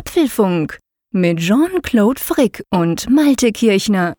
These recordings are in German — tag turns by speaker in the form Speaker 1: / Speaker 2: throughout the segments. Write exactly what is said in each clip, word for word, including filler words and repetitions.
Speaker 1: Apfelfunk mit Jean-Claude Frick und Malte Kirchner.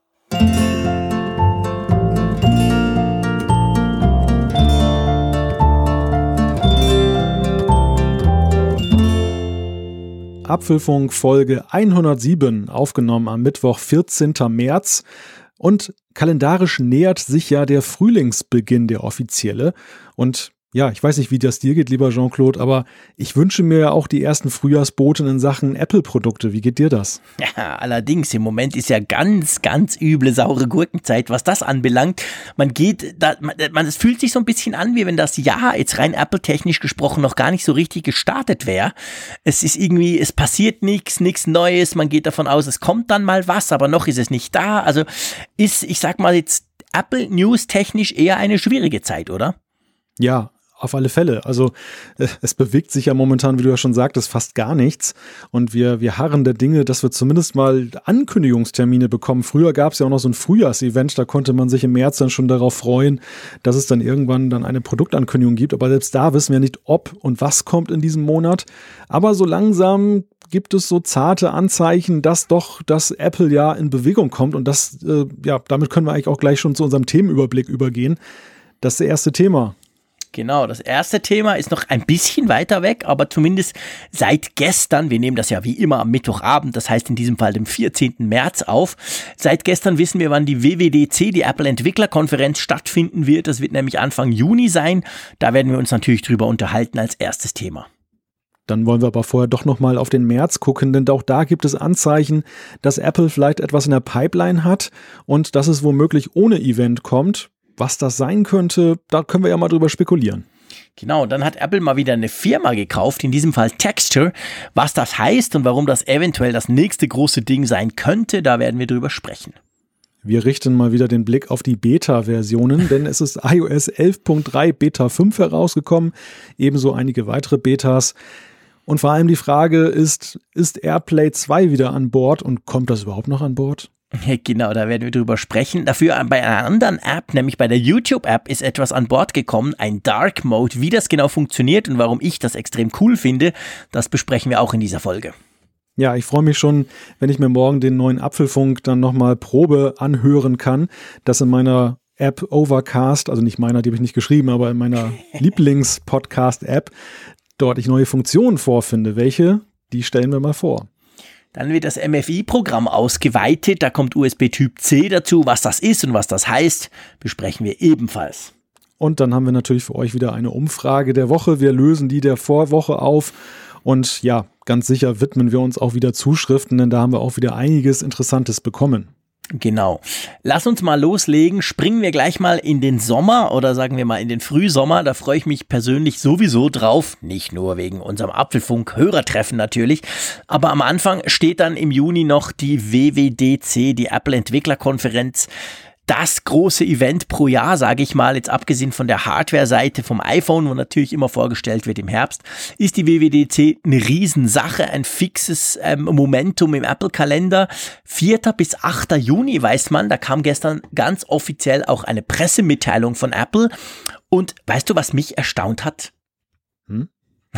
Speaker 2: Apfelfunk Folge hundertsieben, aufgenommen am Mittwoch, vierzehnten März. Und kalendarisch nähert sich ja der Frühlingsbeginn, der offizielle. Und ja, ich weiß nicht, wie das dir geht, lieber Jean-Claude, aber ich wünsche mir ja auch die ersten Frühjahrsboten in Sachen Apple-Produkte. Wie geht dir das?
Speaker 3: Ja, allerdings, im Moment ist ja ganz, ganz üble, saure Gurkenzeit, was das anbelangt. Man geht, da, man, man, es fühlt sich so ein bisschen an, wie wenn das Jahr jetzt rein Apple-technisch gesprochen noch gar nicht so richtig gestartet wäre. Es ist irgendwie, es passiert nichts, nichts Neues, man geht davon aus, es kommt dann mal was, aber noch ist es nicht da. Also ist, ich sag mal jetzt, Apple News technisch eher eine schwierige Zeit, oder?
Speaker 2: Ja, auf alle Fälle. Also es bewegt sich ja momentan, wie du ja schon sagtest, fast gar nichts. Und wir, wir harren der Dinge, dass wir zumindest mal Ankündigungstermine bekommen. Früher gab es ja auch noch so ein Frühjahrsevent, da konnte man sich im März dann schon darauf freuen, dass es dann irgendwann dann eine Produktankündigung gibt. Aber selbst da wissen wir nicht, ob und was kommt in diesem Monat. Aber so langsam gibt es so zarte Anzeichen, dass doch das Apple ja in Bewegung kommt. Und das, äh, ja, damit können wir eigentlich auch gleich schon zu unserem Themenüberblick übergehen. Das ist das erste Thema.
Speaker 3: Genau, das erste Thema ist noch ein bisschen weiter weg, aber zumindest seit gestern, wir nehmen das ja wie immer am Mittwochabend, das heißt in diesem Fall dem vierzehnten März auf, seit gestern wissen wir, wann die W W D C, die Apple-Entwicklerkonferenz, stattfinden wird. Das wird nämlich Anfang Juni sein. Da werden wir uns natürlich drüber unterhalten als erstes Thema.
Speaker 2: Dann wollen wir aber vorher doch nochmal auf den März gucken, denn auch da gibt es Anzeichen, dass Apple vielleicht etwas in der Pipeline hat und dass es womöglich ohne Event kommt. Was das sein könnte, da können wir ja mal drüber spekulieren.
Speaker 3: Genau, dann hat Apple mal wieder eine Firma gekauft, in diesem Fall Texture. Was das heißt und warum das eventuell das nächste große Ding sein könnte, da werden wir drüber sprechen.
Speaker 2: Wir richten mal wieder den Blick auf die Beta-Versionen, denn es ist i O S elf Punkt drei Beta fünf herausgekommen, ebenso einige weitere Betas. Und vor allem die Frage ist, ist AirPlay zwei wieder an Bord und kommt das überhaupt noch an Bord?
Speaker 3: Genau, da werden wir drüber sprechen. Dafür bei einer anderen App, nämlich bei der YouTube-App, ist etwas an Bord gekommen, ein Dark Mode. Wie das genau funktioniert und warum ich das extrem cool finde, das besprechen wir auch in dieser Folge.
Speaker 2: Ja, ich freue mich schon, wenn ich mir morgen den neuen Apfelfunk dann nochmal Probe anhören kann, das in meiner App Overcast, also nicht meiner, die habe ich nicht geschrieben, aber in meiner Lieblings-Podcast-App, dort ich neue Funktionen vorfinde. Welche? Die stellen wir mal vor.
Speaker 3: Dann wird das M F I-Programm ausgeweitet, da kommt U S B Typ C dazu. Was das ist und was das heißt, besprechen wir ebenfalls.
Speaker 2: Und dann haben wir natürlich für euch wieder eine Umfrage der Woche. Wir lösen die der Vorwoche auf und ja, ganz sicher widmen wir uns auch wieder Zuschriften, denn da haben wir auch wieder einiges Interessantes bekommen.
Speaker 3: Genau. Lass uns mal loslegen. Springen wir gleich mal in den Sommer oder sagen wir mal in den Frühsommer. Da freue ich mich persönlich sowieso drauf. Nicht nur wegen unserem Apfelfunk-Hörertreffen natürlich. Aber am Anfang steht dann im Juni noch die W W D C, die Apple-Entwicklerkonferenz. Das große Event pro Jahr, sage ich mal, jetzt abgesehen von der Hardware-Seite vom iPhone, wo natürlich immer vorgestellt wird im Herbst, ist die W W D C eine Riesensache, ein fixes ähm, Momentum im Apple-Kalender. vierten bis achten Juni, weiß man, da kam gestern ganz offiziell auch eine Pressemitteilung von Apple. Und weißt du, was mich erstaunt hat? Hm?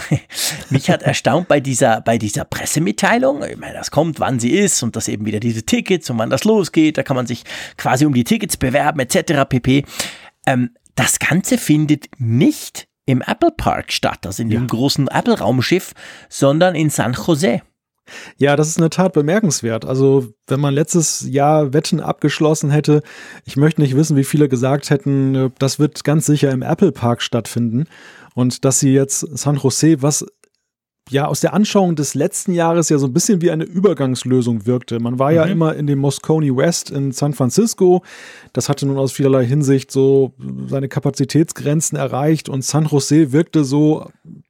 Speaker 3: Mich hat erstaunt bei dieser, bei dieser Pressemitteilung, ich meine, das kommt, wann sie ist und dass eben wieder diese Tickets und wann das losgeht, da kann man sich quasi um die Tickets bewerben et cetera pp. Ähm, das Ganze findet nicht im Apple Park statt, also in ja. dem großen Apple-Raumschiff, sondern in San Jose.
Speaker 2: Ja, das ist in der Tat bemerkenswert. Also wenn man letztes Jahr Wetten abgeschlossen hätte, ich möchte nicht wissen, wie viele gesagt hätten, das wird ganz sicher im Apple Park stattfinden. Und dass sie jetzt San Jose, was ja aus der Anschauung des letzten Jahres ja so ein bisschen wie eine Übergangslösung wirkte. Man war mhm. ja immer in dem Moscone West in San Francisco. Das hatte nun aus vielerlei Hinsicht so seine Kapazitätsgrenzen erreicht und San Jose wirkte so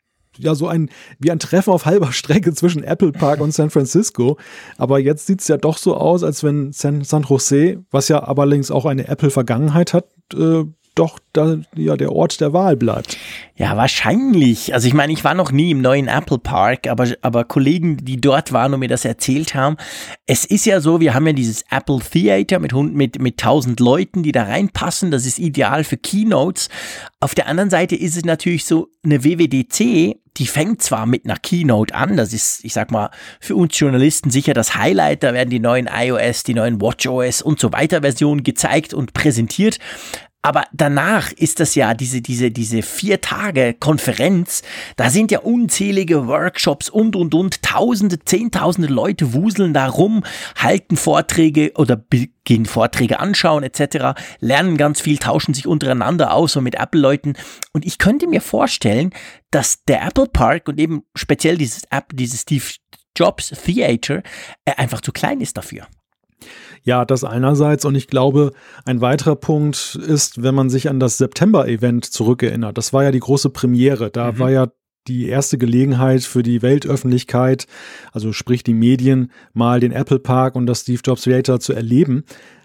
Speaker 2: ja so ein wie ein Treffen auf halber Strecke zwischen Apple Park und San Francisco. Aber jetzt sieht es ja doch so aus, als wenn San, San Jose, was ja aber allerdings auch eine Apple-Vergangenheit hat, äh, doch da, ja, der Ort der Wahl bleibt.
Speaker 3: Ja, wahrscheinlich. Also ich meine, ich war noch nie im neuen Apple Park, aber, aber Kollegen, die dort waren und mir das erzählt haben, es ist ja so, wir haben ja dieses Apple Theater mit, mit, mit tausend Leuten, die da reinpassen. Das ist ideal für Keynotes. Auf der anderen Seite ist es natürlich so, eine W W D C, die fängt zwar mit einer Keynote an, das ist, ich sag mal, für uns Journalisten sicher das Highlight, da werden die neuen iOS, die neuen WatchOS und so weiter Versionen gezeigt und präsentiert. Aber danach ist das ja diese, diese, diese vier Tage Konferenz, da sind ja unzählige Workshops und, und, und, tausende, zehntausende Leute wuseln da rum, halten Vorträge oder gehen Vorträge anschauen et cetera, lernen ganz viel, tauschen sich untereinander aus, so mit Apple-Leuten. Und ich könnte mir vorstellen, dass der Apple Park und eben speziell dieses App, dieses Steve Jobs Theater äh, einfach zu klein ist dafür.
Speaker 2: Ja, das einerseits, und ich glaube, ein weiterer Punkt ist, wenn man sich an das September-Event zurückerinnert. Das war ja die große Premiere. Da mhm. war ja die erste Gelegenheit für die Weltöffentlichkeit, also sprich die Medien, mal den Apple Park und das Steve Jobs Theater zu erleben.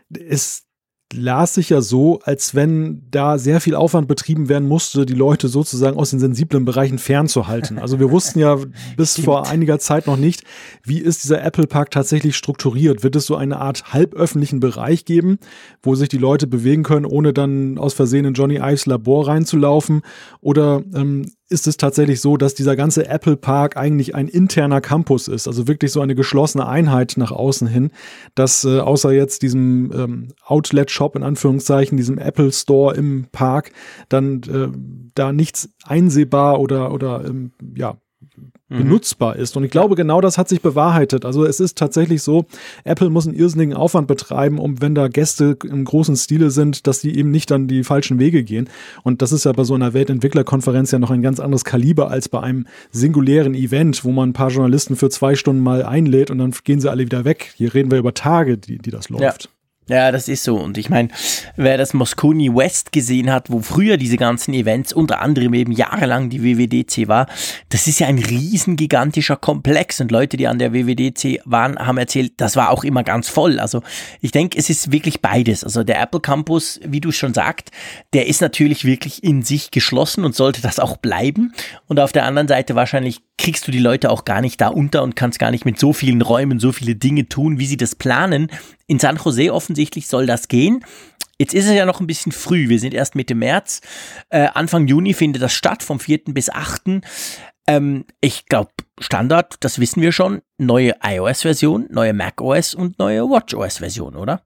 Speaker 2: Es las sich ja so, als wenn da sehr viel Aufwand betrieben werden musste, die Leute sozusagen aus den sensiblen Bereichen fernzuhalten. Also wir wussten ja bis vor einiger Zeit noch nicht, wie ist dieser Apple Park tatsächlich strukturiert? Wird es so eine Art halböffentlichen Bereich geben, wo sich die Leute bewegen können, ohne dann aus Versehen in Johnny Ives Labor reinzulaufen? Oder ähm, ist es tatsächlich so, dass dieser ganze Apple Park eigentlich ein interner Campus ist, also wirklich so eine geschlossene Einheit nach außen hin, dass äh, außer jetzt diesem ähm, Outlet-Shop in Anführungszeichen, diesem Apple Store im Park, dann äh, da nichts einsehbar oder, oder ähm, ja, benutzbar ist. Und ich glaube, genau das hat sich bewahrheitet. Also es ist tatsächlich so, Apple muss einen irrsinnigen Aufwand betreiben, um, wenn da Gäste im großen Stile sind, dass die eben nicht dann die falschen Wege gehen. Und das ist ja bei so einer Weltentwicklerkonferenz ja noch ein ganz anderes Kaliber als bei einem singulären Event, wo man ein paar Journalisten für zwei Stunden mal einlädt und dann gehen sie alle wieder weg. Hier reden wir über Tage, die, die das läuft.
Speaker 3: Ja. Ja, das ist so. Und ich meine, wer das Moscone West gesehen hat, wo früher diese ganzen Events, unter anderem eben jahrelang die W W D C war, das ist ja ein riesen gigantischer Komplex. Und Leute, die an der W W D C waren, haben erzählt, das war auch immer ganz voll. Also ich denke, es ist wirklich beides. Also der Apple Campus, wie du schon sagst, der ist natürlich wirklich in sich geschlossen und sollte das auch bleiben. Und auf der anderen Seite wahrscheinlich kriegst du die Leute auch gar nicht da unter und kannst gar nicht mit so vielen Räumen so viele Dinge tun, wie sie das planen. In San Jose offensichtlich soll das gehen. Jetzt ist es ja noch ein bisschen früh. Wir sind erst Mitte März. Äh, Anfang Juni findet das statt, vom vierten bis achten Ähm, ich glaube, Standard, das wissen wir schon, neue iOS-Version, neue macOS und neue WatchOS-Version, oder?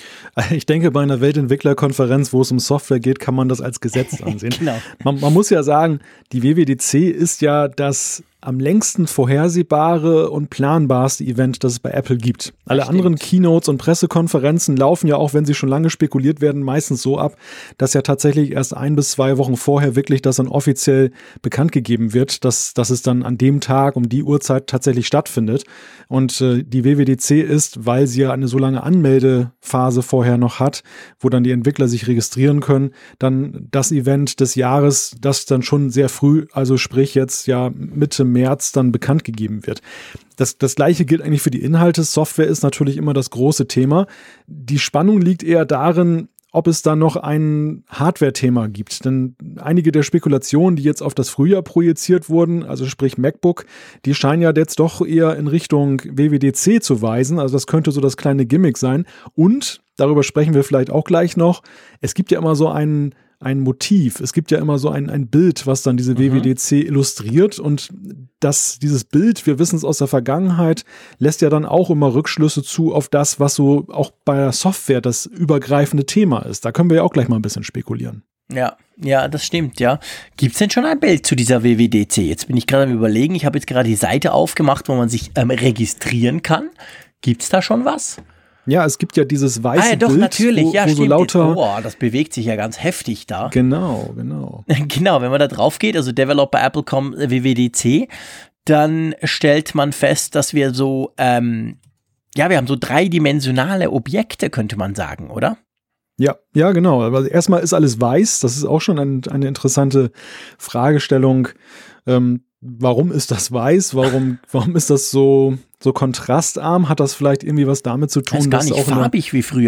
Speaker 2: Ich denke, bei einer Weltentwicklerkonferenz, wo es um Software geht, kann man das als Gesetz ansehen.
Speaker 3: Genau.
Speaker 2: Man, man muss ja sagen, die W W D C ist ja das am längsten vorhersehbare und planbarste Event, das es bei Apple gibt. Alle
Speaker 3: das
Speaker 2: anderen Keynotes und Pressekonferenzen laufen ja, auch wenn sie schon lange spekuliert werden, meistens so ab, dass ja tatsächlich erst ein bis zwei Wochen vorher wirklich das dann offiziell bekannt gegeben wird, dass, dass es dann an dem Tag um die Uhrzeit tatsächlich stattfindet. Und äh, die W W D C ist, weil sie ja eine so lange Anmeldephase vorher noch hat, wo dann die Entwickler sich registrieren können, dann das Event des Jahres, das dann schon sehr früh, also sprich jetzt ja Mitte März dann bekannt gegeben wird. Das, das Gleiche gilt eigentlich für die Inhalte. Software ist natürlich immer das große Thema. Die Spannung liegt eher darin, ob es da noch ein Hardware-Thema gibt. Denn einige der Spekulationen, die jetzt auf das Frühjahr projiziert wurden, also sprich MacBook, die scheinen ja jetzt doch eher in Richtung W W D C zu weisen. Also das könnte so das kleine Gimmick sein. Und, darüber sprechen wir vielleicht auch gleich noch, es gibt ja immer so einen ein Motiv. Es gibt ja immer so ein, ein Bild, was dann diese mhm. W W D C illustriert, und das, dieses Bild, wir wissen es aus der Vergangenheit, lässt ja dann auch immer Rückschlüsse zu auf das, was so auch bei der Software das übergreifende Thema ist. Da können wir ja auch gleich mal ein bisschen spekulieren.
Speaker 3: Ja, ja, das stimmt, ja. Gibt's denn schon ein Bild zu dieser W W D C? Jetzt bin ich gerade am Überlegen, ich habe jetzt gerade die Seite aufgemacht, wo man sich ähm, registrieren kann. Gibt's da schon was?
Speaker 2: Ja, es gibt ja dieses weiße
Speaker 3: ah, ja, doch,
Speaker 2: Bild,
Speaker 3: natürlich.
Speaker 2: wo,
Speaker 3: ja,
Speaker 2: wo so lauter...
Speaker 3: Oh, das bewegt sich ja ganz heftig da.
Speaker 2: Genau, genau.
Speaker 3: Genau, wenn man da drauf geht, also Developer Apple Punkt com W W D C, dann stellt man fest, dass wir so, ähm, ja, wir haben so dreidimensionale Objekte, könnte man sagen, oder?
Speaker 2: Ja, ja, genau. Also erstmal ist alles weiß. Das ist auch schon ein, eine interessante Fragestellung. Ähm, warum ist das weiß? Warum, warum ist das so, so kontrastarm? Hat das vielleicht irgendwie was damit zu tun?
Speaker 3: Das ist gar nicht
Speaker 2: auch
Speaker 3: farbig wie früher.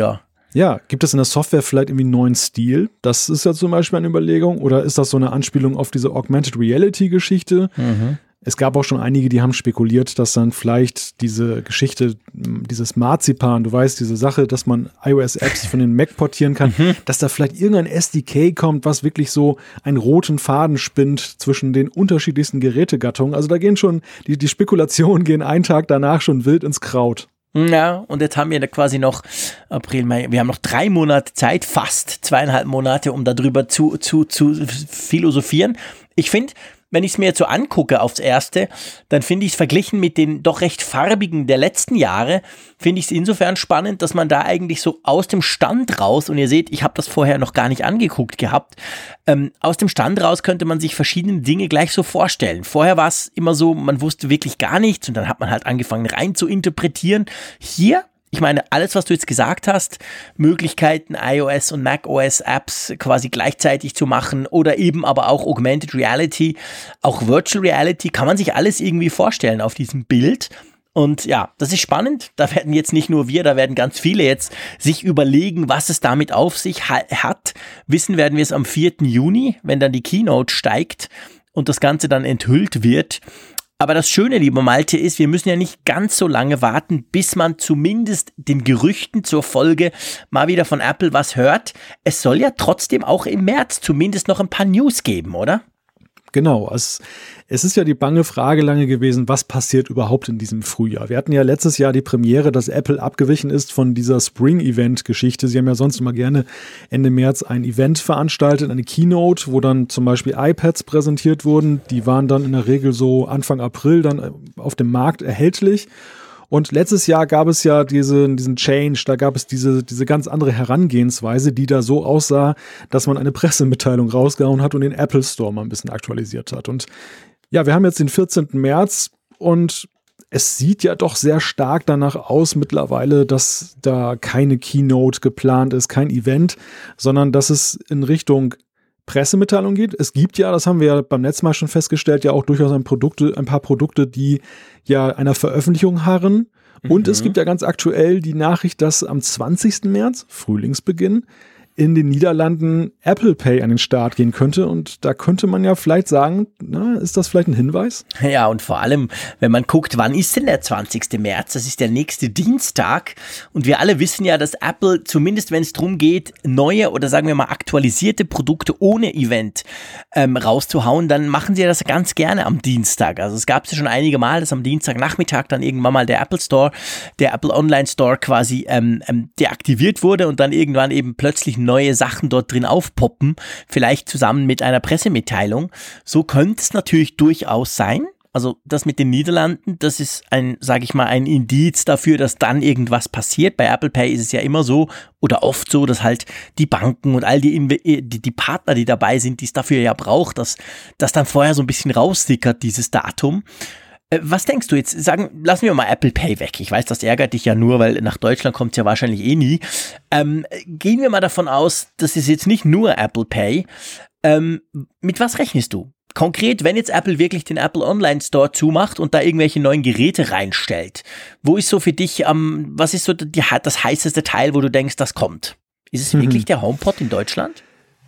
Speaker 2: Ja, gibt es in der Software vielleicht irgendwie einen neuen Stil? Das ist ja zum Beispiel eine Überlegung. Oder ist das so eine Anspielung auf diese Augmented Reality-Geschichte? Mhm. Es gab auch schon einige, die haben spekuliert, dass dann vielleicht diese Geschichte, dieses Marzipan, du weißt, diese Sache, dass man iOS-Apps von den Mac portieren kann, mhm. dass da vielleicht irgendein S D K kommt, was wirklich so einen roten Faden spinnt zwischen den unterschiedlichsten Gerätegattungen. Also da gehen schon, die, die Spekulationen gehen einen Tag danach schon wild ins Kraut.
Speaker 3: Ja, und jetzt haben wir da quasi noch April, Mai, wir haben noch drei Monate Zeit, fast zweieinhalb Monate, um darüber zu, zu, zu philosophieren. Ich finde, wenn ich es mir jetzt so angucke aufs Erste, dann finde ich es verglichen mit den doch recht farbigen der letzten Jahre, finde ich es insofern spannend, dass man da eigentlich so aus dem Stand raus, und ihr seht, ich habe das vorher noch gar nicht angeguckt gehabt, ähm, aus dem Stand raus könnte man sich verschiedene Dinge gleich so vorstellen. Vorher war es immer so, man wusste wirklich gar nichts und dann hat man halt angefangen rein zu interpretieren. Hier, ich meine, alles, was du jetzt gesagt hast, Möglichkeiten, iOS und macOS-Apps quasi gleichzeitig zu machen oder eben aber auch Augmented Reality, auch Virtual Reality, kann man sich alles irgendwie vorstellen auf diesem Bild. Und ja, das ist spannend. Da werden jetzt nicht nur wir, da werden ganz viele jetzt sich überlegen, was es damit auf sich ha- hat. Wissen werden wir es am vierten Juni, wenn dann die Keynote steigt und das Ganze dann enthüllt wird. Aber das Schöne, lieber Malte, ist, wir müssen ja nicht ganz so lange warten, bis man zumindest den Gerüchten zur Folge mal wieder von Apple was hört. Es soll ja trotzdem auch im März zumindest noch ein paar News geben, oder?
Speaker 2: Genau, es, es ist ja die bange Frage lange gewesen, was passiert überhaupt in diesem Frühjahr? Wir hatten ja letztes Jahr die Premiere, dass Apple abgewichen ist von dieser Spring-Event-Geschichte. Sie haben ja sonst immer gerne Ende März ein Event veranstaltet, eine Keynote, wo dann zum Beispiel iPads präsentiert wurden. Die waren dann in der Regel so Anfang April dann auf dem Markt erhältlich. Und letztes Jahr gab es ja diese, diesen Change, da gab es diese, diese ganz andere Herangehensweise, die da so aussah, dass man eine Pressemitteilung rausgehauen hat und den Apple Store mal ein bisschen aktualisiert hat. Und ja, wir haben jetzt den vierzehnten März und es sieht ja doch sehr stark danach aus mittlerweile, dass da keine Keynote geplant ist, kein Event, sondern dass es in Richtung Pressemitteilung geht. Es gibt ja, das haben wir ja beim letzten Mal schon festgestellt, ja auch durchaus ein, Produkte, ein paar Produkte, die ja einer Veröffentlichung harren. Und mhm. es gibt ja ganz aktuell die Nachricht, dass am zwanzigsten März, Frühlingsbeginn, in den Niederlanden Apple Pay an den Start gehen könnte. Und da könnte man ja vielleicht sagen, na, ist das vielleicht ein Hinweis?
Speaker 3: Ja, und vor allem, wenn man guckt, wann ist denn der zwanzigste März? Das ist der nächste Dienstag. Und wir alle wissen ja, dass Apple, zumindest wenn es darum geht, neue oder sagen wir mal aktualisierte Produkte ohne Event ähm, rauszuhauen, dann machen sie das ganz gerne am Dienstag. Also es gab es ja schon einige Mal, dass am Dienstagnachmittag dann irgendwann mal der Apple Store, der Apple Online Store quasi ähm, ähm, deaktiviert wurde und dann irgendwann eben plötzlich neue Sachen dort drin aufpoppen, vielleicht zusammen mit einer Pressemitteilung. So könnte es natürlich durchaus sein. Also das mit den Niederlanden, das ist ein, sage ich mal, ein Indiz dafür, dass dann irgendwas passiert. Bei Apple Pay ist es ja immer so oder oft so, dass halt die Banken und all die, die, die Partner, die dabei sind, die es dafür ja braucht, dass das dann vorher so ein bisschen raussickert, dieses Datum. Was denkst du jetzt? Sagen, lassen wir mal Apple Pay weg. Ich weiß, das ärgert dich ja nur, weil nach Deutschland kommt es ja wahrscheinlich eh nie. Ähm, gehen wir mal davon aus, das ist jetzt nicht nur Apple Pay. Ähm, mit was rechnest du? Konkret, wenn jetzt Apple wirklich den Apple Online Store zumacht und da irgendwelche neuen Geräte reinstellt, wo ist so für dich, ähm, was ist so die, das heißeste Teil, wo du denkst, das kommt? Ist es mhm. wirklich der HomePod in Deutschland?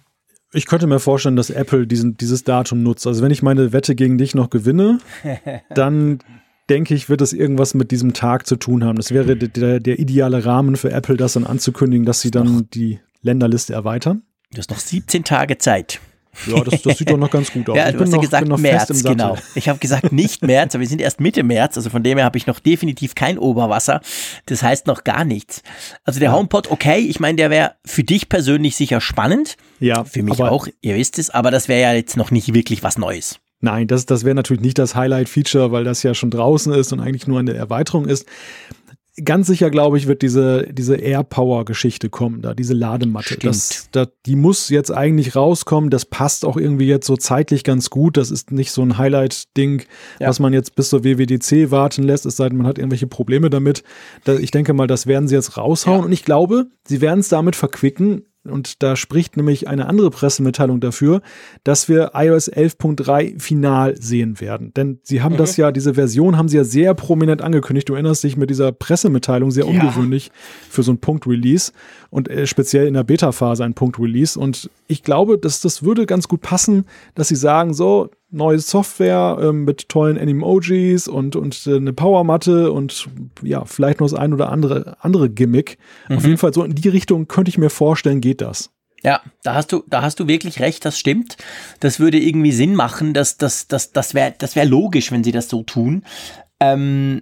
Speaker 2: Ich könnte mir vorstellen, dass Apple diesen, dieses Datum nutzt. Also wenn ich meine Wette gegen dich noch gewinne, dann denke ich, wird es irgendwas mit diesem Tag zu tun haben. Das wäre der, der ideale Rahmen für Apple, das dann anzukündigen, dass sie dann die Länderliste erweitern.
Speaker 3: Du hast noch siebzehn Tage Zeit.
Speaker 2: Ja, das, das sieht doch noch ganz gut aus.
Speaker 3: Ja,
Speaker 2: ich
Speaker 3: du
Speaker 2: bin
Speaker 3: hast
Speaker 2: noch,
Speaker 3: ja gesagt
Speaker 2: bin noch
Speaker 3: März,
Speaker 2: fest im Sattel.
Speaker 3: Genau. Ich habe gesagt nicht März, aber wir sind erst Mitte März, also von dem her habe ich noch definitiv kein Oberwasser. Das heißt noch gar nichts. Also der ja. HomePod, okay, ich meine, der wäre für dich persönlich sicher spannend. Ja. Für mich auch, ihr wisst es, aber das wäre ja jetzt noch nicht wirklich was Neues.
Speaker 2: Nein, das, das wäre natürlich nicht das Highlight-Feature, weil das ja schon draußen ist und eigentlich nur eine Erweiterung ist. Ganz sicher, glaube ich, wird diese, diese AirPower-Geschichte kommen, da diese Ladematte. Das, das, die muss jetzt eigentlich rauskommen. Das passt auch irgendwie jetzt so zeitlich ganz gut. Das ist nicht so ein Highlight-Ding, ja. was man jetzt bis zur W W D C warten lässt, es sei denn, man hat irgendwelche Probleme damit. Ich denke mal, das werden sie jetzt raushauen. Ja. Und ich glaube, sie werden es damit verquicken, und da spricht nämlich eine andere Pressemitteilung dafür, dass wir iOS elf Punkt drei final sehen werden. Denn sie haben mhm. das ja, diese Version haben sie ja sehr prominent angekündigt. Du erinnerst dich mit dieser Pressemitteilung, sehr ja. ungewöhnlich für so ein Punkt-Release und äh, speziell in der Beta-Phase ein Punkt-Release. Und ich glaube, dass das würde ganz gut passen, dass sie sagen, so, neue Software ähm, mit tollen Emojis und, und äh, eine Powermatte und ja, vielleicht noch das ein oder andere, andere Gimmick. Mhm. Auf jeden Fall so in die Richtung könnte ich mir vorstellen, geht das.
Speaker 3: Ja, da hast du, da hast du wirklich recht, das stimmt. Das würde irgendwie Sinn machen, dass, dass, dass, das wäre, das wäre logisch, wenn sie das so tun. Ähm,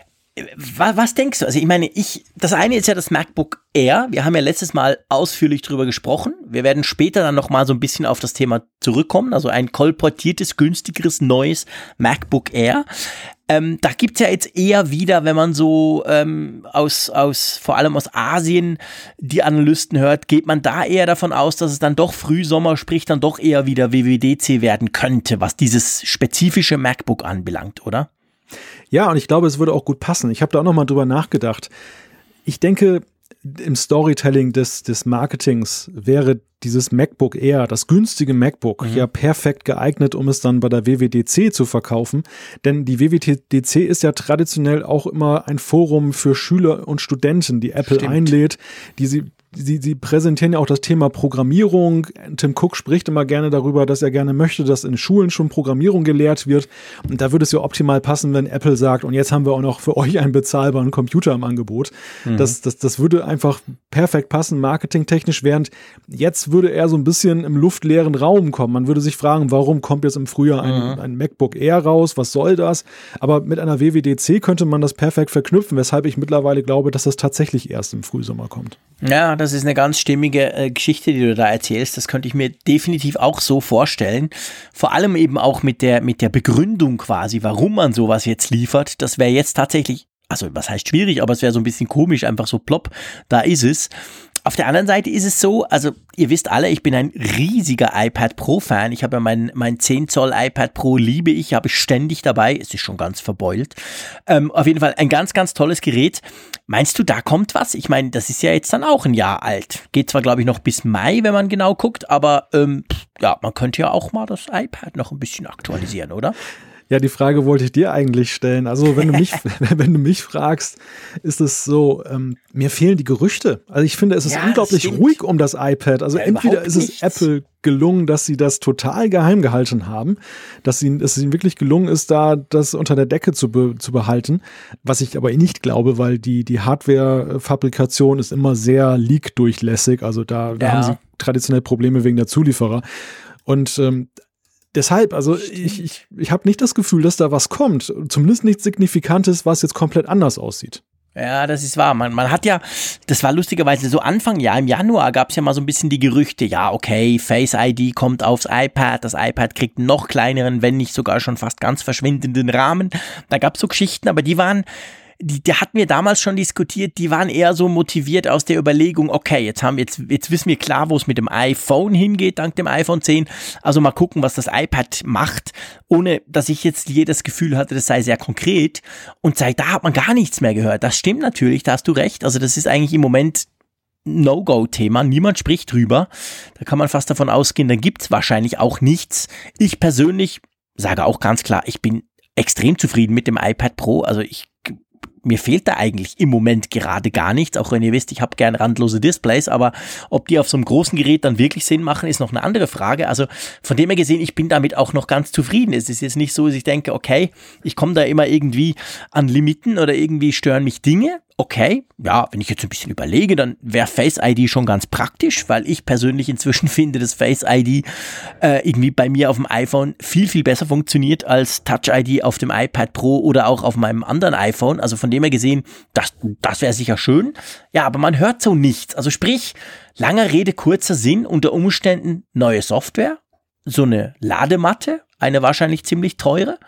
Speaker 3: Was, was denkst du? Also ich meine, ich, das eine ist ja das MacBook Air. Wir haben ja letztes Mal ausführlich drüber gesprochen. Wir werden später dann nochmal so ein bisschen auf das Thema zurückkommen. Also ein kolportiertes, günstigeres, neues MacBook Air. Ähm, da gibt's ja jetzt eher wieder, wenn man so ähm, aus, aus, vor allem aus Asien die Analysten hört, geht man da eher davon aus, dass es dann doch Frühsommer, sprich dann doch eher wieder W W D C werden könnte, was dieses spezifische MacBook anbelangt, oder?
Speaker 2: Ja, und ich glaube, es würde auch gut passen. Ich habe da auch noch mal drüber nachgedacht. Ich denke, im Storytelling des, des Marketings wäre dieses MacBook Air, das günstige MacBook, mhm. ja perfekt geeignet, um es dann bei der W W D C zu verkaufen. Denn die W W D C ist ja traditionell auch immer ein Forum für Schüler und Studenten, die Apple Stimmt. einlädt, die sie Sie, sie präsentieren ja auch das Thema Programmierung. Tim Cook spricht immer gerne darüber, dass er gerne möchte, dass in Schulen schon Programmierung gelehrt wird. Und da würde es ja optimal passen, wenn Apple sagt, und jetzt haben wir auch noch für euch einen bezahlbaren Computer im Angebot. Mhm. Das, das, das würde einfach perfekt passen, marketingtechnisch, während jetzt würde er so ein bisschen im luftleeren Raum kommen. Man würde sich fragen, warum kommt jetzt im Frühjahr ein, mhm. ein MacBook Air raus? Was soll das? Aber mit einer W W D C könnte man das perfekt verknüpfen, weshalb ich mittlerweile glaube, dass das tatsächlich erst im Frühsommer kommt.
Speaker 3: Ja, das ist eine ganz stimmige äh, Geschichte, die du da erzählst. Das könnte ich mir definitiv auch so vorstellen. Vor allem eben auch mit der, mit der Begründung quasi, warum man sowas jetzt liefert. Das wäre jetzt tatsächlich, also was heißt schwierig, aber es wäre so ein bisschen komisch, einfach so plopp, da ist es. Auf der anderen Seite ist es so, also ihr wisst alle, ich bin ein riesiger iPad Pro-Fan. Ich habe ja mein, mein zehn Zoll iPad Pro, liebe ich, habe ich ständig dabei. Es ist schon ganz verbeult. Ähm, auf jeden Fall ein ganz, ganz tolles Gerät. Meinst du, da kommt was? Ich meine, das ist ja jetzt dann auch ein Jahr alt. Geht zwar, glaube ich, noch bis Mai, wenn man genau guckt, aber ähm, ja, man könnte ja auch mal das iPad noch ein bisschen aktualisieren, oder?
Speaker 2: Ja, die Frage wollte ich dir eigentlich stellen. Also wenn du mich, wenn du mich fragst, ist es so, ähm, mir fehlen die Gerüchte. Also ich finde, es ist ja, unglaublich ruhig um das iPad. Also ja, entweder ist es nichts. Apple gelungen, dass sie das total geheim gehalten haben, dass, sie, dass es ihnen wirklich gelungen ist, da das unter der Decke zu, be, zu behalten, was ich aber nicht glaube, weil die, die Hardware-Fabrikation ist immer sehr leak-durchlässig. Also da, da ja. haben sie traditionell Probleme wegen der Zulieferer. Und ähm, deshalb, also ich, ich, ich habe nicht das Gefühl, dass da was kommt. Zumindest nichts Signifikantes, was jetzt komplett anders aussieht.
Speaker 3: Ja, das ist wahr. Man, man hat ja, das war lustigerweise so Anfang Jahr, im Januar gab es ja mal so ein bisschen die Gerüchte, ja okay, Face I D kommt aufs iPad, das iPad kriegt einen noch kleineren, wenn nicht sogar schon fast ganz verschwindenden Rahmen. Da gab es so Geschichten, aber die waren, die, die hatten wir damals schon diskutiert, die waren eher so motiviert aus der Überlegung, okay, jetzt haben jetzt, jetzt wissen wir klar, wo es mit dem iPhone hingeht, dank dem iPhone zehn, also mal gucken, was das iPad macht, ohne dass ich jetzt je das Gefühl hatte, das sei sehr konkret, und seit da hat man gar nichts mehr gehört. Das stimmt natürlich, da hast du recht, also das ist eigentlich im Moment No-Go-Thema, niemand spricht drüber, da kann man fast davon ausgehen, da gibt's wahrscheinlich auch nichts. Ich persönlich sage auch ganz klar, ich bin extrem zufrieden mit dem iPad Pro, also ich mir fehlt da eigentlich im Moment gerade gar nichts, auch wenn ihr wisst, ich habe gern randlose Displays, aber ob die auf so einem großen Gerät dann wirklich Sinn machen, ist noch eine andere Frage. Also von dem her gesehen, ich bin damit auch noch ganz zufrieden. Es ist jetzt nicht so, dass ich denke, okay, ich komme da immer irgendwie an Limiten oder irgendwie stören mich Dinge. Okay, ja, wenn ich jetzt ein bisschen überlege, dann wäre Face I D schon ganz praktisch, weil ich persönlich inzwischen finde, dass Face I D äh, irgendwie bei mir auf dem iPhone viel, viel besser funktioniert als Touch I D auf dem iPad Pro oder auch auf meinem anderen iPhone. Also von dem her gesehen, das, das wäre sicher schön. Ja, aber man hört so nichts. Also sprich, langer Rede, kurzer Sinn, unter Umständen neue Software, so eine Ladematte, eine wahrscheinlich ziemlich teure.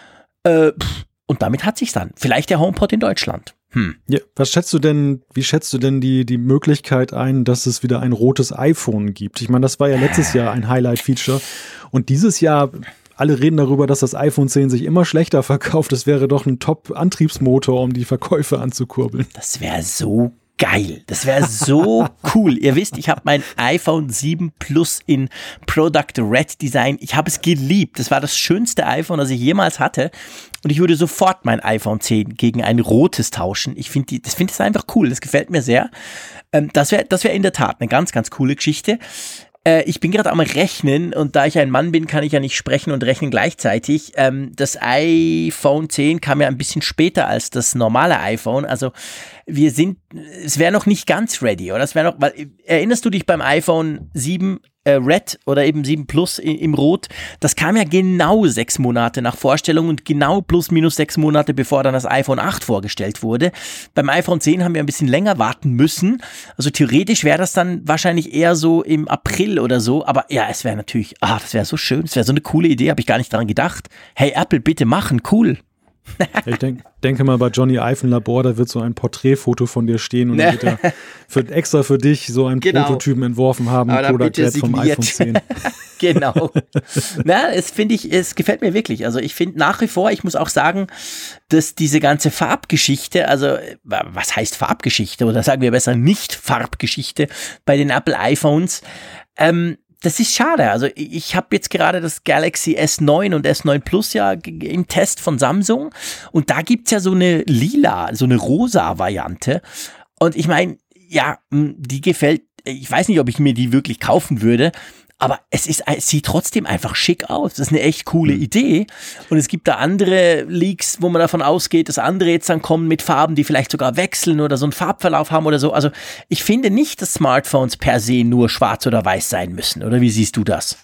Speaker 3: Äh, und damit hat sich's dann. Vielleicht der HomePod in Deutschland. Hm.
Speaker 2: Ja, was schätzt du denn, wie schätzt du denn die, die Möglichkeit ein, dass es wieder ein rotes iPhone gibt? Ich meine, das war ja letztes Jahr ein Highlight-Feature und dieses Jahr, alle reden darüber, dass das iPhone zehn sich immer schlechter verkauft. Das wäre doch ein Top-Antriebsmotor, um die Verkäufe anzukurbeln.
Speaker 3: Das wäre so geil. Das wäre so cool. Ihr wisst, ich habe mein iPhone sieben Plus in Product Red Design. Ich habe es geliebt. Das war das schönste iPhone, das ich jemals hatte. Und ich würde sofort mein iPhone zehn gegen ein rotes tauschen. Ich finde das finde das einfach cool. Das gefällt mir sehr. Ähm, das wäre das wäre in der Tat eine ganz, ganz coole Geschichte. Äh, ich bin gerade am Rechnen und da ich ein Mann bin, kann ich ja nicht sprechen und rechnen gleichzeitig. Ähm, das iPhone zehn kam ja ein bisschen später als das normale iPhone. Also wir sind, es wäre noch nicht ganz ready, oder? Es wäre noch, weil, erinnerst du dich beim iPhone sieben äh, Red oder eben sieben Plus im, im Rot? Das kam ja genau sechs Monate nach Vorstellung und genau plus minus sechs Monate bevor dann das iPhone acht vorgestellt wurde. Beim iPhone zehn haben wir ein bisschen länger warten müssen. Also theoretisch wäre das dann wahrscheinlich eher so im April oder so. Aber ja, es wäre natürlich, ah, das wäre so schön. Es wäre so eine coole Idee, habe ich gar nicht daran gedacht. Hey Apple, bitte machen, cool.
Speaker 2: Ich denk, denke mal, bei Johnny Ive im Labor, da wird so ein Porträtfoto von dir stehen und er wird er für, extra für dich so einen
Speaker 3: genau.
Speaker 2: Prototypen entworfen haben, Product Red vom iPhone zehn.
Speaker 3: Genau. Na, es finde ich, es gefällt mir wirklich. Also ich finde nach wie vor, ich muss auch sagen, dass diese ganze Farbgeschichte, also was heißt Farbgeschichte oder sagen wir besser nicht Farbgeschichte bei den Apple iPhones, ähm, das ist schade. Also ich habe jetzt gerade das Galaxy S neun und S neun Plus ja im Test von Samsung und da gibt's ja so eine lila, so eine rosa Variante und ich meine, ja, die gefällt, ich weiß nicht, ob ich mir die wirklich kaufen würde, aber es ist, es sieht trotzdem einfach schick aus. Das ist eine echt coole Idee. Und es gibt da andere Leaks, wo man davon ausgeht, dass andere jetzt dann kommen mit Farben, die vielleicht sogar wechseln oder so einen Farbverlauf haben oder so. Also ich finde nicht, dass Smartphones per se nur schwarz oder weiß sein müssen. Oder wie siehst du das?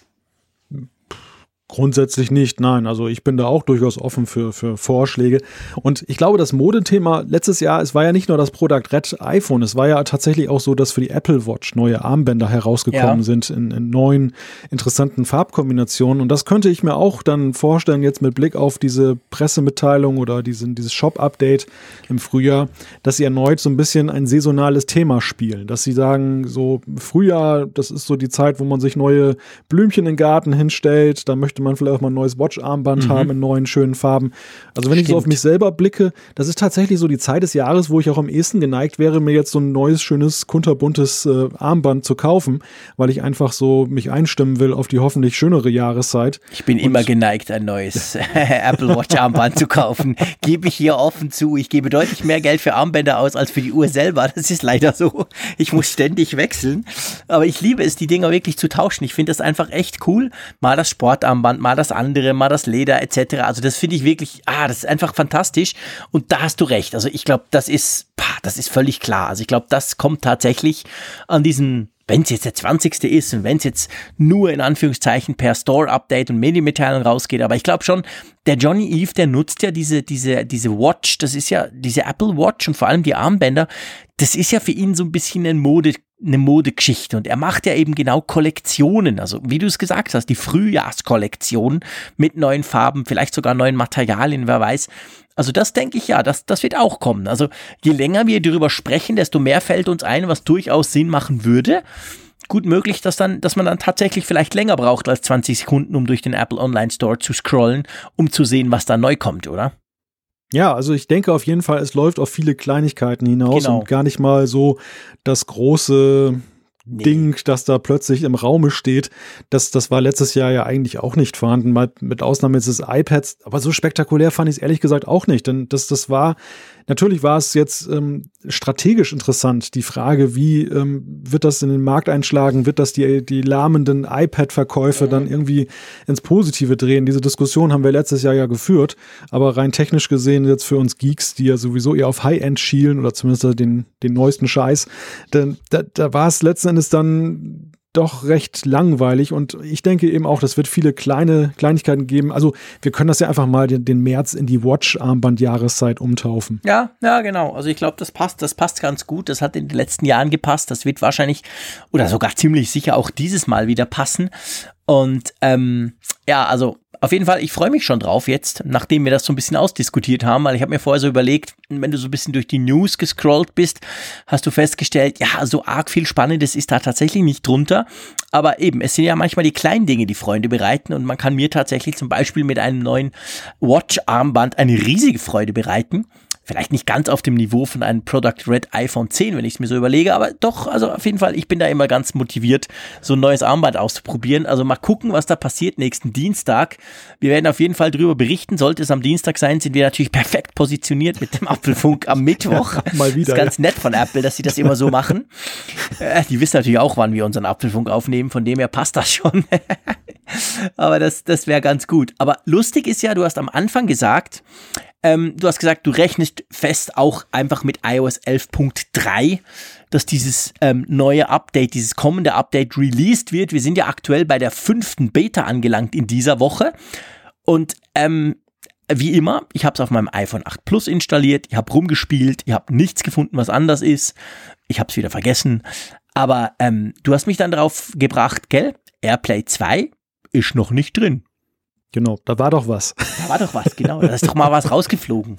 Speaker 2: Grundsätzlich nicht, nein. Also ich bin da auch durchaus offen für, für Vorschläge. Und ich glaube, das Modethema letztes Jahr, es war ja nicht nur das Product Red iPhone, es war ja tatsächlich auch so, dass für die Apple Watch neue Armbänder herausgekommen ja. sind in, in neuen, interessanten Farbkombinationen. Und das könnte ich mir auch dann vorstellen, jetzt mit Blick auf diese Pressemitteilung oder diesen, dieses Shop-Update im Frühjahr, dass sie erneut so ein bisschen ein saisonales Thema spielen. Dass sie sagen, so Frühjahr, das ist so die Zeit, wo man sich neue Blümchen in den Garten hinstellt, da möchte man vielleicht auch mal ein neues Watch-Armband mhm. haben in neuen, schönen Farben. Also wenn Stimmt. ich so auf mich selber blicke, das ist tatsächlich so die Zeit des Jahres, wo ich auch am ehesten geneigt wäre, mir jetzt so ein neues, schönes, kunterbuntes äh, Armband zu kaufen, weil ich einfach so mich einstimmen will auf die hoffentlich schönere Jahreszeit.
Speaker 3: Ich bin Und immer geneigt, ein neues Apple Watch-Armband zu kaufen. Gebe ich hier offen zu. Ich gebe deutlich mehr Geld für Armbänder aus, als für die Uhr selber. Das ist leider so. Ich muss ständig wechseln. Aber ich liebe es, die Dinger wirklich zu tauschen. Ich finde das einfach echt cool. Mal das Sportarmband, mal das andere, mal das Leder et cetera. Also das finde ich wirklich, ah, das ist einfach fantastisch. Und da hast du recht. Also ich glaube, das ist, pah, das ist völlig klar. Also ich glaube, das kommt tatsächlich an diesen, wenn es jetzt der zwanzigste ist und wenn es jetzt nur in Anführungszeichen per Store-Update und Medienmitteilung rausgeht. Aber ich glaube schon, der Johnny Ive, der nutzt ja diese, diese, diese Watch, das ist ja diese Apple Watch und vor allem die Armbänder, das ist ja für ihn so ein bisschen ein Mode, eine Modegeschichte und er macht ja eben genau Kollektionen, also wie du es gesagt hast, die Frühjahrskollektion mit neuen Farben, vielleicht sogar neuen Materialien, wer weiß. Also das denke ich ja, das, das wird auch kommen. Also je länger wir darüber sprechen, desto mehr fällt uns ein, was durchaus Sinn machen würde. Gut möglich, dass dann, dass man dann tatsächlich vielleicht länger braucht als zwanzig Sekunden, um durch den Apple Online Store zu scrollen, um zu sehen, was da neu kommt, oder?
Speaker 2: Ja, also ich denke auf jeden Fall, es läuft auf viele Kleinigkeiten hinaus genau. und gar nicht mal so das große nee. Ding, das da plötzlich im Raume steht. Das, das war letztes Jahr ja eigentlich auch nicht vorhanden, mal mit Ausnahme des iPads. Aber so spektakulär fand ich es ehrlich gesagt auch nicht, denn das, das war, natürlich war es jetzt ähm, strategisch interessant, die Frage, wie ähm, wird das in den Markt einschlagen, wird das die, die lahmenden iPad-Verkäufe mhm. dann irgendwie ins Positive drehen. Diese Diskussion haben wir letztes Jahr ja geführt, aber rein technisch gesehen jetzt für uns Geeks, die ja sowieso eher auf High-End schielen oder zumindest den, den neuesten Scheiß, denn da, da war es letzten Endes dann doch recht langweilig und ich denke eben auch, das wird viele kleine Kleinigkeiten geben. Also wir können das ja einfach mal den, den März in die Watch-Armband-Jahreszeit umtaufen.
Speaker 3: Ja, ja, genau. Also ich glaube, das passt, das passt ganz gut. Das hat in den letzten Jahren gepasst. Das wird wahrscheinlich oder sogar ziemlich sicher auch dieses Mal wieder passen. Und ähm, ja, also auf jeden Fall, ich freue mich schon drauf jetzt, nachdem wir das so ein bisschen ausdiskutiert haben, weil ich habe mir vorher so überlegt, wenn du so ein bisschen durch die News gescrollt bist, hast du festgestellt, ja, so arg viel Spannendes ist da tatsächlich nicht drunter, aber eben, es sind ja manchmal die kleinen Dinge, die Freude bereiten und man kann mir tatsächlich zum Beispiel mit einem neuen Watch-Armband eine riesige Freude bereiten. vielleicht nicht ganz auf dem Niveau von einem Product Red iPhone zehn, wenn ich es mir so überlege, aber doch, also auf jeden Fall, ich bin da immer ganz motiviert, so ein neues Armband auszuprobieren. Also mal gucken, was da passiert nächsten Dienstag. Wir werden auf jeden Fall drüber berichten. Sollte es am Dienstag sein, sind wir natürlich perfekt positioniert mit dem Apfelfunk am Mittwoch.
Speaker 2: Ja, mal wieder.
Speaker 3: Das ist ganz ja. nett von Apple, dass sie das immer so machen. Äh, die wissen natürlich auch, wann wir unseren Apfelfunk aufnehmen, von dem her passt das schon. Aber das, das wäre ganz gut. Aber lustig ist ja, du hast am Anfang gesagt, ähm, du hast gesagt, du rechnest fest auch einfach mit iOS elf Punkt drei, dass dieses ähm, neue Update, dieses kommende Update released wird. Wir sind ja aktuell bei der fünften Beta angelangt in dieser Woche. Und ähm, wie immer, ich habe es auf meinem iPhone acht Plus installiert, ich habe rumgespielt, ich habe nichts gefunden, was anders ist. Ich habe es wieder vergessen. Aber ähm, du hast mich dann darauf gebracht, gell? AirPlay zwei ist noch nicht drin.
Speaker 2: Genau, da war doch was.
Speaker 3: Da war doch was, genau. Da ist doch mal was rausgeflogen.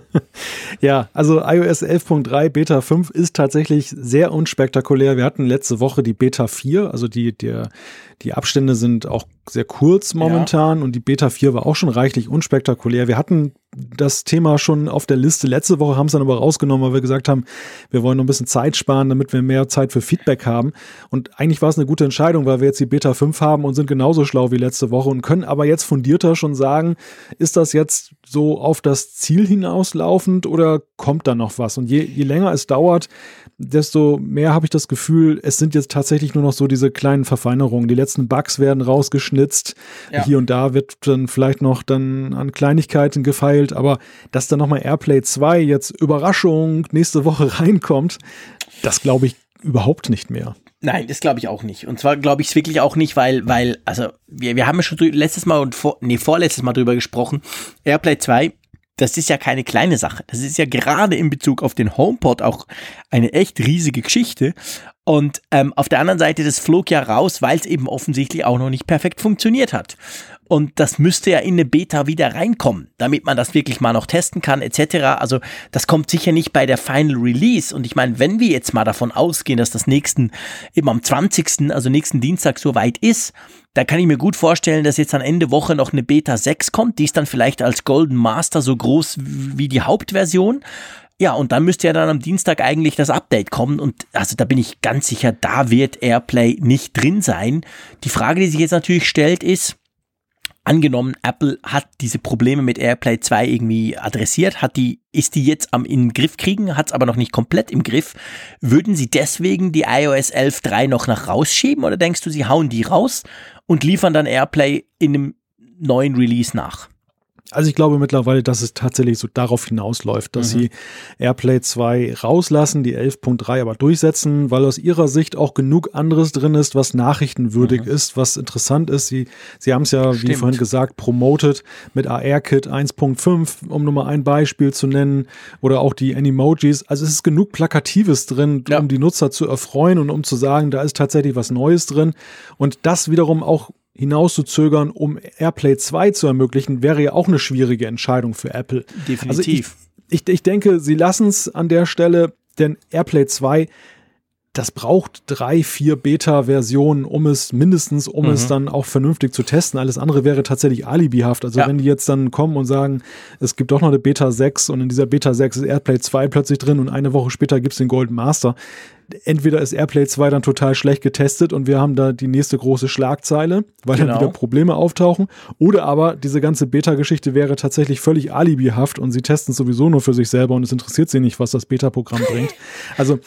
Speaker 2: Ja, also iOS elf Punkt drei Beta fünf ist tatsächlich sehr unspektakulär. Wir hatten letzte Woche die Beta vier, also die, der, die Abstände sind auch sehr kurz momentan, ja. Und die Beta vier war auch schon reichlich unspektakulär. Wir hatten das Thema schon auf der Liste letzte Woche, haben es dann aber rausgenommen, weil wir gesagt haben, wir wollen noch ein bisschen Zeit sparen, damit wir mehr Zeit für Feedback haben. Und eigentlich war es eine gute Entscheidung, weil wir jetzt die Beta fünf haben und sind genauso schlau wie letzte Woche und können aber jetzt fundierter schon sagen, ist das jetzt so auf das Ziel hinauslaufend oder kommt da noch was? Und je, je länger es dauert, desto mehr habe ich das Gefühl, es sind jetzt tatsächlich nur noch so diese kleinen Verfeinerungen. Die letzten Bugs werden rausgeschnitzt. Ja. Hier und da wird dann vielleicht noch dann an Kleinigkeiten gefeilt, aber dass dann nochmal AirPlay zwei jetzt Überraschung nächste Woche reinkommt, das glaube ich überhaupt nicht mehr.
Speaker 3: Nein, das glaube ich auch nicht. Und zwar glaube ich es wirklich auch nicht, weil, weil, also wir, wir haben ja schon letztes Mal und vor, nee, vorletztes Mal drüber gesprochen, AirPlay zwei, das ist ja keine kleine Sache. Das ist ja gerade in Bezug auf den HomePod auch eine echt riesige Geschichte. Und ähm, auf der anderen Seite, das flog ja raus, weil es eben offensichtlich auch noch nicht perfekt funktioniert hat. Und das müsste ja in eine Beta wieder reinkommen, damit man das wirklich mal noch testen kann, et cetera. Also das kommt sicher nicht bei der Final Release. Und ich meine, wenn wir jetzt mal davon ausgehen, dass das nächsten, eben am zwanzigsten, also nächsten Dienstag soweit ist, da kann ich mir gut vorstellen, dass jetzt an Ende Woche noch eine Beta sechs kommt. Die ist dann vielleicht als Golden Master so groß wie die Hauptversion. Ja, und dann müsste ja dann am Dienstag eigentlich das Update kommen und also da bin ich ganz sicher, da wird AirPlay nicht drin sein. Die Frage, die sich jetzt natürlich stellt, ist, angenommen, Apple hat diese Probleme mit AirPlay zwei irgendwie adressiert, hat die, ist die jetzt am in den Griff kriegen, hat es aber noch nicht komplett im Griff. Würden sie deswegen die iOS elf Punkt drei noch nach rausschieben oder denkst du, sie hauen die raus und liefern dann AirPlay in einem neuen Release nach?
Speaker 2: Also ich glaube mittlerweile, dass es tatsächlich so darauf hinausläuft, dass mhm. sie AirPlay zwei rauslassen, die elf Punkt drei aber durchsetzen, weil aus ihrer Sicht auch genug anderes drin ist, was nachrichtenwürdig mhm. ist, was interessant ist. Sie, sie haben es ja, Stimmt. wie vorhin gesagt, promoted mit ARKit eins Punkt fünf, um nur mal ein Beispiel zu nennen, oder auch die Animojis. Also es ist genug Plakatives drin, ja. um die Nutzer zu erfreuen und um zu sagen, da ist tatsächlich was Neues drin. Und das wiederum auch hinauszuzögern, um AirPlay zwei zu ermöglichen, wäre ja auch eine schwierige Entscheidung für Apple.
Speaker 3: Definitiv.
Speaker 2: Also ich, ich, ich denke, sie lassen es an der Stelle, denn AirPlay zwei, das braucht drei, vier Beta-Versionen, um es mindestens, um mhm. es dann auch vernünftig zu testen. Alles andere wäre tatsächlich alibihaft. Also ja. wenn die jetzt dann kommen und sagen, es gibt doch noch eine Beta sechs und in dieser Beta sechs ist AirPlay zwei plötzlich drin und eine Woche später gibt es den Golden Master. Entweder ist AirPlay zwei dann total schlecht getestet und wir haben da die nächste große Schlagzeile, weil genau. dann wieder Probleme auftauchen. Oder aber diese ganze Beta-Geschichte wäre tatsächlich völlig alibihaft und sie testen es sowieso nur für sich selber und es interessiert sie nicht, was das Beta-Programm bringt. Also,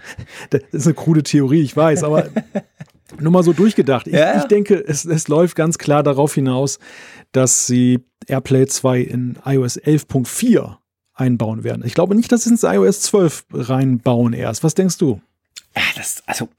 Speaker 2: das ist eine krude Theorie, ich weiß, aber nur mal so durchgedacht. Ich, ja. ich denke, es, es läuft ganz klar darauf hinaus, dass sie AirPlay zwei in iOS elf Punkt vier einbauen werden. Ich glaube nicht, dass sie ins iOS zwölf reinbauen erst. Was denkst du?
Speaker 3: Ja, das, also,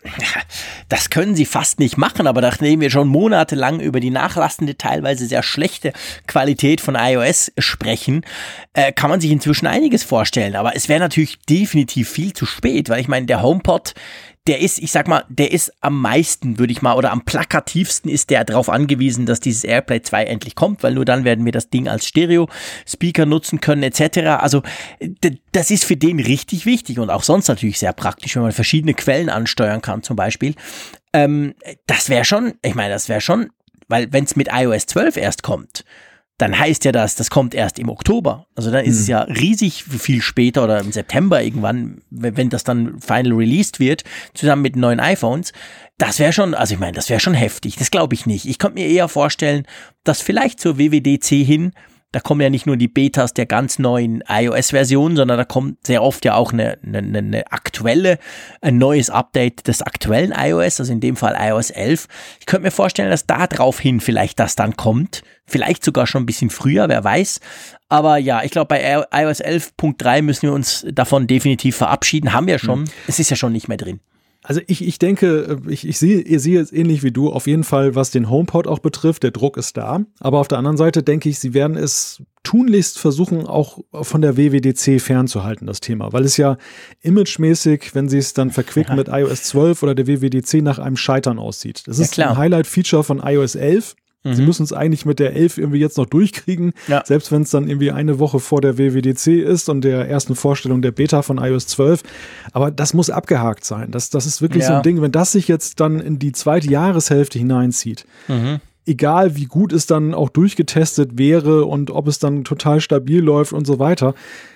Speaker 3: das können sie fast nicht machen, aber nachdem wir schon monatelang über die nachlassende, teilweise sehr schlechte Qualität von iOS sprechen, äh, kann man sich inzwischen einiges vorstellen. Aber es wäre natürlich definitiv viel zu spät, weil ich meine, der HomePod, der ist, ich sag mal, der ist am meisten, würde ich mal, oder am plakativsten ist der darauf angewiesen, dass dieses AirPlay zwei endlich kommt, weil nur dann werden wir das Ding als Stereo-Speaker nutzen können, et cetera. Also d- das ist für den richtig wichtig und auch sonst natürlich sehr praktisch, wenn man verschiedene Quellen ansteuern kann zum Beispiel. Ähm, das wäre schon, ich meine, das wäre schon, weil wenn es mit iOS zwölf erst kommt, dann heißt ja das, das kommt erst im Oktober. Also dann ist hm. es ja riesig viel später oder im September irgendwann, wenn das dann final released wird, zusammen mit den neuen iPhones. Das wäre schon, also ich meine, das wäre schon heftig. Das glaube ich nicht. Ich könnte mir eher vorstellen, dass vielleicht zur W W D C hin, da kommen ja nicht nur die Betas der ganz neuen iOS-Version, sondern da kommt sehr oft ja auch eine, eine, eine aktuelle, ein neues Update des aktuellen iOS, also in dem Fall iOS elf. Ich könnte mir vorstellen, dass da drauf hin vielleicht das dann kommt. Vielleicht sogar schon ein bisschen früher, wer weiß. Aber ja, ich glaube, bei iOS elf Punkt drei müssen wir uns davon definitiv verabschieden. Haben wir schon. Mhm. Es ist ja schon nicht mehr drin.
Speaker 2: Also ich, ich denke, ich, ich sehe ich sehe es ähnlich wie du, auf jeden Fall, was den HomePod auch betrifft, der Druck ist da. Aber auf der anderen Seite denke ich, sie werden es tunlichst versuchen, auch von der W W D C fernzuhalten, das Thema. Weil es ja imagemäßig, wenn sie es dann verquicken ja. mit iOS zwölf oder der W W D C, nach einem Scheitern aussieht. Das ist ja, ein Highlight-Feature von iOS elf. Mhm. Sie müssen es eigentlich mit der elf irgendwie jetzt noch durchkriegen, ja. selbst wenn es dann irgendwie eine Woche vor der W W D C ist und der ersten Vorstellung der Beta von iOS zwölf. Aber das muss abgehakt sein. Das, das ist wirklich ja. so ein Ding, wenn das sich jetzt dann in die zweite Jahreshälfte hineinzieht, mhm. egal wie gut es dann auch durchgetestet wäre und ob es dann total stabil läuft und so weiter,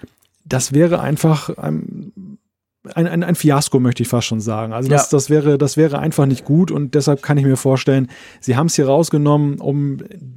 Speaker 2: das wäre einfach ein Ein, ein, ein Fiasko, möchte ich fast schon sagen. Also das, ja. das, wäre, das wäre einfach nicht gut und deshalb kann ich mir vorstellen, sie haben es hier rausgenommen, um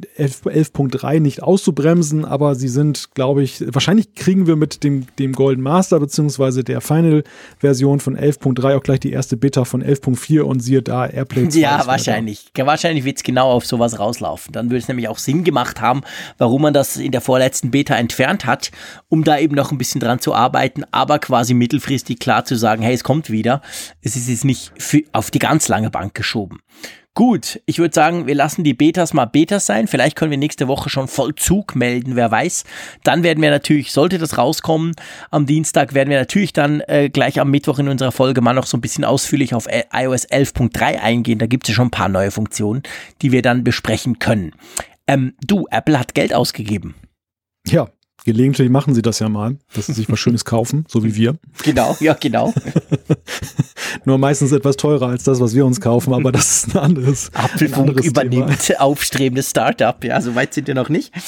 Speaker 2: elf Punkt drei nicht auszubremsen, aber sie sind, glaube ich, wahrscheinlich kriegen wir mit dem, dem Golden Master beziehungsweise der Final-Version von elf Punkt drei auch gleich die erste Beta von elf Punkt vier und siehe da, Airplay zwei.
Speaker 3: Ja, wahrscheinlich. Ja, wahrscheinlich wird es genau auf sowas rauslaufen. Dann würde es nämlich auch Sinn gemacht haben, warum man das in der vorletzten Beta entfernt hat, um da eben noch ein bisschen dran zu arbeiten, aber quasi mittelfristig klar zu sagen, hey, es kommt wieder. Es ist jetzt nicht für, auf die ganz lange Bank geschoben. Gut, ich würde sagen, wir lassen die Betas mal Betas sein. Vielleicht können wir nächste Woche schon Vollzug melden, wer weiß. Dann werden wir natürlich, sollte das rauskommen, am Dienstag werden wir natürlich dann äh, gleich am Mittwoch in unserer Folge mal noch so ein bisschen ausführlich auf iOS elf Punkt drei eingehen. Da gibt es ja schon ein paar neue Funktionen, die wir dann besprechen können. Ähm, du, Apple hat Geld ausgegeben.
Speaker 2: Ja. Gelegentlich machen sie das ja mal, dass sie sich was Schönes kaufen, so wie wir.
Speaker 3: Genau, ja, genau.
Speaker 2: Nur meistens etwas teurer als das, was wir uns kaufen, aber das ist ein anderes,
Speaker 3: Apfelfunk
Speaker 2: ein anderes
Speaker 3: übernimmt
Speaker 2: Thema.
Speaker 3: Aufstrebendes Startup, ja, so weit sind wir noch nicht.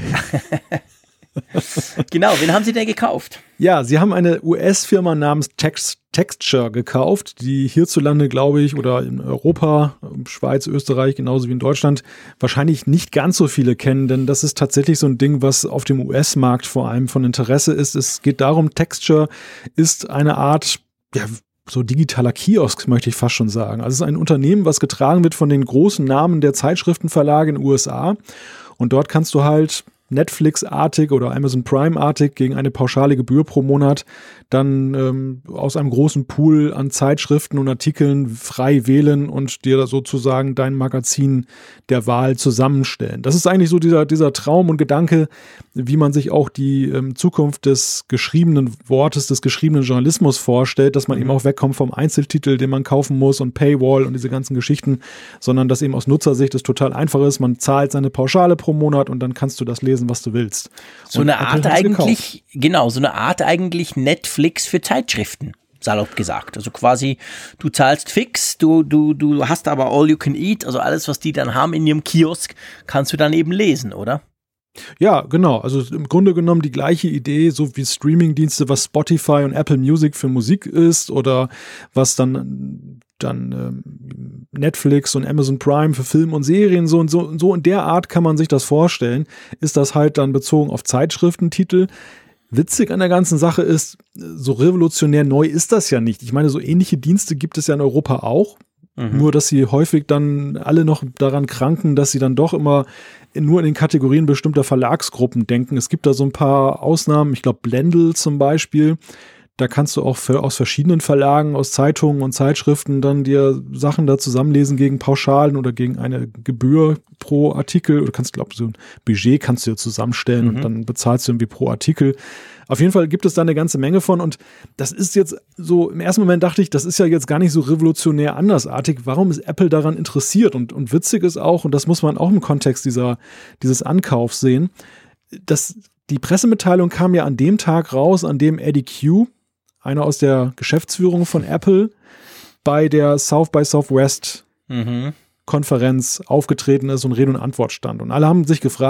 Speaker 3: Genau, wen haben Sie denn gekauft?
Speaker 2: Ja, sie haben eine U S-Firma namens Text, Texture gekauft, die hierzulande, glaube ich, oder in Europa, Schweiz, Österreich, genauso wie in Deutschland, wahrscheinlich nicht ganz so viele kennen, denn das ist tatsächlich so ein Ding, was auf dem U S-Markt vor allem von Interesse ist. Es geht darum, Texture ist eine Art, ja, so digitaler Kiosk, möchte ich fast schon sagen. Also es ist ein Unternehmen, was getragen wird von den großen Namen der Zeitschriftenverlage in den U S A und dort kannst du halt Netflix-artig oder Amazon Prime-artig gegen eine pauschale Gebühr pro Monat dann ähm, aus einem großen Pool an Zeitschriften und Artikeln frei wählen und dir sozusagen dein Magazin der Wahl zusammenstellen. Das ist eigentlich so dieser, dieser Traum und Gedanke, wie man sich auch die ähm, Zukunft des geschriebenen Wortes, des geschriebenen Journalismus vorstellt, dass man mhm. eben auch wegkommt vom Einzeltitel, den man kaufen muss und Paywall und diese ganzen Geschichten, sondern dass eben aus Nutzersicht es total einfach ist, man zahlt seine Pauschale pro Monat und dann kannst du das lesen, was du willst.
Speaker 3: So eine Art eigentlich, genau, so eine Art eigentlich Netflix für Zeitschriften, salopp gesagt. Also quasi, du zahlst fix, du, du, du hast aber all you can eat, also alles, was die dann haben in ihrem Kiosk, kannst du dann eben lesen, oder?
Speaker 2: Ja, genau. Also im Grunde genommen die gleiche Idee, so wie Streamingdienste, was Spotify und Apple Music für Musik ist oder was dann dann ähm, Netflix und Amazon Prime für Film und Serien, so und so, so in der Art kann man sich das vorstellen, ist das halt dann bezogen auf Zeitschriftentitel. Witzig an der ganzen Sache ist, so revolutionär neu ist das ja nicht. Ich meine, so ähnliche Dienste gibt es ja in Europa auch, mhm. nur dass sie häufig dann alle noch daran kranken, dass sie dann doch immer in, nur in den Kategorien bestimmter Verlagsgruppen denken. Es gibt da so ein paar Ausnahmen, ich glaube Blendl zum Beispiel. Da kannst du auch für, aus verschiedenen Verlagen, aus Zeitungen und Zeitschriften dann dir Sachen da zusammenlesen gegen Pauschalen oder gegen eine Gebühr pro Artikel. Oder kannst, glaube ich, so ein Budget kannst du dir zusammenstellen mhm. und dann bezahlst du irgendwie pro Artikel. Auf jeden Fall gibt es da eine ganze Menge von und das ist jetzt so, im ersten Moment dachte ich, das ist ja jetzt gar nicht so revolutionär andersartig. Warum ist Apple daran interessiert? Und, und witzig ist auch, und das muss man auch im Kontext dieser, dieses Ankaufs sehen, dass die Pressemitteilung kam ja an dem Tag raus, an dem Eddie Q, einer aus der Geschäftsführung von Apple, bei der South by Southwest mhm. Konferenz aufgetreten ist und Rede und Antwort stand. Und alle haben sich gefragt,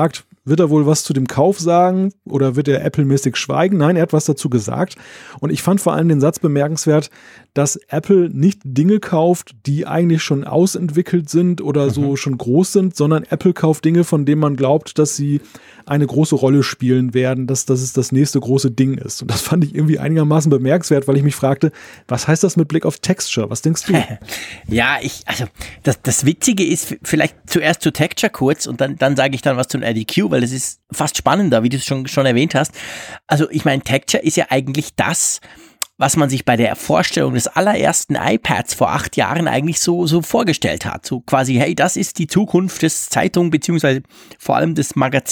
Speaker 2: wird er wohl was zu dem Kauf sagen oder wird er Apple-mäßig schweigen? Nein, er hat was dazu gesagt. Und ich fand vor allem den Satz bemerkenswert, dass Apple nicht Dinge kauft, die eigentlich schon ausentwickelt sind oder mhm. so schon groß sind, sondern Apple kauft Dinge, von denen man glaubt, dass sie eine große Rolle spielen werden, dass, dass es das nächste große Ding ist. Und das fand ich irgendwie einigermaßen bemerkenswert, weil ich mich fragte, was heißt das mit Blick auf Texture? Was denkst du?
Speaker 3: Ja, ich, also das, das Witzige ist, vielleicht zuerst zu Texture kurz und dann, dann sage ich dann was zum R D Q, weil das ist fast spannender, wie du es schon, schon erwähnt hast. Also ich meine, Texture ist ja eigentlich das, was man sich bei der Vorstellung des allerersten iPads vor acht Jahren eigentlich so, so vorgestellt hat. So quasi, hey, das ist die Zukunft des Zeitung- beziehungsweise vor allem des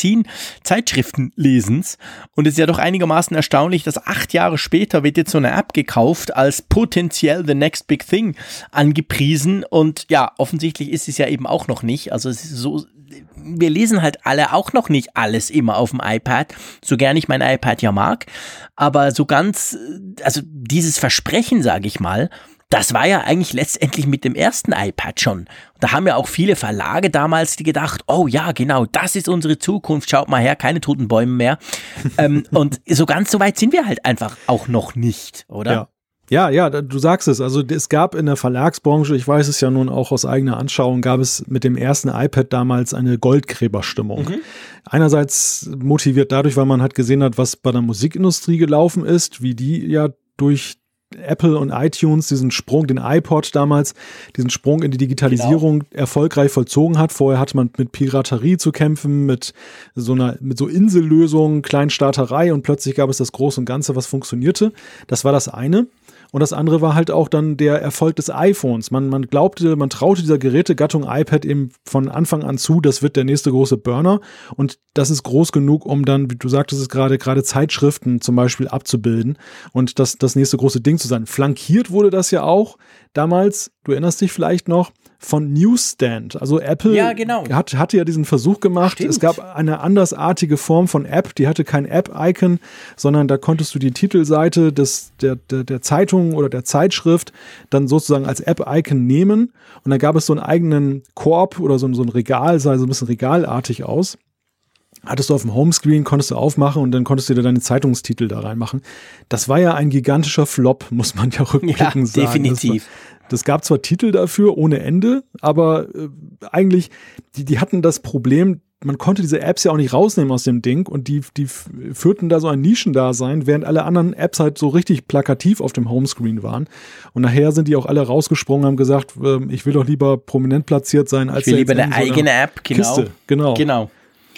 Speaker 3: Magazin-Zeitschriftenlesens. Und es ist ja doch einigermaßen erstaunlich, dass acht Jahre später wird jetzt so eine App gekauft, als potenziell the next big thing angepriesen. Und ja, offensichtlich ist es ja eben auch noch nicht. Also es ist so, wir lesen halt alle auch noch nicht alles immer auf dem iPad, so gern ich mein iPad ja mag, aber so ganz, also dieses Versprechen, sage ich mal, das war ja eigentlich letztendlich mit dem ersten iPad schon. Da haben ja auch viele Verlage damals gedacht, oh ja, genau, das ist unsere Zukunft, schaut mal her, keine toten Bäume mehr. ähm, und so ganz so weit sind wir halt einfach auch noch nicht, oder?
Speaker 2: Ja. Ja, ja, du sagst es. Also es gab in der Verlagsbranche, ich weiß es ja nun auch aus eigener Anschauung, gab es mit dem ersten iPad damals eine Goldgräberstimmung. Mhm. Einerseits motiviert dadurch, weil man halt gesehen hat, was bei der Musikindustrie gelaufen ist, wie die ja durch Apple und iTunes diesen Sprung, den iPod damals, diesen Sprung in die Digitalisierung genau. erfolgreich vollzogen hat. Vorher hatte man mit Piraterie zu kämpfen, mit so einer, mit so Insellösungen, Kleinstaaterei und plötzlich gab es das Große und Ganze, was funktionierte. Das war das eine. Und das andere war halt auch dann der Erfolg des iPhones. Man, man glaubte, man traute dieser Gerätegattung iPad eben von Anfang an zu, das wird der nächste große Burner. Und das ist groß genug, um dann, wie du sagtest es gerade, gerade Zeitschriften zum Beispiel abzubilden und das, das nächste große Ding zu sein. Flankiert wurde das ja auch damals, du erinnerst dich vielleicht noch, von Newsstand. Also Apple
Speaker 3: ja, genau.
Speaker 2: hat, hatte ja diesen Versuch gemacht.
Speaker 3: Stimmt.
Speaker 2: Es gab eine andersartige Form von App, die hatte kein App-Icon, sondern da konntest du die Titelseite des, der, der, der Zeitung oder der Zeitschrift dann sozusagen als App-Icon nehmen. Und da gab es so einen eigenen Korb oder so, so ein Regal, sah so ein bisschen regalartig aus. Hattest du auf dem Homescreen, konntest du aufmachen und dann konntest du dir deine Zeitungstitel da reinmachen. Das war ja ein gigantischer Flop, muss man ja rückblickend
Speaker 3: ja,
Speaker 2: sagen.
Speaker 3: Definitiv.
Speaker 2: Das, war, das gab zwar Titel dafür ohne Ende, aber äh, eigentlich, die, die hatten das Problem, man konnte diese Apps ja auch nicht rausnehmen aus dem Ding und die, die führten da so ein Nischendasein, während alle anderen Apps halt so richtig plakativ auf dem Homescreen waren. Und nachher sind die auch alle rausgesprungen, haben gesagt, äh, ich will doch lieber prominent platziert sein, als
Speaker 3: ich will lieber eine so eigene App, genau.
Speaker 2: Kiste. Genau.
Speaker 3: Genau.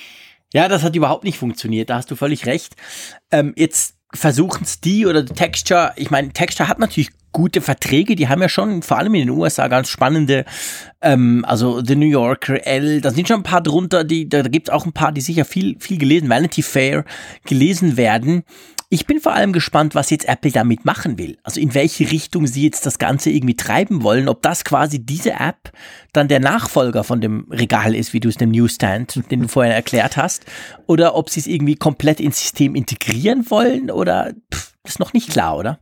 Speaker 3: Ja, das hat überhaupt nicht funktioniert, da hast du völlig recht. Ähm, jetzt versuchen es die oder Texture, ich meine, Texture hat natürlich gute Verträge, die haben ja schon vor allem in den U S A ganz spannende, ähm, also The New Yorker, Elle, da sind schon ein paar drunter, die, da, da gibt es auch ein paar, die sicher viel, viel gelesen, Vanity Fair gelesen werden. Ich bin vor allem gespannt, was jetzt Apple damit machen will. Also in welche Richtung sie jetzt das Ganze irgendwie treiben wollen. Ob das quasi diese App dann der Nachfolger von dem Regal ist, wie du es dem Newsstand, den du vorhin erklärt hast. Oder ob sie es irgendwie komplett ins System integrieren wollen. Oder pff, ist noch nicht klar, oder?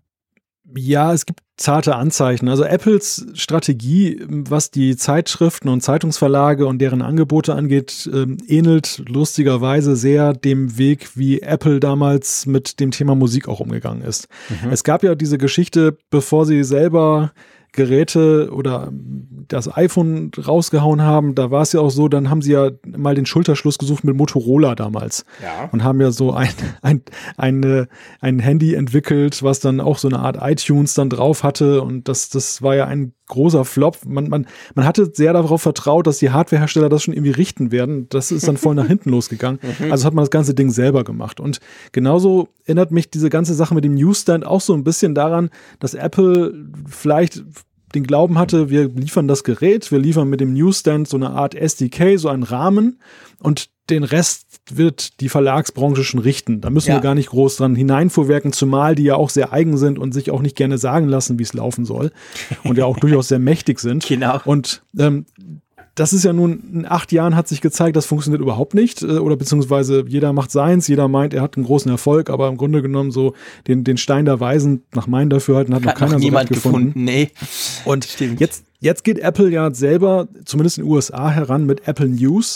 Speaker 2: Ja, es gibt zarte Anzeichen. Also Apples Strategie, was die Zeitschriften und Zeitungsverlage und deren Angebote angeht, ähm, ähnelt lustigerweise sehr dem Weg, wie Apple damals mit dem Thema Musik auch umgegangen ist. Mhm. Es gab ja diese Geschichte, bevor sie selber Geräte oder das iPhone rausgehauen haben, da war es ja auch so, dann haben sie ja mal den Schulterschluss gesucht mit Motorola damals
Speaker 3: ja.
Speaker 2: und haben ja so ein, ein, eine, ein Handy entwickelt, was dann auch so eine Art iTunes dann drauf hatte und das, das war ja ein großer Flop. Man, man, man hatte sehr darauf vertraut, dass die Hardwarehersteller das schon irgendwie richten werden. Das ist dann voll nach hinten losgegangen. Also hat man das ganze Ding selber gemacht. Und genauso erinnert mich diese ganze Sache mit dem Newsstand auch so ein bisschen daran, dass Apple vielleicht den Glauben hatte, wir liefern das Gerät, wir liefern mit dem Newsstand so eine Art S D K, so einen Rahmen und den Rest wird die Verlagsbranche schon richten. Da müssen ja. wir gar nicht groß dran hineinfuhrwerken, zumal die ja auch sehr eigen sind und sich auch nicht gerne sagen lassen, wie es laufen soll und ja auch durchaus sehr mächtig sind.
Speaker 3: Genau.
Speaker 2: Und ähm, das ist ja nun, in acht Jahren hat sich gezeigt, das funktioniert überhaupt nicht oder beziehungsweise jeder macht seins, jeder meint, er hat einen großen Erfolg, aber im Grunde genommen so den, den Stein der Weisen nach meinem Dafürhalten hat, hat noch keiner noch niemand so gefunden. gefunden.
Speaker 3: Nee.
Speaker 2: Und Stimmt. jetzt, jetzt geht Apple ja selber, zumindest in den U S A, heran mit Apple News.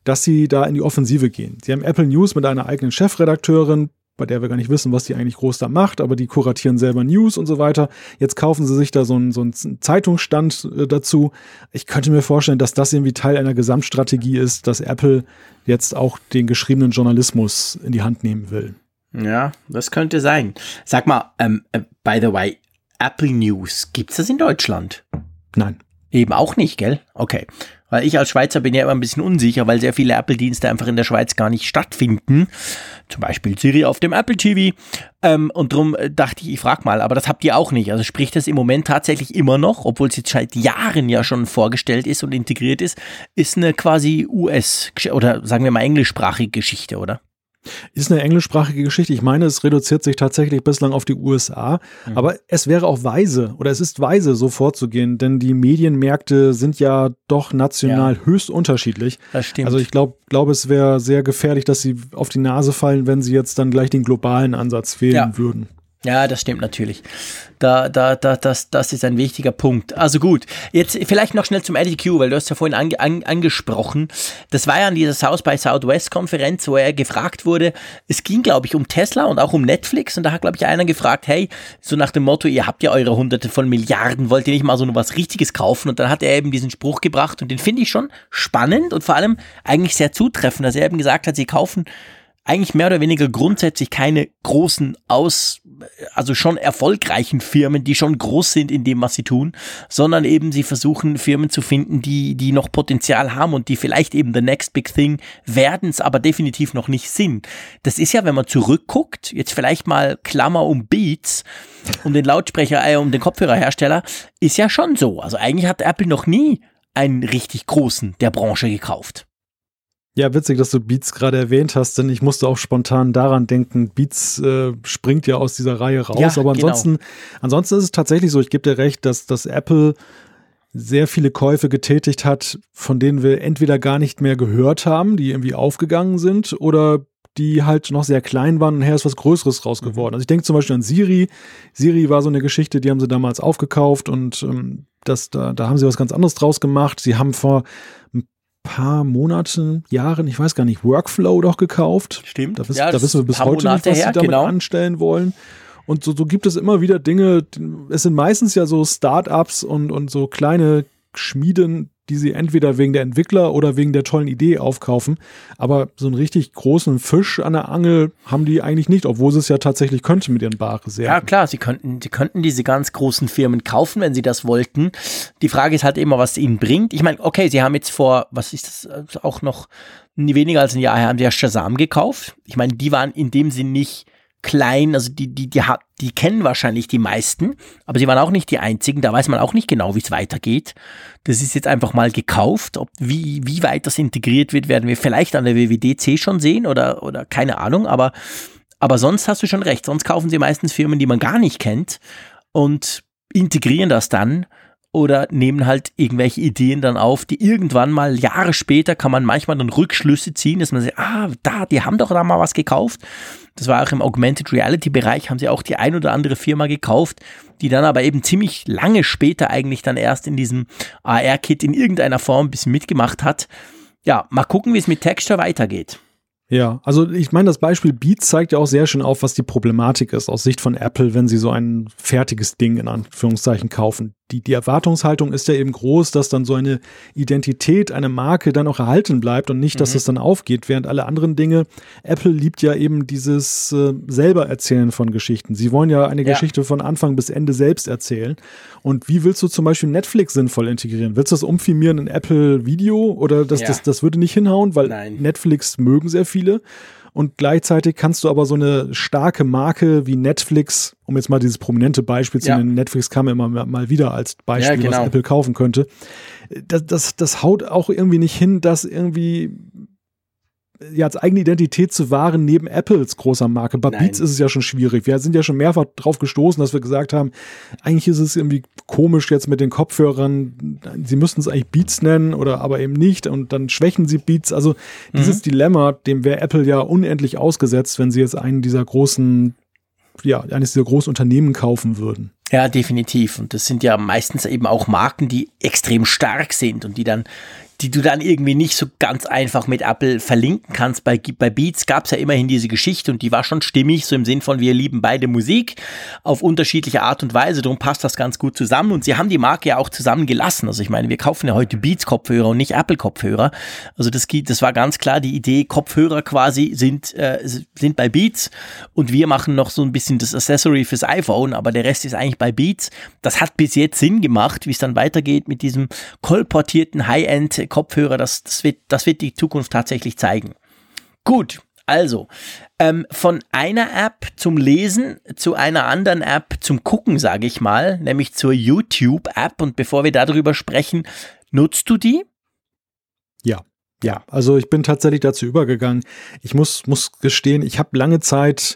Speaker 2: dass sie da in die Offensive gehen. Sie haben Apple News mit einer eigenen Chefredakteurin, bei der wir gar nicht wissen, was die eigentlich groß da macht, aber die kuratieren selber News und so weiter. Jetzt kaufen sie sich da so einen, so einen Zeitungsstand äh, dazu. Ich könnte mir vorstellen, dass das irgendwie Teil einer Gesamtstrategie ist, dass Apple jetzt auch den geschriebenen Journalismus in die Hand nehmen will.
Speaker 3: Ja, das könnte sein. Sag mal, ähm, äh, by the way, Apple News, gibt's das in Deutschland?
Speaker 2: Nein.
Speaker 3: Eben auch nicht, gell? Okay. Weil ich als Schweizer bin ja immer ein bisschen unsicher, weil sehr viele Apple-Dienste einfach in der Schweiz gar nicht stattfinden. Zum Beispiel Siri auf dem Apple T V. Ähm, und darum dachte ich, ich frage mal, aber das habt ihr auch nicht. Also sprich das im Moment tatsächlich immer noch, obwohl es jetzt seit Jahren ja schon vorgestellt ist und integriert ist, ist eine quasi U S- oder sagen wir mal englischsprachige Geschichte, oder?
Speaker 2: Ist eine englischsprachige Geschichte. Ich meine, es reduziert sich tatsächlich bislang auf die U S A. Mhm. Aber es wäre auch weise oder es ist weise, so vorzugehen, denn die Medienmärkte sind ja doch national ja. höchst unterschiedlich.
Speaker 3: Das stimmt.
Speaker 2: Also ich glaube, glaube, es wäre sehr gefährlich, dass sie auf die Nase fallen, wenn sie jetzt dann gleich den globalen Ansatz wählen
Speaker 3: ja.
Speaker 2: würden.
Speaker 3: Ja, das stimmt natürlich. Da, da, da, das, das ist ein wichtiger Punkt. Also gut, jetzt vielleicht noch schnell zum Eddie Q, weil du hast ja vorhin ange, an, angesprochen. Das war ja an dieser South by Southwest Konferenz, wo er gefragt wurde. Es ging, glaube ich, um Tesla und auch um Netflix. Und da hat, glaube ich, einer gefragt, hey, so nach dem Motto, ihr habt ja eure Hunderte von Milliarden, wollt ihr nicht mal so was Richtiges kaufen? Und dann hat er eben diesen Spruch gebracht und den finde ich schon spannend und vor allem eigentlich sehr zutreffend, dass er eben gesagt hat, sie kaufen eigentlich mehr oder weniger grundsätzlich keine großen aus, also schon erfolgreichen Firmen, die schon groß sind in dem, was sie tun, sondern eben sie versuchen Firmen zu finden, die, die noch Potenzial haben und die vielleicht eben the next big thing werden, es aber definitiv noch nicht sind. Das ist ja, wenn man zurückguckt, jetzt vielleicht mal Klammer um Beats, um den Lautsprecher, äh, um den Kopfhörerhersteller, ist ja schon so. Also eigentlich hat Apple noch nie einen richtig großen der Branche gekauft.
Speaker 2: Ja, witzig, dass du Beats gerade erwähnt hast, denn ich musste auch spontan daran denken, Beats äh, springt ja aus dieser Reihe raus, ja, aber ansonsten, genau. ansonsten ist es tatsächlich so, ich gebe dir recht, dass, dass Apple sehr viele Käufe getätigt hat, von denen wir entweder gar nicht mehr gehört haben, die irgendwie aufgegangen sind, oder die halt noch sehr klein waren und nachher ist was Größeres raus geworden. Also ich denke zum Beispiel an Siri. Siri war so eine Geschichte, die haben sie damals aufgekauft und ähm, das, da, da haben sie was ganz anderes draus gemacht. Sie haben vor paar Monaten, Jahren, ich weiß gar nicht, Workflow doch gekauft.
Speaker 3: Stimmt.
Speaker 2: Da, wiss,
Speaker 3: ja,
Speaker 2: da wissen wir bis heute
Speaker 3: Monate
Speaker 2: nicht, was
Speaker 3: her,
Speaker 2: sie damit
Speaker 3: genau.
Speaker 2: anstellen wollen. Und so, so gibt es immer wieder Dinge, es sind meistens ja so Start-ups und, und so kleine Schmieden, die sie entweder wegen der Entwickler oder wegen der tollen Idee aufkaufen. Aber so einen richtig großen Fisch an der Angel haben die eigentlich nicht, obwohl sie es ja tatsächlich könnten mit ihren Barreserven.
Speaker 3: Ja klar, sie könnten, sie könnten diese ganz großen Firmen kaufen, wenn sie das wollten. Die Frage ist halt immer, was es ihnen bringt. Ich meine, okay, sie haben jetzt vor, was ist das, auch noch weniger als ein Jahr her, haben sie ja Shazam gekauft. Ich meine, die waren in dem Sinn nicht klein, also die, die, die, die kennen wahrscheinlich die meisten, aber sie waren auch nicht die einzigen, da weiß man auch nicht genau, wie es weitergeht. Das ist jetzt einfach mal gekauft, ob wie, wie weit das integriert wird, werden wir vielleicht an der W W D C schon sehen oder, oder keine Ahnung, aber, aber sonst hast du schon recht, sonst kaufen sie meistens Firmen, die man gar nicht kennt und integrieren das dann oder nehmen halt irgendwelche Ideen dann auf, die irgendwann mal Jahre später kann man manchmal dann Rückschlüsse ziehen, dass man sagt, ah, da, die haben doch da mal was gekauft. Das war auch im Augmented Reality Bereich, haben sie auch die ein oder andere Firma gekauft, die dann aber eben ziemlich lange später eigentlich dann erst in diesem A R-Kit in irgendeiner Form ein bisschen mitgemacht hat. Ja, mal gucken, wie es mit Texture weitergeht.
Speaker 2: Ja, also ich meine, das Beispiel Beats zeigt ja auch sehr schön auf, was die Problematik ist aus Sicht von Apple, wenn sie so ein fertiges Ding in Anführungszeichen kaufen. Die, die Erwartungshaltung ist ja eben groß, dass dann so eine Identität, eine Marke dann auch erhalten bleibt und nicht, dass mhm. es dann aufgeht, während alle anderen Dinge, Apple liebt ja eben dieses äh, selber Erzählen von Geschichten. Sie wollen ja eine ja. Geschichte von Anfang bis Ende selbst erzählen. Und wie willst du zum Beispiel Netflix sinnvoll integrieren? Willst du das umfirmieren in Apple Video oder das, ja. das, das würde nicht hinhauen, weil Nein. Netflix mögen sehr viele. Und gleichzeitig kannst du aber so eine starke Marke wie Netflix, um jetzt mal dieses prominente Beispiel zu nennen, ja. Netflix kam immer mal wieder als Beispiel, ja, genau. was Apple kaufen könnte. Das, das, das haut auch irgendwie nicht hin, das irgendwie ja als eigene Identität zu wahren neben Apples großer Marke. Bei Beats ist es ja schon schwierig. Wir sind ja schon mehrfach drauf gestoßen, dass wir gesagt haben, eigentlich ist es irgendwie komisch jetzt mit den Kopfhörern. Sie müssten es eigentlich Beats nennen oder aber eben nicht und dann schwächen sie Beats. Also dieses mhm. Dilemma, dem wäre Apple ja unendlich ausgesetzt, wenn sie jetzt einen dieser großen, ja, eines dieser großen Unternehmen kaufen würden.
Speaker 3: Ja, definitiv. Und das sind ja meistens eben auch Marken, die extrem stark sind und die dann die du dann irgendwie nicht so ganz einfach mit Apple verlinken kannst. Bei, bei Beats gab es ja immerhin diese Geschichte und die war schon stimmig, so im Sinn von, wir lieben beide Musik auf unterschiedliche Art und Weise, darum passt das ganz gut zusammen und sie haben die Marke ja auch zusammen gelassen. Also ich meine, wir kaufen ja heute Beats-Kopfhörer und nicht Apple-Kopfhörer. Also das, das war ganz klar die Idee, Kopfhörer quasi sind, äh, sind bei Beats und wir machen noch so ein bisschen das Accessory fürs iPhone, aber der Rest ist eigentlich bei Beats. Das hat bis jetzt Sinn gemacht, wie es dann weitergeht mit diesem kolportierten High-End-Kopfhörer, das, das, wird, das wird die Zukunft tatsächlich zeigen. Gut, also ähm, von einer App zum Lesen zu einer anderen App zum Gucken, sage ich mal, nämlich zur YouTube-App. Und bevor wir darüber sprechen, nutzt du die?
Speaker 2: Ja, ja. Also ich bin tatsächlich dazu übergegangen. Ich muss, muss gestehen, ich habe lange Zeit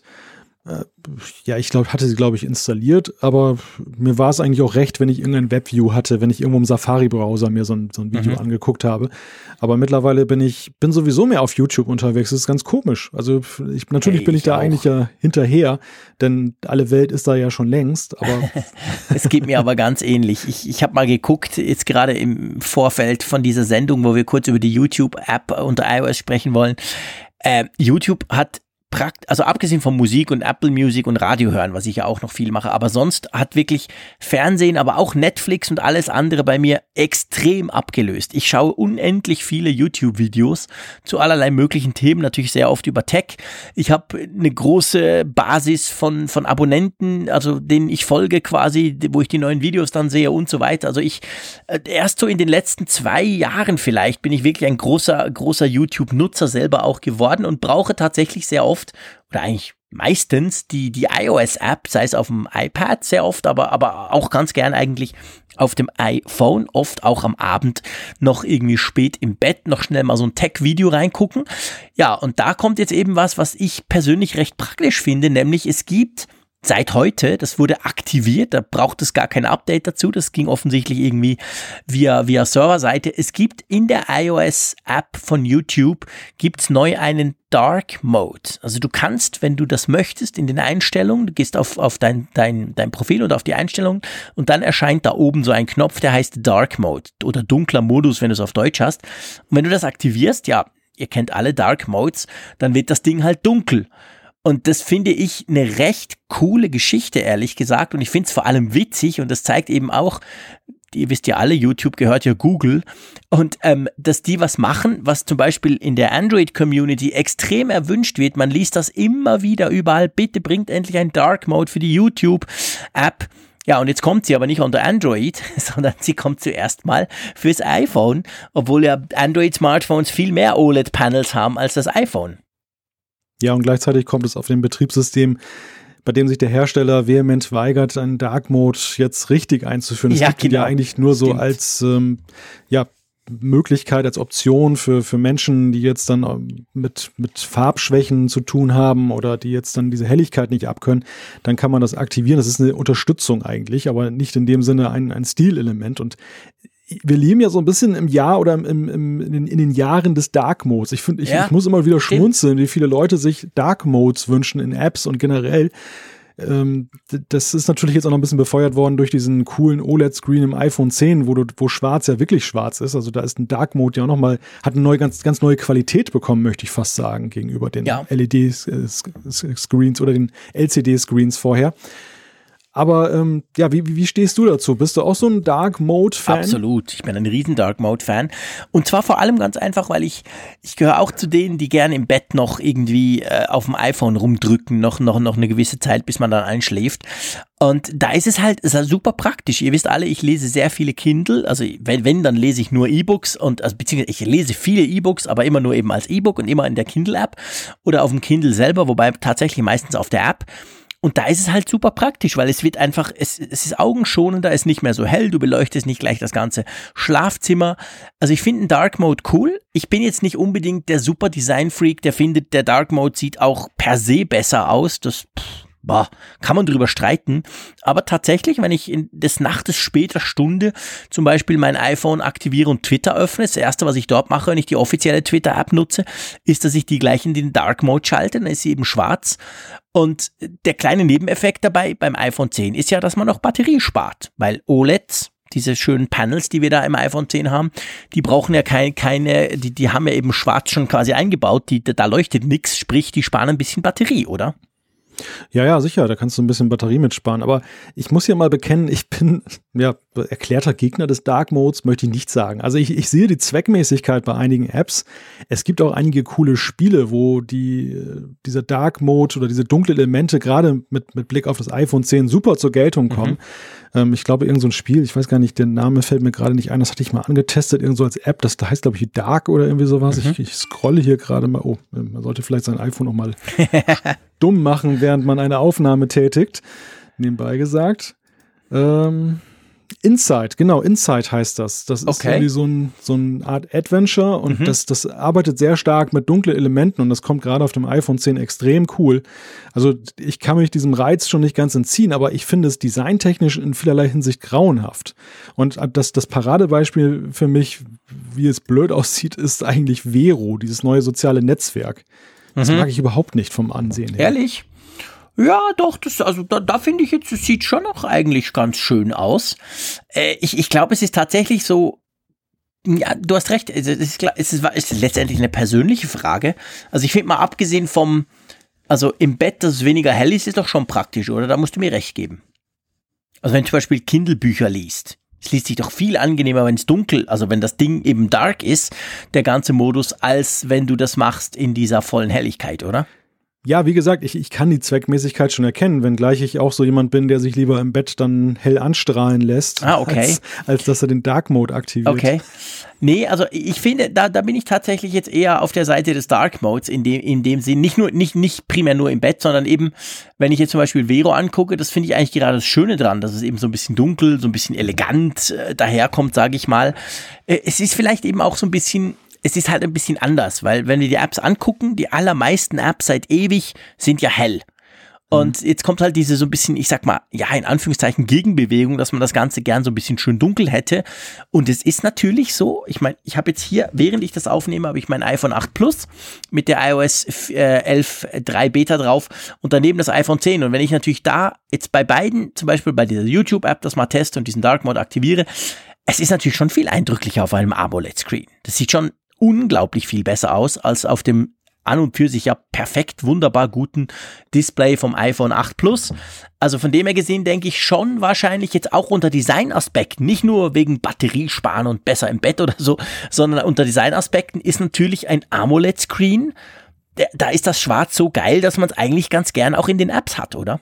Speaker 2: ja, ich glaube, hatte sie, glaube ich, installiert, aber mir war es eigentlich auch recht, wenn ich irgendein Webview hatte, wenn ich irgendwo im Safari-Browser mir so ein, so ein Video mhm. angeguckt habe. Aber mittlerweile bin ich, bin sowieso mehr auf YouTube unterwegs. Das ist ganz komisch. Also ich, natürlich hey, bin ich, ich da auch. eigentlich ja hinterher, denn alle Welt ist da ja schon längst, aber
Speaker 3: es geht mir aber ganz ähnlich. Ich, ich habe mal geguckt, jetzt gerade im Vorfeld von dieser Sendung, wo wir kurz über die YouTube-App unter iOS sprechen wollen. Äh, YouTube hat also abgesehen von Musik und Apple Music und Radio hören, was ich ja auch noch viel mache, aber sonst hat wirklich Fernsehen, aber auch Netflix und alles andere bei mir extrem abgelöst. Ich schaue unendlich viele YouTube-Videos zu allerlei möglichen Themen, natürlich sehr oft über Tech. Ich habe eine große Basis von, von Abonnenten, also denen ich folge quasi, wo ich die neuen Videos dann sehe und so weiter. Also ich, erst so in den letzten zwei Jahren vielleicht bin ich wirklich ein großer, großer YouTube-Nutzer selber auch geworden und brauche tatsächlich sehr oft oder eigentlich meistens die, die iOS-App, sei es auf dem iPad sehr oft, aber, aber auch ganz gern eigentlich auf dem iPhone, oft auch am Abend noch irgendwie spät im Bett noch schnell mal so ein Tech-Video reingucken. Ja, und da kommt jetzt eben was, was ich persönlich recht praktisch finde, nämlich es gibt seit heute, das wurde aktiviert, da braucht es gar kein Update dazu, das ging offensichtlich irgendwie via, via Serverseite. Es gibt in der iOS-App von YouTube, gibt's neu einen Dark Mode. Also du kannst, wenn du das möchtest, in den Einstellungen, du gehst auf, auf dein, dein, dein Profil und auf die Einstellungen und dann erscheint da oben so ein Knopf, der heißt Dark Mode oder dunkler Modus, wenn du es auf Deutsch hast. Und wenn du das aktivierst, ja, ihr kennt alle Dark Modes, dann wird das Ding halt dunkel. Und das finde ich eine recht coole Geschichte, ehrlich gesagt. Und ich finde es vor allem witzig und das zeigt eben auch, ihr wisst ja alle, YouTube gehört ja Google. Und ähm, dass die was machen, was zum Beispiel in der Android-Community extrem erwünscht wird. Man liest das immer wieder überall. Bitte bringt endlich ein Dark Mode für die YouTube-App. Ja, und jetzt kommt sie aber nicht unter Android, sondern sie kommt zuerst mal fürs iPhone. Obwohl ja Android-Smartphones viel mehr O L E D-Panels haben als das iPhone.
Speaker 2: Ja, und gleichzeitig kommt es auf dem Betriebssystem, bei dem sich der Hersteller vehement weigert, einen Dark Mode jetzt richtig einzuführen. Das ja, gibt genau. ja eigentlich nur so Stimmt. als ähm, ja, Möglichkeit, als Option für, für Menschen, die jetzt dann mit, mit Farbschwächen zu tun haben oder die jetzt dann diese Helligkeit nicht abkönnen, dann kann man das aktivieren. Das ist eine Unterstützung eigentlich, aber nicht in dem Sinne ein, ein Stilelement. Und wir leben ja so ein bisschen im Jahr oder im, im, in, den, in den Jahren des Dark Modes. Ich finde, ich, ja, ich muss immer wieder schmunzeln, wie viele Leute sich Dark Modes wünschen in Apps und generell. Ähm, das ist natürlich jetzt auch noch ein bisschen befeuert worden durch diesen coolen O L E D-Screen im iPhone zehn, wo, du, wo schwarz ja wirklich schwarz ist. Also da ist ein Dark Mode ja auch nochmal, hat eine neue, ganz, ganz neue Qualität bekommen, möchte ich fast sagen, gegenüber den ja. L E D-Screens oder den L C D-Screens vorher. Aber ähm, ja, wie, wie stehst du dazu? Bist du auch so ein Dark Mode-Fan?
Speaker 3: Absolut, ich bin ein riesen Dark Mode-Fan. Und zwar vor allem ganz einfach, weil ich, ich gehöre auch zu denen, die gerne im Bett noch irgendwie äh, auf dem iPhone rumdrücken, noch, noch, noch eine gewisse Zeit, bis man dann einschläft. Und da ist es halt, es ist halt super praktisch. Ihr wisst alle, ich lese sehr viele Kindle, also wenn, wenn dann lese ich nur E-Books und also beziehungsweise ich lese viele E-Books, aber immer nur eben als E-Book und immer in der Kindle-App oder auf dem Kindle selber, wobei tatsächlich meistens auf der App. Und da ist es halt super praktisch, weil es wird einfach, es, es ist augenschonender, es ist nicht mehr so hell, du beleuchtest nicht gleich das ganze Schlafzimmer. Also ich finde den Dark Mode cool. Ich bin jetzt nicht unbedingt der super Design-Freak, der findet, der Dark Mode sieht auch per se besser aus. Das pff, boah, kann man drüber streiten. Aber tatsächlich, wenn ich in des Nachtes später Stunde zum Beispiel mein iPhone aktiviere und Twitter öffne, das erste, was ich dort mache, wenn ich die offizielle Twitter-App nutze, ist, dass ich die gleich in den Dark Mode schalte, dann ist sie eben schwarz. Und der kleine Nebeneffekt dabei beim iPhone zehn ist ja, dass man noch Batterie spart, weil O L E Ds, diese schönen Panels, die wir da im iPhone zehn haben, die brauchen ja keine, keine die, die haben ja eben schwarz schon quasi eingebaut, die, da leuchtet nichts, sprich, die sparen ein bisschen Batterie, oder?
Speaker 2: Ja, ja, sicher, da kannst du ein bisschen Batterie mitsparen, aber ich muss ja mal bekennen, ich bin ja erklärter Gegner des Dark Modes, möchte ich nicht sagen. Also ich, ich sehe die Zweckmäßigkeit bei einigen Apps. Es gibt auch einige coole Spiele, wo die dieser Dark Mode oder diese dunklen Elemente gerade mit, mit Blick auf das iPhone zehn super zur Geltung kommen. Mhm. Ähm, ich glaube, irgend so ein Spiel, ich weiß gar nicht, der Name fällt mir gerade nicht ein, das hatte ich mal angetestet, irgend so als App, das heißt, glaube ich, Dark oder irgendwie sowas. Mhm. Ich, ich scrolle hier gerade mal, oh, man sollte vielleicht sein iPhone auch mal dumm machen, während man eine Aufnahme tätigt. Nebenbei gesagt. Ähm, Inside, genau, Inside heißt das. Das ist
Speaker 3: okay.
Speaker 2: irgendwie so, ein, so eine Art Adventure und mhm. das, das arbeitet sehr stark mit dunklen Elementen und das kommt gerade auf dem iPhone zehn extrem cool. Also ich kann mich diesem Reiz schon nicht ganz entziehen, aber ich finde es designtechnisch in vielerlei Hinsicht grauenhaft. Und das, das Paradebeispiel für mich, wie es blöd aussieht, ist eigentlich Vero, dieses neue soziale Netzwerk. Das mhm. mag ich überhaupt nicht vom Ansehen her.
Speaker 3: Ehrlich? Ja, doch, das, also da, da finde ich jetzt, es sieht schon noch eigentlich ganz schön aus. Äh, ich ich glaube, es ist tatsächlich so, ja, du hast recht, es ist, es ist, es ist letztendlich eine persönliche Frage. Also ich finde mal, abgesehen vom, also im Bett, dass es weniger hell ist, ist doch schon praktisch, oder? Da musst du mir recht geben. Also wenn du zum Beispiel Kindle-Bücher liest, es liest sich doch viel angenehmer, wenn es dunkel, also wenn das Ding eben dark ist, der ganze Modus, als wenn du das machst in dieser vollen Helligkeit, oder?
Speaker 2: Ja, wie gesagt, ich, ich kann die Zweckmäßigkeit schon erkennen, wenngleich ich auch so jemand bin, der sich lieber im Bett dann hell anstrahlen lässt,
Speaker 3: ah, okay.
Speaker 2: als, als dass er den Dark Mode aktiviert.
Speaker 3: Okay. Nee, also ich finde, da, da bin ich tatsächlich jetzt eher auf der Seite des Dark Modes, in dem, in dem Sinn, nicht nur, nicht, nicht primär nur im Bett, sondern eben, wenn ich jetzt zum Beispiel Vero angucke, das finde ich eigentlich gerade das Schöne dran, dass es eben so ein bisschen dunkel, so ein bisschen elegant äh, daherkommt, sage ich mal. Äh, es ist vielleicht eben auch so ein bisschen, es ist halt ein bisschen anders, weil wenn wir die Apps angucken, die allermeisten Apps seit ewig sind ja hell. Und jetzt kommt halt diese so ein bisschen, ich sag mal, ja, in Anführungszeichen Gegenbewegung, dass man das Ganze gern so ein bisschen schön dunkel hätte. Und es ist natürlich so, ich meine, ich habe jetzt hier, während ich das aufnehme, habe ich mein iPhone acht Plus mit der iOS elf Punkt drei Beta drauf und daneben das iPhone zehn. Und wenn ich natürlich da jetzt bei beiden, zum Beispiel bei dieser YouTube-App, das mal teste und diesen Dark Mode aktiviere, es ist natürlich schon viel eindrücklicher auf einem AMOLED-Screen. Das sieht schon unglaublich viel besser aus als auf dem an und für sich ja perfekt, wunderbar guten Display vom iPhone acht Plus. Also von dem her gesehen denke ich schon wahrscheinlich jetzt auch unter Designaspekten, nicht nur wegen Batteriesparen und besser im Bett oder so, sondern unter Designaspekten ist natürlich ein AMOLED-Screen, da ist das Schwarz so geil, dass man es eigentlich ganz gern auch in den Apps hat, oder?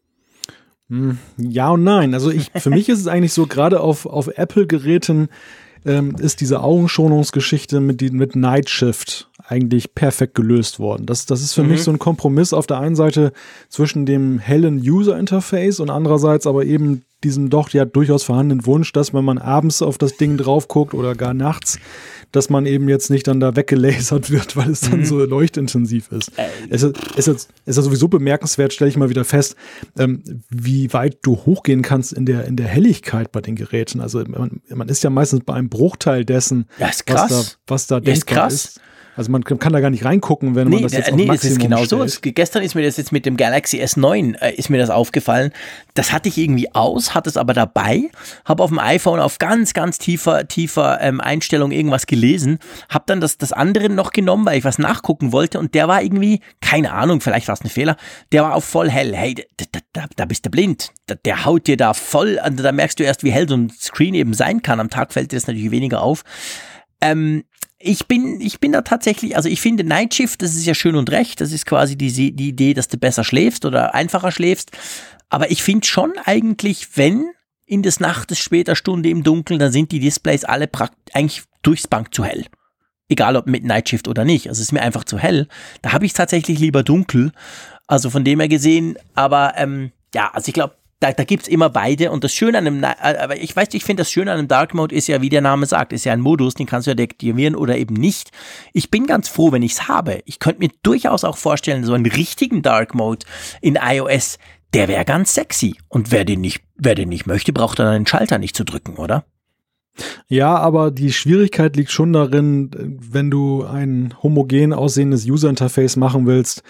Speaker 2: Ja und nein. Also ich, für mich ist es eigentlich so, gerade auf, auf Apple-Geräten ähm, ist diese Augenschonungsgeschichte mit, die, mit Night Shift eigentlich perfekt gelöst worden. Das, das ist für mhm. mich so ein Kompromiss auf der einen Seite zwischen dem hellen User-Interface und andererseits aber eben diesem doch ja durchaus vorhandenen Wunsch, dass wenn man abends auf das Ding drauf guckt oder gar nachts, dass man eben jetzt nicht dann da weggelasert wird, weil es dann mhm. so leuchtintensiv ist. Äh, es ist, es ist, es ist sowieso bemerkenswert, stelle ich mal wieder fest, ähm, wie weit du hochgehen kannst in der, in der Helligkeit bei den Geräten. Also man, man ist ja meistens bei einem Bruchteil dessen,
Speaker 3: ja, ist krass.
Speaker 2: was da, was da
Speaker 3: ja,
Speaker 2: denkbar
Speaker 3: ist. Krass.
Speaker 2: ist. Also man kann da gar nicht reingucken, wenn
Speaker 3: nee,
Speaker 2: man das jetzt auf
Speaker 3: nee,
Speaker 2: Maximum
Speaker 3: es ist genau
Speaker 2: stellt.
Speaker 3: so. Gestern ist mir das jetzt mit dem Galaxy S neun äh, ist mir das aufgefallen. Das hatte ich irgendwie aus, hatte es aber dabei, habe auf dem iPhone auf ganz, ganz tiefer, tiefer ähm, Einstellung irgendwas gelesen, habe dann das, das andere noch genommen, weil ich was nachgucken wollte und der war irgendwie, keine Ahnung, vielleicht war es ein Fehler, der war auf voll hell. Hey, da, da, da, da bist du blind. Da, der haut dir da voll, da merkst du erst, wie hell so ein Screen eben sein kann. Am Tag fällt dir das natürlich weniger auf. Ähm, Ich bin, ich bin da tatsächlich, also ich finde Night Shift, das ist ja schön und recht, das ist quasi die, die Idee, dass du besser schläfst oder einfacher schläfst, aber ich finde schon eigentlich, wenn in des Nachtes später Stunde im Dunkeln, dann sind die Displays alle prakt- eigentlich durchs Bank zu hell. Egal ob mit Night Shift oder nicht, also es ist mir einfach zu hell. Da habe ich es tatsächlich lieber dunkel, also von dem her gesehen, aber ähm, ja, also ich glaube, Da, da gibt's immer beide und das Schöne an einem, aber ich weiß, ich finde das Schöne an einem Dark Mode ist ja, wie der Name sagt, ist ja ein Modus, den kannst du ja deaktivieren oder eben nicht. Ich bin ganz froh, wenn ich's habe. Ich könnte mir durchaus auch vorstellen, so einen richtigen Dark Mode in iOS, der wäre ganz sexy. Und wer den nicht, wer den nicht möchte, braucht dann einen Schalter nicht zu drücken, oder?
Speaker 2: Ja, aber die Schwierigkeit liegt schon darin, wenn du ein homogen aussehendes User-Interface machen willst,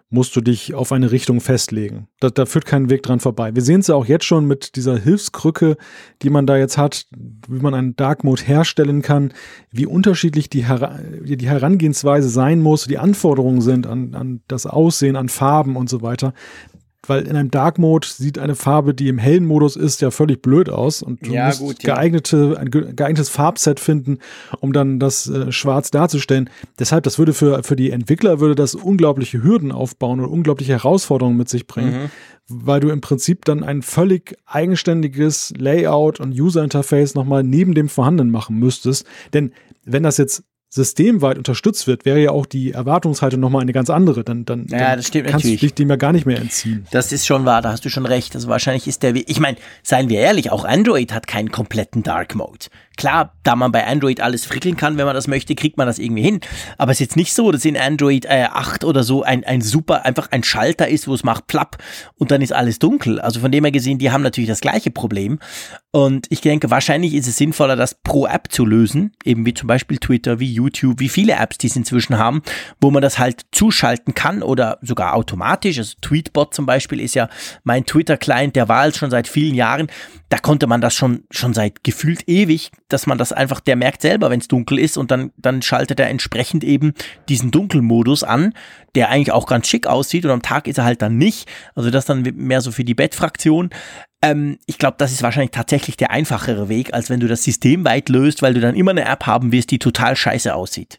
Speaker 2: musst du dich auf eine Richtung festlegen. Da, da führt kein Weg dran vorbei. Wir sehen es ja auch jetzt schon mit dieser Hilfskrücke, die man da jetzt hat, wie man einen Dark Mode herstellen kann, wie unterschiedlich die, Her- die Herangehensweise sein muss, die Anforderungen sind an, an das Aussehen, an Farben und so weiter. Weil in einem Dark Mode sieht eine Farbe, die im hellen Modus ist, ja völlig blöd aus. Und du
Speaker 3: ja,
Speaker 2: musst
Speaker 3: gut, ja.
Speaker 2: geeignete, ein geeignetes Farbset finden, um dann das äh, schwarz darzustellen. Deshalb, das würde für, für die Entwickler würde das unglaubliche Hürden aufbauen und unglaubliche Herausforderungen mit sich bringen, mhm. weil du im Prinzip dann ein völlig eigenständiges Layout und User-Interface nochmal neben dem vorhandenen machen müsstest. Denn wenn das jetzt systemweit unterstützt wird, wäre ja auch die Erwartungshaltung nochmal eine ganz andere. Dann, dann,
Speaker 3: ja,
Speaker 2: dann
Speaker 3: das stimmt
Speaker 2: kannst
Speaker 3: natürlich.
Speaker 2: du dich dem ja gar nicht mehr entziehen.
Speaker 3: Das ist schon wahr, da hast du schon recht. Also wahrscheinlich ist der Weg, ich meine, seien wir ehrlich, auch Android hat keinen kompletten Dark Mode. Klar, da man bei Android alles frickeln kann, wenn man das möchte, kriegt man das irgendwie hin. Aber es ist jetzt nicht so, dass in Android äh, acht oder so ein, ein super, einfach ein Schalter ist, wo es macht plapp und dann ist alles dunkel. Also von dem her gesehen, die haben natürlich das gleiche Problem. Und ich denke, wahrscheinlich ist es sinnvoller, das pro App zu lösen, eben wie zum Beispiel Twitter, wie YouTube, wie viele Apps, die es inzwischen haben, wo man das halt zuschalten kann oder sogar automatisch. Also Tweetbot zum Beispiel ist ja mein Twitter-Client, der war jetzt schon seit vielen Jahren. Da konnte man das schon, schon seit gefühlt ewig, dass man das einfach, der merkt selber, wenn es dunkel ist und dann, dann schaltet er entsprechend eben diesen Dunkelmodus an, der eigentlich auch ganz schick aussieht und am Tag ist er halt dann nicht. Also das dann mehr so für die Bettfraktion. Ähm, ich glaube, das ist wahrscheinlich tatsächlich der einfachere Weg, als wenn du das systemweit löst, weil du dann immer eine App haben wirst, die total scheiße aussieht.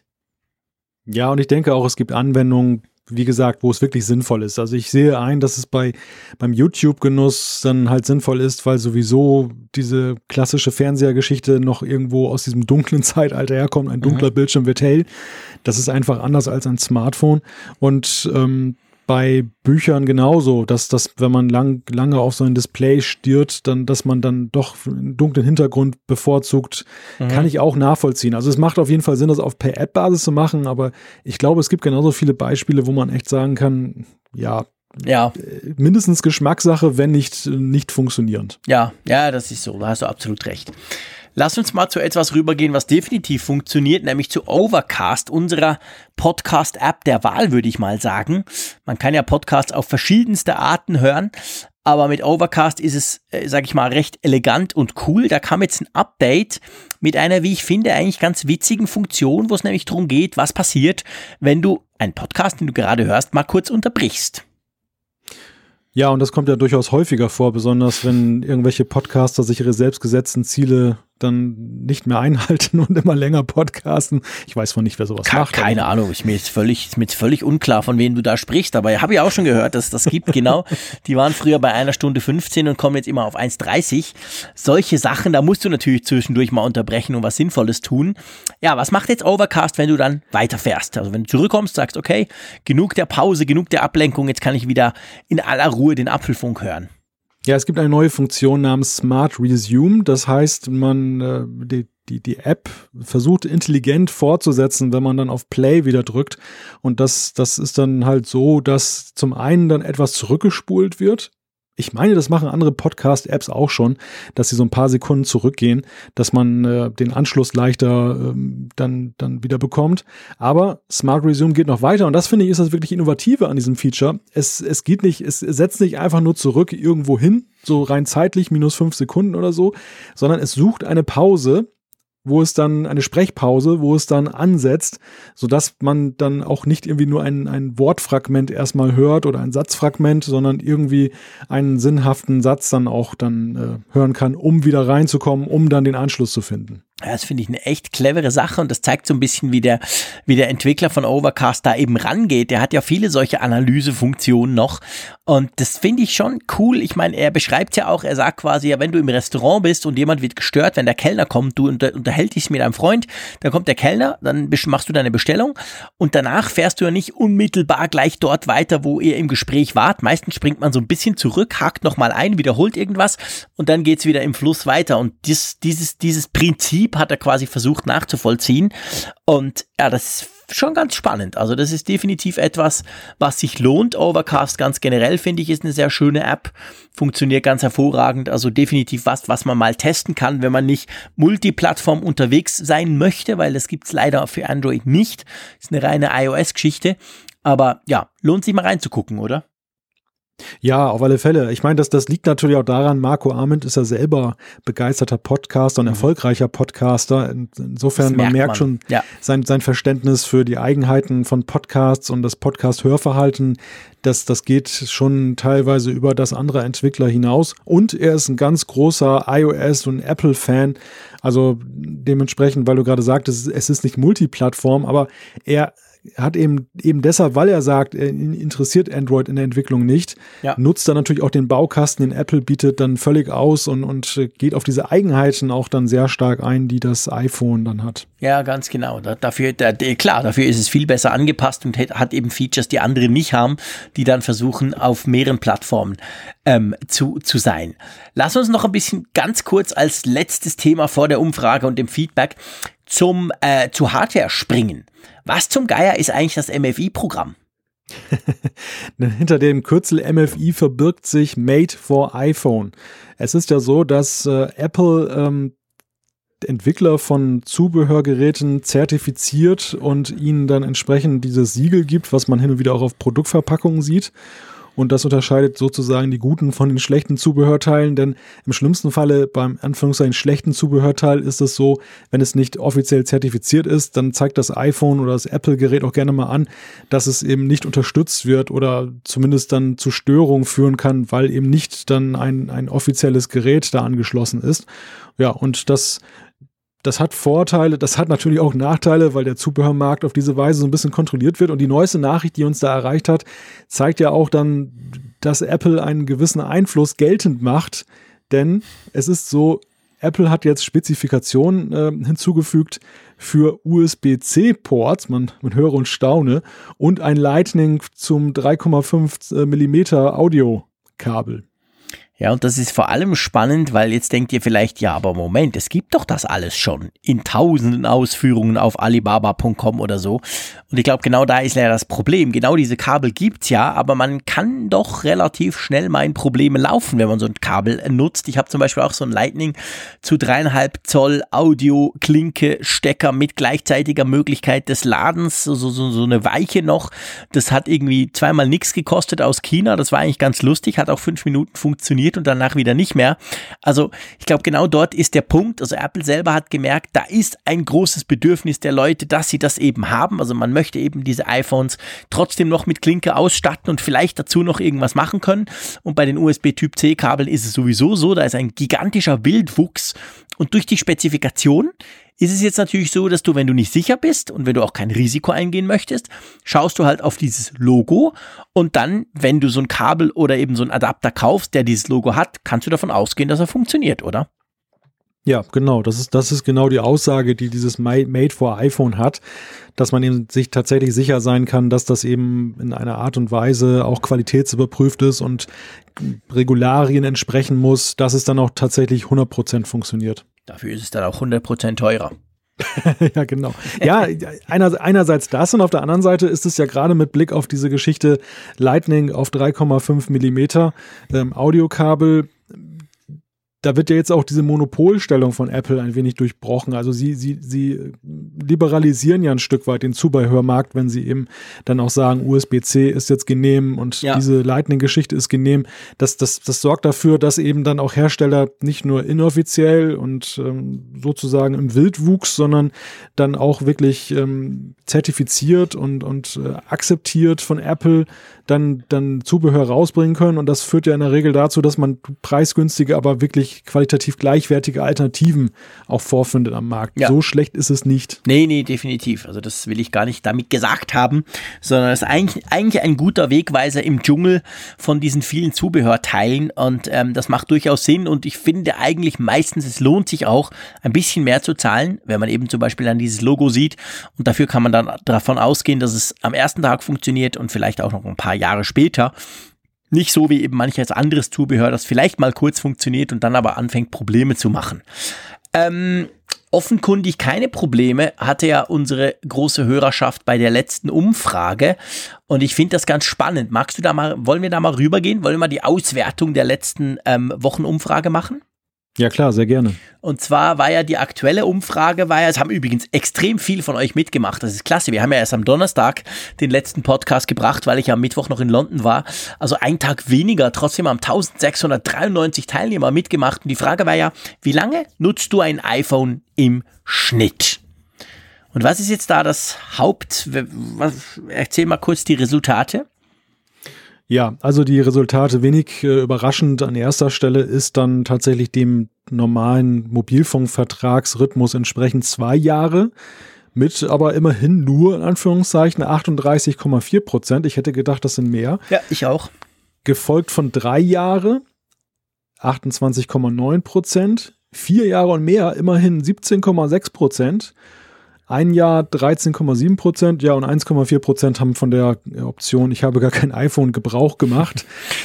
Speaker 2: Ja, und ich denke auch, es gibt Anwendungen, wie gesagt, wo es wirklich sinnvoll ist. Also ich sehe ein, dass es bei beim YouTube-Genuss dann halt sinnvoll ist, weil sowieso diese klassische Fernsehergeschichte noch irgendwo aus diesem dunklen Zeitalter herkommt. Ein dunkler mhm. Bildschirm wird hell. Das ist einfach anders als ein Smartphone. Und ähm, bei Büchern genauso, dass das, wenn man lang, lange auf so ein Display stiert, dann, dass man dann doch einen dunklen Hintergrund bevorzugt, mhm. kann ich auch nachvollziehen. Also es macht auf jeden Fall Sinn, das auf per App-Basis zu machen, aber ich glaube, es gibt genauso viele Beispiele, wo man echt sagen kann, ja,
Speaker 3: ja.
Speaker 2: mindestens Geschmackssache, wenn nicht, nicht funktionierend.
Speaker 3: Ja, ja, das ist so, da hast du absolut recht. Lass uns mal zu etwas rübergehen, was definitiv funktioniert, nämlich zu Overcast, unserer Podcast-App der Wahl, würde ich mal sagen. Man kann ja Podcasts auf verschiedenste Arten hören, aber mit Overcast ist es, äh, sag ich mal, recht elegant und cool. Da kam jetzt ein Update mit einer, wie ich finde, eigentlich ganz witzigen Funktion, wo es nämlich darum geht, was passiert, wenn du einen Podcast, den du gerade hörst, mal kurz unterbrichst.
Speaker 2: Ja, und das kommt ja durchaus häufiger vor, besonders wenn irgendwelche Podcaster sich ihre selbstgesetzten Ziele dann nicht mehr einhalten und immer länger podcasten. Ich weiß von nicht, wer sowas
Speaker 3: Ke-
Speaker 2: macht.
Speaker 3: Keine
Speaker 2: aber.
Speaker 3: Ahnung, ist mir jetzt völlig, ist mir jetzt völlig unklar, von wem du da sprichst, aber habe ich auch schon gehört, dass das gibt, genau. Die waren früher bei einer Stunde fünfzehn und kommen jetzt immer auf eins dreißig. Solche Sachen, da musst du natürlich zwischendurch mal unterbrechen und was Sinnvolles tun. Ja, was macht jetzt Overcast, wenn du dann weiterfährst? Also wenn du zurückkommst, sagst, okay, genug der Pause, genug der Ablenkung, jetzt kann ich wieder in aller Ruhe den Apfelfunk hören.
Speaker 2: Ja, es gibt eine neue Funktion namens Smart Resume. Das heißt, man äh, die, die, die App versucht intelligent fortzusetzen, wenn man dann auf Play wieder drückt. Und das, das ist dann halt so, dass zum einen dann etwas zurückgespult wird. Ich meine, das machen andere Podcast-Apps auch schon, dass sie so ein paar Sekunden zurückgehen, dass man äh, den Anschluss leichter ähm, dann, dann wieder bekommt. Aber Smart Resume geht noch weiter und das finde ich ist das wirklich Innovative an diesem Feature. Es, es geht nicht, es setzt nicht einfach nur zurück irgendwo hin, so rein zeitlich, minus fünf Sekunden oder so, sondern es sucht eine Pause, wo es dann eine Sprechpause, wo es dann ansetzt, sodass man dann auch nicht irgendwie nur ein, ein Wortfragment erstmal hört oder ein Satzfragment, sondern irgendwie einen sinnhaften Satz dann auch dann äh, hören kann, um wieder reinzukommen, um dann den Anschluss zu finden.
Speaker 3: Ja, das finde ich eine echt clevere Sache und das zeigt so ein bisschen, wie der, wie der Entwickler von Overcast da eben rangeht. Der hat ja viele solche Analysefunktionen noch und das finde ich schon cool. Ich meine, er beschreibt ja auch, er sagt quasi, ja, wenn du im Restaurant bist und jemand wird gestört, wenn der Kellner kommt, du unter, unterhältst dich mit einem Freund, dann kommt der Kellner, dann machst du deine Bestellung und danach fährst du ja nicht unmittelbar gleich dort weiter, wo ihr im Gespräch wart. Meistens springt man so ein bisschen zurück, hakt nochmal ein, wiederholt irgendwas und dann geht's wieder im Fluss weiter und dies, dieses, dieses Prinzip hat er quasi versucht nachzuvollziehen und ja, das ist schon ganz spannend. Also das ist definitiv etwas, was sich lohnt. Overcast ganz generell, finde ich, ist eine sehr schöne App, funktioniert ganz hervorragend, also definitiv was, was man mal testen kann, wenn man nicht multiplattform unterwegs sein möchte, weil das gibt's leider für Android nicht, ist eine reine iOS-Geschichte. Aber ja, lohnt sich mal reinzugucken, oder?
Speaker 2: Ja, auf alle Fälle. Ich meine, das, das liegt natürlich auch daran, Marco Arment ist ja selber begeisterter Podcaster und erfolgreicher Podcaster. Insofern, man merkt man. schon ja. sein, sein Verständnis für die Eigenheiten von Podcasts und das Podcast-Hörverhalten. Das, das geht schon teilweise über das anderer Entwickler hinaus. Und er ist ein ganz großer iOS- und Apple-Fan. Also dementsprechend, weil du gerade sagtest, es ist nicht Multiplattform, aber er hat eben eben deshalb, weil er sagt, er interessiert Android in der Entwicklung nicht, ja. nutzt dann natürlich auch den Baukasten, den Apple bietet, dann völlig aus und, und geht auf diese Eigenheiten auch dann sehr stark ein, die das iPhone dann hat.
Speaker 3: Ja, ganz genau. Da, dafür, da, klar, dafür ist es viel besser angepasst und hat eben Features, die andere nicht haben, die dann versuchen, auf mehreren Plattformen ähm, zu, zu sein. Lass uns noch ein bisschen ganz kurz als letztes Thema vor der Umfrage und dem Feedback zum äh, zu Hardware springen. Was zum Geier ist eigentlich das M F I-Programm?
Speaker 2: Hinter dem Kürzel M F I verbirgt sich Made for iPhone. Es ist ja so, dass äh, Apple ähm, Entwickler von Zubehörgeräten zertifiziert und ihnen dann entsprechend dieses Siegel gibt, was man hin und wieder auch auf Produktverpackungen sieht. Und das unterscheidet sozusagen die guten von den schlechten Zubehörteilen, denn im schlimmsten Falle beim Anführungszeichen schlechten Zubehörteil ist es so, wenn es nicht offiziell zertifiziert ist, dann zeigt das iPhone oder das Apple-Gerät auch gerne mal an, dass es eben nicht unterstützt wird oder zumindest dann zu Störungen führen kann, weil eben nicht dann ein, ein offizielles Gerät da angeschlossen ist. Ja, und das Das hat Vorteile, das hat natürlich auch Nachteile, weil der Zubehörmarkt auf diese Weise so ein bisschen kontrolliert wird. Und die neueste Nachricht, die uns da erreicht hat, zeigt ja auch dann, dass Apple einen gewissen Einfluss geltend macht. Denn es ist so, Apple hat jetzt Spezifikationen äh, hinzugefügt für U S B C Ports, man, man höre und staune, und ein Lightning zum drei Komma fünf Millimeter Audiokabel.
Speaker 3: Ja, und das ist vor allem spannend, weil jetzt denkt ihr vielleicht, ja, aber Moment, es gibt doch das alles schon in tausenden Ausführungen auf Alibaba Punkt com oder so. Und ich glaube, genau da ist ja das Problem. Genau diese Kabel gibt's ja, aber man kann doch relativ schnell mal in Probleme laufen, wenn man so ein Kabel nutzt. Ich habe zum Beispiel auch so ein Lightning zu dreieinhalb Zoll Audio-Klinke-Stecker mit gleichzeitiger Möglichkeit des Ladens, so, so, so eine Weiche noch. Das hat irgendwie zweimal nichts gekostet aus China. Das war eigentlich ganz lustig, hat auch fünf Minuten funktioniert und danach wieder nicht mehr. Also ich glaube, genau dort ist der Punkt. Also Apple selber hat gemerkt, da ist ein großes Bedürfnis der Leute, dass sie das eben haben. Also man möchte eben diese iPhones trotzdem noch mit Klinke ausstatten und vielleicht dazu noch irgendwas machen können. Und bei den U S B Typ C Kabeln ist es sowieso so, da ist ein gigantischer Wildwuchs. Und durch die Spezifikation ist es jetzt natürlich so, dass du, wenn du nicht sicher bist und wenn du auch kein Risiko eingehen möchtest, schaust du halt auf dieses Logo und dann, wenn du so ein Kabel oder eben so einen Adapter kaufst, der dieses Logo hat, kannst du davon ausgehen, dass er funktioniert, oder?
Speaker 2: Ja, genau. Das ist, das ist genau die Aussage, die dieses Made for iPhone hat, dass man eben sich tatsächlich sicher sein kann, dass das eben in einer Art und Weise auch qualitätsüberprüft ist und Regularien entsprechen muss, dass es dann auch tatsächlich hundert Prozent funktioniert.
Speaker 3: Dafür ist es dann auch hundert Prozent teurer.
Speaker 2: Ja, genau. Ja, einer, einerseits das und auf der anderen Seite ist es ja gerade mit Blick auf diese Geschichte Lightning auf drei Komma fünf Millimeter ähm, Audiokabel. Da wird ja jetzt auch diese Monopolstellung von Apple ein wenig durchbrochen. Also sie, sie, sie liberalisieren ja ein Stück weit den Zubehörmarkt, wenn sie eben dann auch sagen, U S B C ist jetzt genehm und ja. diese Lightning-Geschichte ist genehm. Das, das, das sorgt dafür, dass eben dann auch Hersteller nicht nur inoffiziell und ähm, sozusagen im Wildwuchs, sondern dann auch wirklich ähm, zertifiziert und, und äh, akzeptiert von Apple dann, dann Zubehör rausbringen können. Und das führt ja in der Regel dazu, dass man preisgünstige, aber wirklich qualitativ gleichwertige Alternativen auch vorfindet am Markt. Ja. So schlecht ist es nicht.
Speaker 3: Nee, nee, definitiv. Also das will ich gar nicht damit gesagt haben, sondern es ist eigentlich, eigentlich ein guter Wegweiser im Dschungel von diesen vielen Zubehörteilen und ähm, das macht durchaus Sinn und ich finde eigentlich meistens, es lohnt sich auch, ein bisschen mehr zu zahlen, wenn man eben zum Beispiel dann dieses Logo sieht und dafür kann man dann davon ausgehen, dass es am ersten Tag funktioniert und vielleicht auch noch ein paar Jahre später. Nicht so wie eben manches anderes Zubehör, das vielleicht mal kurz funktioniert und dann aber anfängt, Probleme zu machen. Ähm, offenkundig keine Probleme hatte ja unsere große Hörerschaft bei der letzten Umfrage. Und ich finde das ganz spannend. Magst du da mal, wollen wir da mal rübergehen? Wollen wir mal die Auswertung der letzten ähm, Wochenumfrage machen?
Speaker 2: Ja klar, sehr gerne.
Speaker 3: Und zwar war ja die aktuelle Umfrage, war ja, es haben übrigens extrem viel von euch mitgemacht, das ist klasse, wir haben ja erst am Donnerstag den letzten Podcast gebracht, weil ich am Mittwoch noch in London war, also ein Tag weniger, trotzdem haben eintausendsechshundertdreiundneunzig Teilnehmer mitgemacht und die Frage war ja, wie lange nutzt du ein iPhone im Schnitt? Und was ist jetzt da das Haupt, was, erzähl mal kurz die Resultate.
Speaker 2: Ja, also die Resultate wenig äh, überraschend. An erster Stelle ist dann tatsächlich dem normalen Mobilfunkvertragsrhythmus entsprechend zwei Jahre mit aber immerhin nur in Anführungszeichen achtunddreißig Komma vier Prozent. Ich hätte gedacht, das sind mehr.
Speaker 3: Ja, ich auch.
Speaker 2: Gefolgt von drei Jahre, achtundzwanzig Komma neun Prozent. Vier Jahre und mehr, immerhin siebzehn Komma sechs Prozent. Ein Jahr dreizehn Komma sieben Prozent, ja, und eins Komma vier Prozent haben von der Option, ich habe gar kein iPhone, Gebrauch gemacht.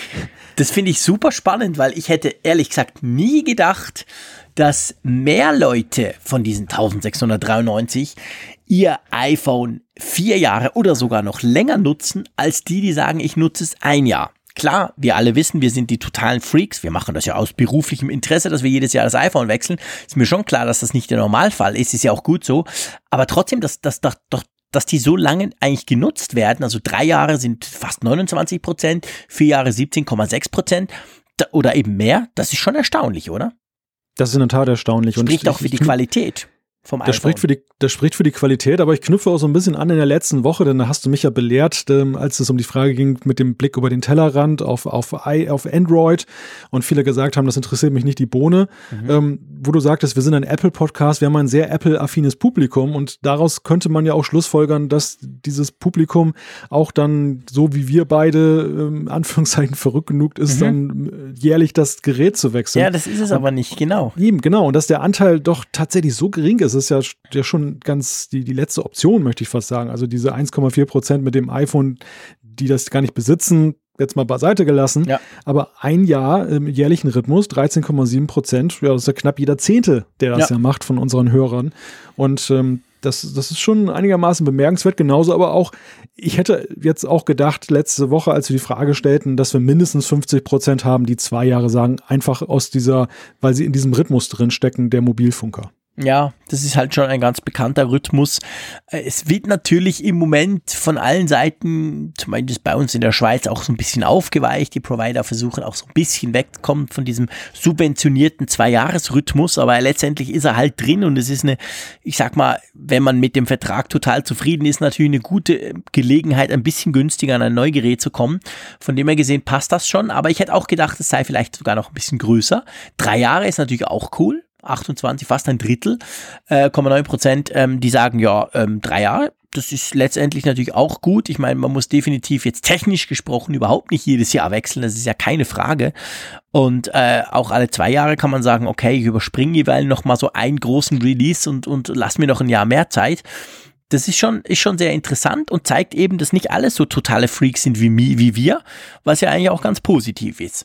Speaker 3: Das finde ich super spannend, weil ich hätte ehrlich gesagt nie gedacht, dass mehr Leute von diesen eintausendsechshundertdreiundneunzig ihr iPhone vier Jahre oder sogar noch länger nutzen, als die, die sagen, ich nutze es ein Jahr. Klar, wir alle wissen, wir sind die totalen Freaks. Wir machen das ja aus beruflichem Interesse, dass wir jedes Jahr das iPhone wechseln. Ist mir schon klar, dass das nicht der Normalfall ist. Ist ja auch gut so. Aber trotzdem, dass, dass, dass, dass die so lange eigentlich genutzt werden, also drei Jahre sind fast neunundzwanzig Prozent, vier Jahre siebzehn Komma sechs Prozent oder eben mehr, das ist schon erstaunlich, oder?
Speaker 2: Das ist in der Tat erstaunlich.
Speaker 3: Spricht
Speaker 2: und
Speaker 3: auch für die Qualität. Vom
Speaker 2: das spricht, für die, das spricht für die Qualität, aber ich knüpfe auch so ein bisschen an in der letzten Woche, denn da hast du mich ja belehrt, ähm, als es um die Frage ging mit dem Blick über den Tellerrand auf, auf, I, auf Android und viele gesagt haben, das interessiert mich nicht die Bohne, mhm. ähm, wo du sagtest, wir sind ein Apple-Podcast, wir haben ein sehr Apple-affines Publikum und daraus könnte man ja auch schlussfolgern, dass dieses Publikum auch dann, so wie wir beide, ähm, Anführungszeichen verrückt genug ist, mhm. dann jährlich das Gerät zu wechseln.
Speaker 3: Ja, das ist es und, aber nicht, genau.
Speaker 2: Eben, genau, und dass der Anteil doch tatsächlich so gering ist, das ist ja, ja schon ganz die, die letzte Option, möchte ich fast sagen. Also diese eins Komma vier Prozent mit dem iPhone, die das gar nicht besitzen, jetzt mal beiseite gelassen. Ja. Aber ein Jahr im jährlichen Rhythmus, dreizehn Komma sieben Prozent, ja, das ist ja knapp jeder Zehnte, der das ja, ja macht von unseren Hörern. Und ähm, das, das ist schon einigermaßen bemerkenswert. Genauso aber auch, ich hätte jetzt auch gedacht, letzte Woche, als wir die Frage stellten, dass wir mindestens fünfzig Prozent haben, die zwei Jahre sagen, einfach aus dieser, weil sie in diesem Rhythmus drin stecken, der Mobilfunker.
Speaker 3: Ja, das ist halt schon ein ganz bekannter Rhythmus. Es wird natürlich im Moment von allen Seiten, zumindest bei uns in der Schweiz, auch so ein bisschen aufgeweicht. Die Provider versuchen auch so ein bisschen wegzukommen von diesem subventionierten Zwei-Jahres-Rhythmus, aber letztendlich ist er halt drin und es ist eine, ich sag mal, wenn man mit dem Vertrag total zufrieden ist, natürlich eine gute Gelegenheit, ein bisschen günstiger an ein Neugerät zu kommen. Von dem her gesehen passt das schon, aber ich hätte auch gedacht, es sei vielleicht sogar noch ein bisschen größer. Drei Jahre ist natürlich auch cool. achtundzwanzig, fast ein Drittel, äh, Komma neun Prozent, ähm, die sagen, ja, ähm, drei Jahre, das ist letztendlich natürlich auch gut. Ich meine, man muss definitiv jetzt technisch gesprochen überhaupt nicht jedes Jahr wechseln, das ist ja keine Frage. Und äh, auch alle zwei Jahre kann man sagen, okay, ich überspringe jeweils noch mal so einen großen Release und, und lass mir noch ein Jahr mehr Zeit. Das ist schon, ist schon sehr interessant und zeigt eben, dass nicht alle so totale Freaks sind wie, wie wir, was ja eigentlich auch ganz positiv ist.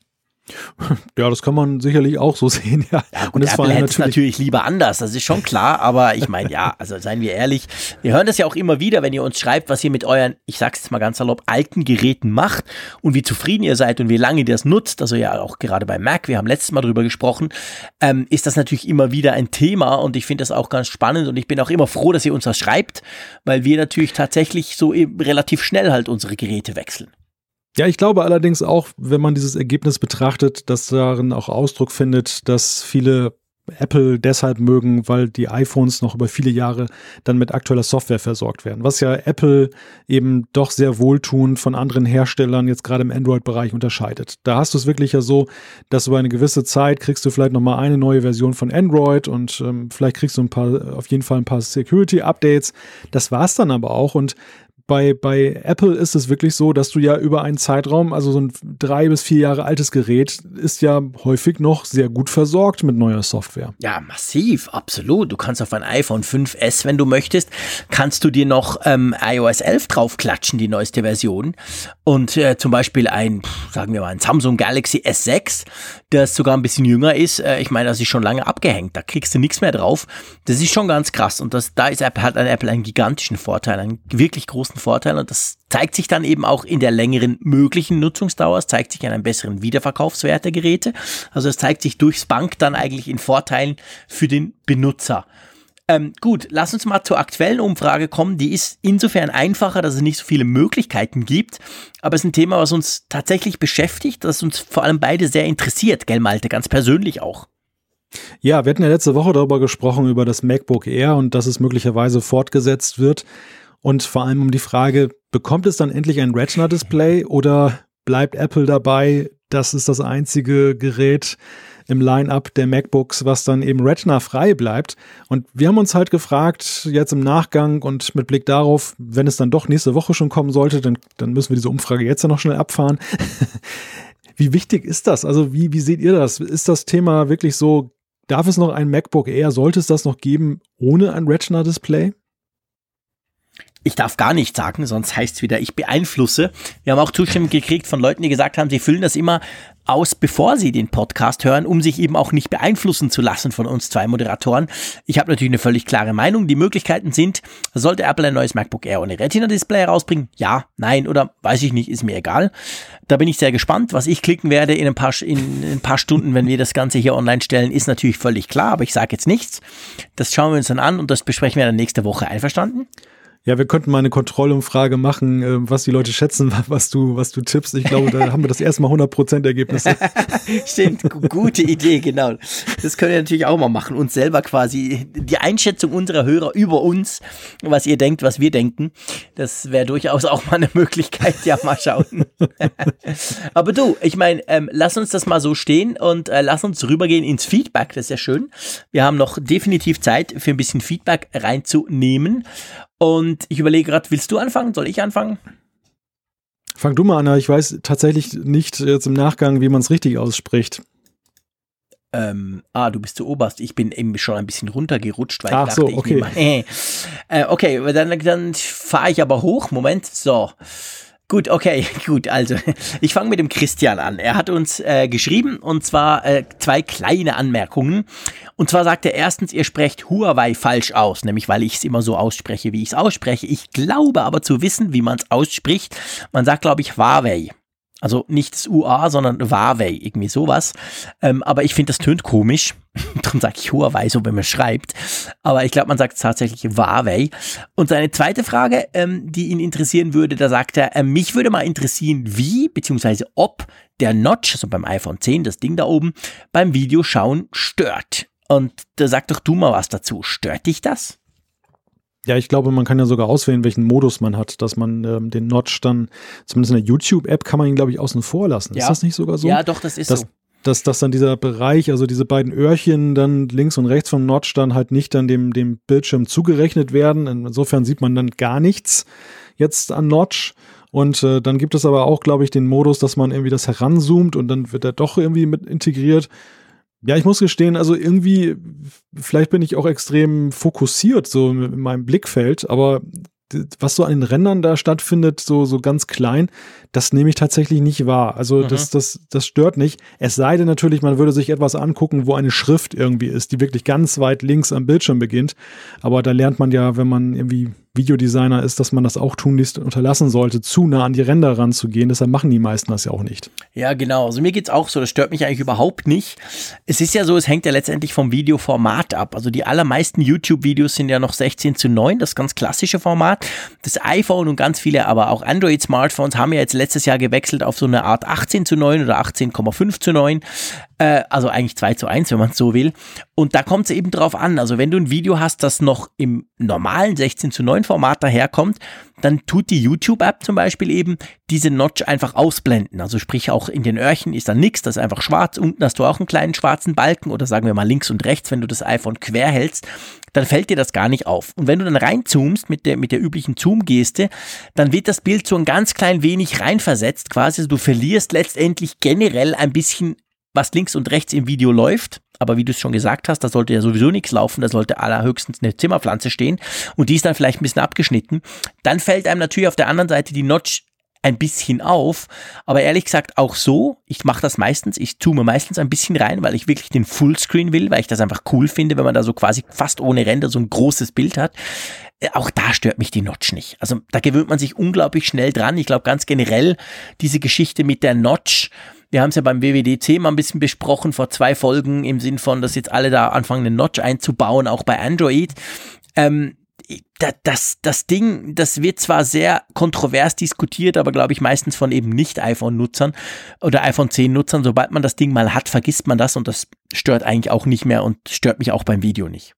Speaker 2: Ja, das kann man sicherlich auch so sehen, ja.
Speaker 3: Ja gut, und das Apple hätte es natürlich lieber anders, das ist schon klar, aber ich meine, ja, also seien wir ehrlich, wir hören das ja auch immer wieder, wenn ihr uns schreibt, was ihr mit euren, ich sag's jetzt mal ganz salopp, alten Geräten macht und wie zufrieden ihr seid und wie lange ihr das nutzt, also ja auch gerade bei Mac, wir haben letztes Mal drüber gesprochen, ähm, ist das natürlich immer wieder ein Thema und ich finde das auch ganz spannend und ich bin auch immer froh, dass ihr uns das schreibt, weil wir natürlich tatsächlich so eben relativ schnell halt unsere Geräte wechseln.
Speaker 2: Ja, ich glaube allerdings auch, wenn man dieses Ergebnis betrachtet, dass darin auch Ausdruck findet, dass viele Apple deshalb mögen, weil die iPhones noch über viele Jahre dann mit aktueller Software versorgt werden. Was ja Apple eben doch sehr wohltuend von anderen Herstellern jetzt gerade im Android-Bereich unterscheidet. Da hast du es wirklich ja so, dass über eine gewisse Zeit kriegst du vielleicht nochmal eine neue Version von Android und ähm, vielleicht kriegst du ein paar, auf jeden Fall ein paar Security-Updates. Das war's dann aber auch und Bei, bei Apple ist es wirklich so, dass du ja über einen Zeitraum, also so ein drei bis vier Jahre altes Gerät, ist ja häufig noch sehr gut versorgt mit neuer Software.
Speaker 3: Ja, massiv, absolut. Du kannst auf ein iPhone fünf S, wenn du möchtest, kannst du dir noch ähm, i O S elf draufklatschen, die neueste Version. Und äh, zum Beispiel ein, sagen wir mal, ein Samsung Galaxy S sechs, das sogar ein bisschen jünger ist. Äh, ich meine, das ist schon lange abgehängt, da kriegst du nichts mehr drauf. Das ist schon ganz krass. Und das, da ist Apple, hat an Apple einen gigantischen Vorteil, einen wirklich großen großen Vorteil und das zeigt sich dann eben auch in der längeren möglichen Nutzungsdauer, es zeigt sich in einem besseren Wiederverkaufswert der Geräte, also es zeigt sich durchs Bank dann eigentlich in Vorteilen für den Benutzer. Ähm, gut, lass uns mal zur aktuellen Umfrage kommen. Die ist insofern einfacher, dass es nicht so viele Möglichkeiten gibt. Aber es ist ein Thema, was uns tatsächlich beschäftigt, das uns vor allem beide sehr interessiert, gell Malte, ganz persönlich auch.
Speaker 2: Ja, wir hatten ja letzte Woche darüber gesprochen, über das MacBook Air und dass es möglicherweise fortgesetzt wird. Und vor allem um die Frage, bekommt es dann endlich ein Retina-Display oder bleibt Apple dabei, das ist das einzige Gerät im Line-Up der MacBooks, was dann eben Retina-frei bleibt. Und wir haben uns halt gefragt, jetzt im Nachgang und mit Blick darauf, wenn es dann doch nächste Woche schon kommen sollte, dann, dann müssen wir diese Umfrage jetzt ja noch schnell abfahren. Wie wichtig ist das? Also wie, wie seht ihr das? Ist das Thema wirklich so, darf es noch ein MacBook Air, sollte es das noch geben, ohne ein Retina-Display?
Speaker 3: Ich darf gar nichts sagen, sonst heißt es wieder, ich beeinflusse. Wir haben auch Zustimmung gekriegt von Leuten, die gesagt haben, sie füllen das immer aus, bevor sie den Podcast hören, um sich eben auch nicht beeinflussen zu lassen von uns zwei Moderatoren. Ich habe natürlich eine völlig klare Meinung. Die Möglichkeiten sind, sollte Apple ein neues MacBook Air ohne Retina-Display herausbringen? Ja, nein oder weiß ich nicht, ist mir egal. Da bin ich sehr gespannt. Was ich klicken werde in ein paar, in ein paar Stunden, wenn wir das Ganze hier online stellen, ist natürlich völlig klar, aber ich sage jetzt nichts. Das schauen wir uns dann an und das besprechen wir dann nächste Woche. Einverstanden?
Speaker 2: Ja, wir könnten mal eine Kontrollumfrage machen, was die Leute schätzen, was du, was du tippst. Ich glaube, da haben wir das erste Mal hundert Prozent Ergebnisse.
Speaker 3: Stimmt, g- gute Idee, genau. Das können wir natürlich auch mal machen. Uns selber quasi die Einschätzung unserer Hörer über uns, was ihr denkt, was wir denken. Das wäre durchaus auch mal eine Möglichkeit. Ja, mal schauen. Aber du, ich meine, ähm, lass uns das mal so stehen und äh, lass uns rübergehen ins Feedback. Das ist ja schön. Wir haben noch definitiv Zeit für ein bisschen Feedback reinzunehmen. Und ich überlege gerade, willst du anfangen? Soll ich anfangen?
Speaker 2: Fang du mal an, ich weiß tatsächlich nicht jetzt im Nachgang, wie man es richtig ausspricht.
Speaker 3: Ähm, ah, du bist zu oberst. Ich bin eben schon ein bisschen runtergerutscht, weil
Speaker 2: Ach
Speaker 3: ich dachte,
Speaker 2: so,
Speaker 3: ich
Speaker 2: okay.
Speaker 3: nehme mal, äh, äh, okay, dann, dann fahre ich aber hoch. Moment, so. Gut, okay, gut, also ich fange mit dem Christian an. Er hat uns äh, geschrieben und zwar äh, zwei kleine Anmerkungen. Und zwar sagt er erstens, ihr sprecht Huawei falsch aus, nämlich weil ich es immer so ausspreche, wie ich es ausspreche. Ich glaube aber zu wissen, wie man es ausspricht. Man sagt, glaube ich, Huawei. Also nicht das U A, sondern Huawei, irgendwie sowas. Ähm, aber ich finde, das tönt komisch. Darum sage ich Huawei, so wenn man schreibt. Aber ich glaube, man sagt tatsächlich Huawei. Und seine zweite Frage, ähm, die ihn interessieren würde, da sagt er, äh, mich würde mal interessieren, wie, beziehungsweise ob der Notch, also beim iPhone zehn, das Ding da oben, beim Videoschauen stört. Und da sag doch du mal was dazu. Stört dich das?
Speaker 2: Ja, ich glaube, man kann ja sogar auswählen, welchen Modus man hat, dass man ähm, den Notch dann, zumindest in der YouTube-App kann man ihn, glaube ich, außen vor lassen.
Speaker 3: Ja.
Speaker 2: Ist das nicht sogar so?
Speaker 3: Ja, doch, das ist
Speaker 2: dass,
Speaker 3: so.
Speaker 2: Dass, dass dann dieser Bereich, also diese beiden Öhrchen dann links und rechts vom Notch dann halt nicht dann dem, dem Bildschirm zugerechnet werden. Insofern sieht man dann gar nichts jetzt an Notch. Und äh, dann gibt es aber auch, glaube ich, den Modus, dass man irgendwie das heranzoomt und dann wird er doch irgendwie mit integriert. Ja, ich muss gestehen, also irgendwie, vielleicht bin ich auch extrem fokussiert so in meinem Blickfeld, aber was so an den Rändern da stattfindet, so, so ganz klein, das nehme ich tatsächlich nicht wahr. Also mhm. das, das, das stört nicht. Es sei denn natürlich, man würde sich etwas angucken, wo eine Schrift irgendwie ist, die wirklich ganz weit links am Bildschirm beginnt. Aber da lernt man ja, wenn man irgendwie Videodesigner ist, dass man das auch tunlichst unterlassen sollte, zu nah an die Ränder ranzugehen. Deshalb machen die meisten das ja auch nicht.
Speaker 3: Ja, genau. Also mir geht's auch so. Das stört mich eigentlich überhaupt nicht. Es ist ja so, es hängt ja letztendlich vom Videoformat ab. Also die allermeisten YouTube-Videos sind ja noch sechzehn zu neun, das ganz klassische Format. Das iPhone und ganz viele, aber auch Android-Smartphones haben ja jetzt letztes Jahr gewechselt auf so eine Art achtzehn zu neun oder achtzehn Komma fünf zu neun. Äh, also eigentlich zwei zu eins, wenn man es so will. Und da kommt es eben drauf an. Also wenn du ein Video hast, das noch im normalen sechzehn zu neun Format daherkommt, dann tut die YouTube-App zum Beispiel eben diese Notch einfach ausblenden. Also sprich auch in den Öhrchen ist dann nichts, das ist einfach schwarz. Unten hast du auch einen kleinen schwarzen Balken oder sagen wir mal links und rechts, wenn du das iPhone quer hältst, dann fällt dir das gar nicht auf. Und wenn du dann reinzoomst mit der, mit der üblichen Zoom-Geste, dann wird das Bild so ein ganz klein wenig reinversetzt quasi. Also du verlierst letztendlich generell ein bisschen, was links und rechts im Video läuft. Aber wie du es schon gesagt hast, da sollte ja sowieso nichts laufen, da sollte allerhöchstens eine Zimmerpflanze stehen und die ist dann vielleicht ein bisschen abgeschnitten. Dann fällt einem natürlich auf der anderen Seite die Notch ein bisschen auf, aber ehrlich gesagt auch so, ich mache das meistens, ich zoome meistens ein bisschen rein, weil ich wirklich den Fullscreen will, weil ich das einfach cool finde, wenn man da so quasi fast ohne Render so ein großes Bild hat. Auch da stört mich die Notch nicht. Also da gewöhnt man sich unglaublich schnell dran. Ich glaube ganz generell, diese Geschichte mit der Notch, wir haben es ja beim W W D C mal ein bisschen besprochen, vor zwei Folgen, im Sinn von, dass jetzt alle da anfangen, eine Notch einzubauen, auch bei Android. Ähm, Das, das Ding, das wird zwar sehr kontrovers diskutiert, aber glaube ich meistens von eben nicht iPhone-Nutzern oder iPhone zehn-Nutzern. Sobald man das Ding mal hat, vergisst man das und das stört eigentlich auch nicht mehr und stört mich auch beim Video nicht.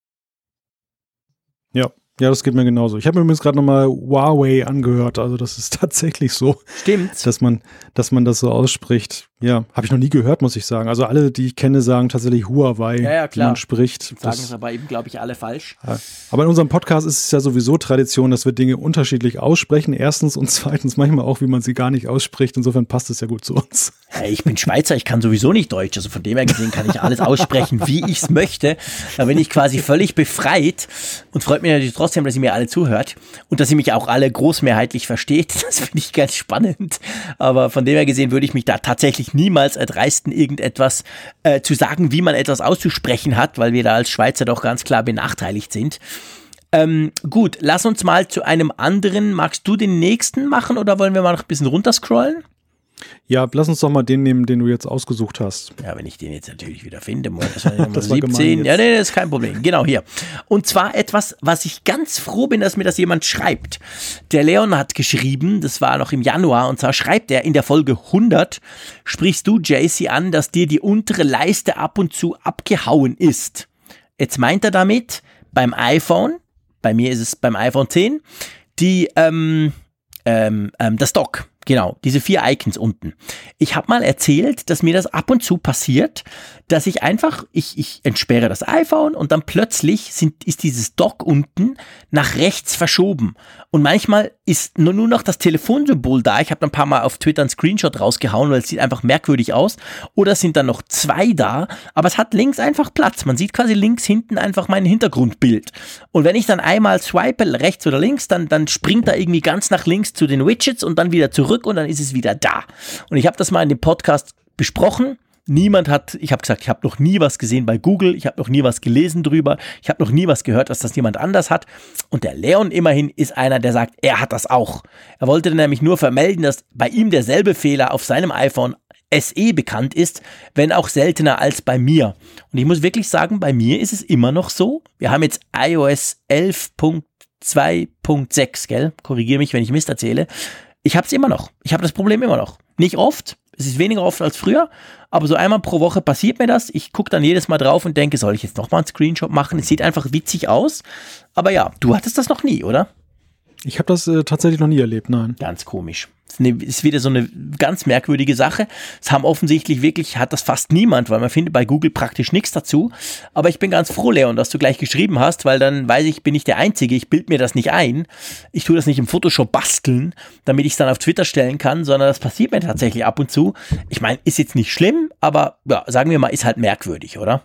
Speaker 2: Ja. Ja, das geht mir genauso. Ich habe mir übrigens gerade nochmal Huawei angehört. Also das ist tatsächlich so.
Speaker 3: Stimmt.
Speaker 2: Dass man, dass man das so ausspricht. Ja, habe ich noch nie gehört, muss ich sagen. Also alle, die ich kenne, sagen tatsächlich Huawei,
Speaker 3: ja, ja, klar.
Speaker 2: wie man spricht.
Speaker 3: Sagen das, es aber eben, glaube ich, alle falsch.
Speaker 2: Ja. Aber in unserem Podcast ist es ja sowieso Tradition, dass wir Dinge unterschiedlich aussprechen. Erstens und zweitens manchmal auch, wie man sie gar nicht ausspricht. Insofern passt es ja gut zu uns.
Speaker 3: Hey, ich bin Schweizer, ich kann sowieso nicht Deutsch. Also von dem her gesehen kann ich alles aussprechen, wie ich es möchte. Da bin ich quasi völlig befreit und freut mich natürlich trotzdem, dass ihr mir alle zuhört und dass ihr mich auch alle großmehrheitlich versteht. Das finde ich ganz spannend. Aber von dem her gesehen würde ich mich da tatsächlich niemals erdreisten, irgendetwas äh, zu sagen, wie man etwas auszusprechen hat, weil wir da als Schweizer doch ganz klar benachteiligt sind. Ähm, gut, lass uns mal zu einem anderen. Magst du den nächsten machen oder wollen wir mal noch ein bisschen runterscrollen?
Speaker 2: Ja, lass uns doch mal den nehmen, den du jetzt ausgesucht hast.
Speaker 3: Ja, wenn ich den jetzt natürlich wieder finde, das war Nummer siebzehn. Ja, nee, das ist kein Problem. Genau hier. Und zwar etwas, was ich ganz froh bin, dass mir das jemand schreibt. Der Leon hat geschrieben, das war noch im Januar, und zwar schreibt er in der Folge hundert, sprichst du, J C, an, dass dir die untere Leiste ab und zu abgehauen ist. Jetzt meint er damit, beim iPhone, bei mir ist es beim iPhone zehn, die, ähm, ähm, ähm, das Dock. Genau, diese vier Icons unten. Ich habe mal erzählt, dass mir das ab und zu passiert, dass ich einfach, ich, ich entsperre das iPhone und dann plötzlich sind, ist dieses Dock unten nach rechts verschoben. Und manchmal ist nur, nur noch das Telefonsymbol da. Ich habe ein paar Mal auf Twitter einen Screenshot rausgehauen, weil es sieht einfach merkwürdig aus. Oder es sind dann noch zwei da, aber es hat links einfach Platz. Man sieht quasi links hinten einfach mein Hintergrundbild. Und wenn ich dann einmal swipe, rechts oder links, dann, dann springt er irgendwie ganz nach links zu den Widgets und dann wieder zurück und dann ist es wieder da. Und ich habe das mal in dem Podcast besprochen. Niemand hat, ich habe gesagt, ich habe noch nie was gesehen bei Google, ich habe noch nie was gelesen drüber, ich habe noch nie was gehört, dass das jemand anders hat. Und der Leon immerhin ist einer, der sagt, er hat das auch. Er wollte nämlich nur vermelden, dass bei ihm derselbe Fehler auf seinem iPhone S E bekannt ist, wenn auch seltener als bei mir. Und ich muss wirklich sagen, bei mir ist es immer noch so. Wir haben jetzt i O S elf Punkt zwei Punkt sechs, gell? Korrigiere mich, wenn ich Mist erzähle. Ich habe es immer noch. Ich habe das Problem immer noch. Nicht oft. Es ist weniger oft als früher, aber so einmal pro Woche passiert mir das. Ich gucke dann jedes Mal drauf und denke, soll ich jetzt nochmal einen Screenshot machen? Es sieht einfach witzig aus. Aber ja, du hattest das noch nie, oder?
Speaker 2: Ich habe das äh, tatsächlich noch nie erlebt, nein.
Speaker 3: Ganz komisch. Das ist wieder so eine ganz merkwürdige Sache. Es haben offensichtlich wirklich, hat das fast niemand, weil man findet bei Google praktisch nichts dazu. Aber ich bin ganz froh, Leon, dass du gleich geschrieben hast, weil dann weiß ich, bin ich der Einzige. Ich bild mir das nicht ein. Ich tue das nicht im Photoshop basteln, damit ich es dann auf Twitter stellen kann, sondern das passiert mir tatsächlich ab und zu. Ich meine, ist jetzt nicht schlimm, aber ja, sagen wir mal, ist halt merkwürdig, oder?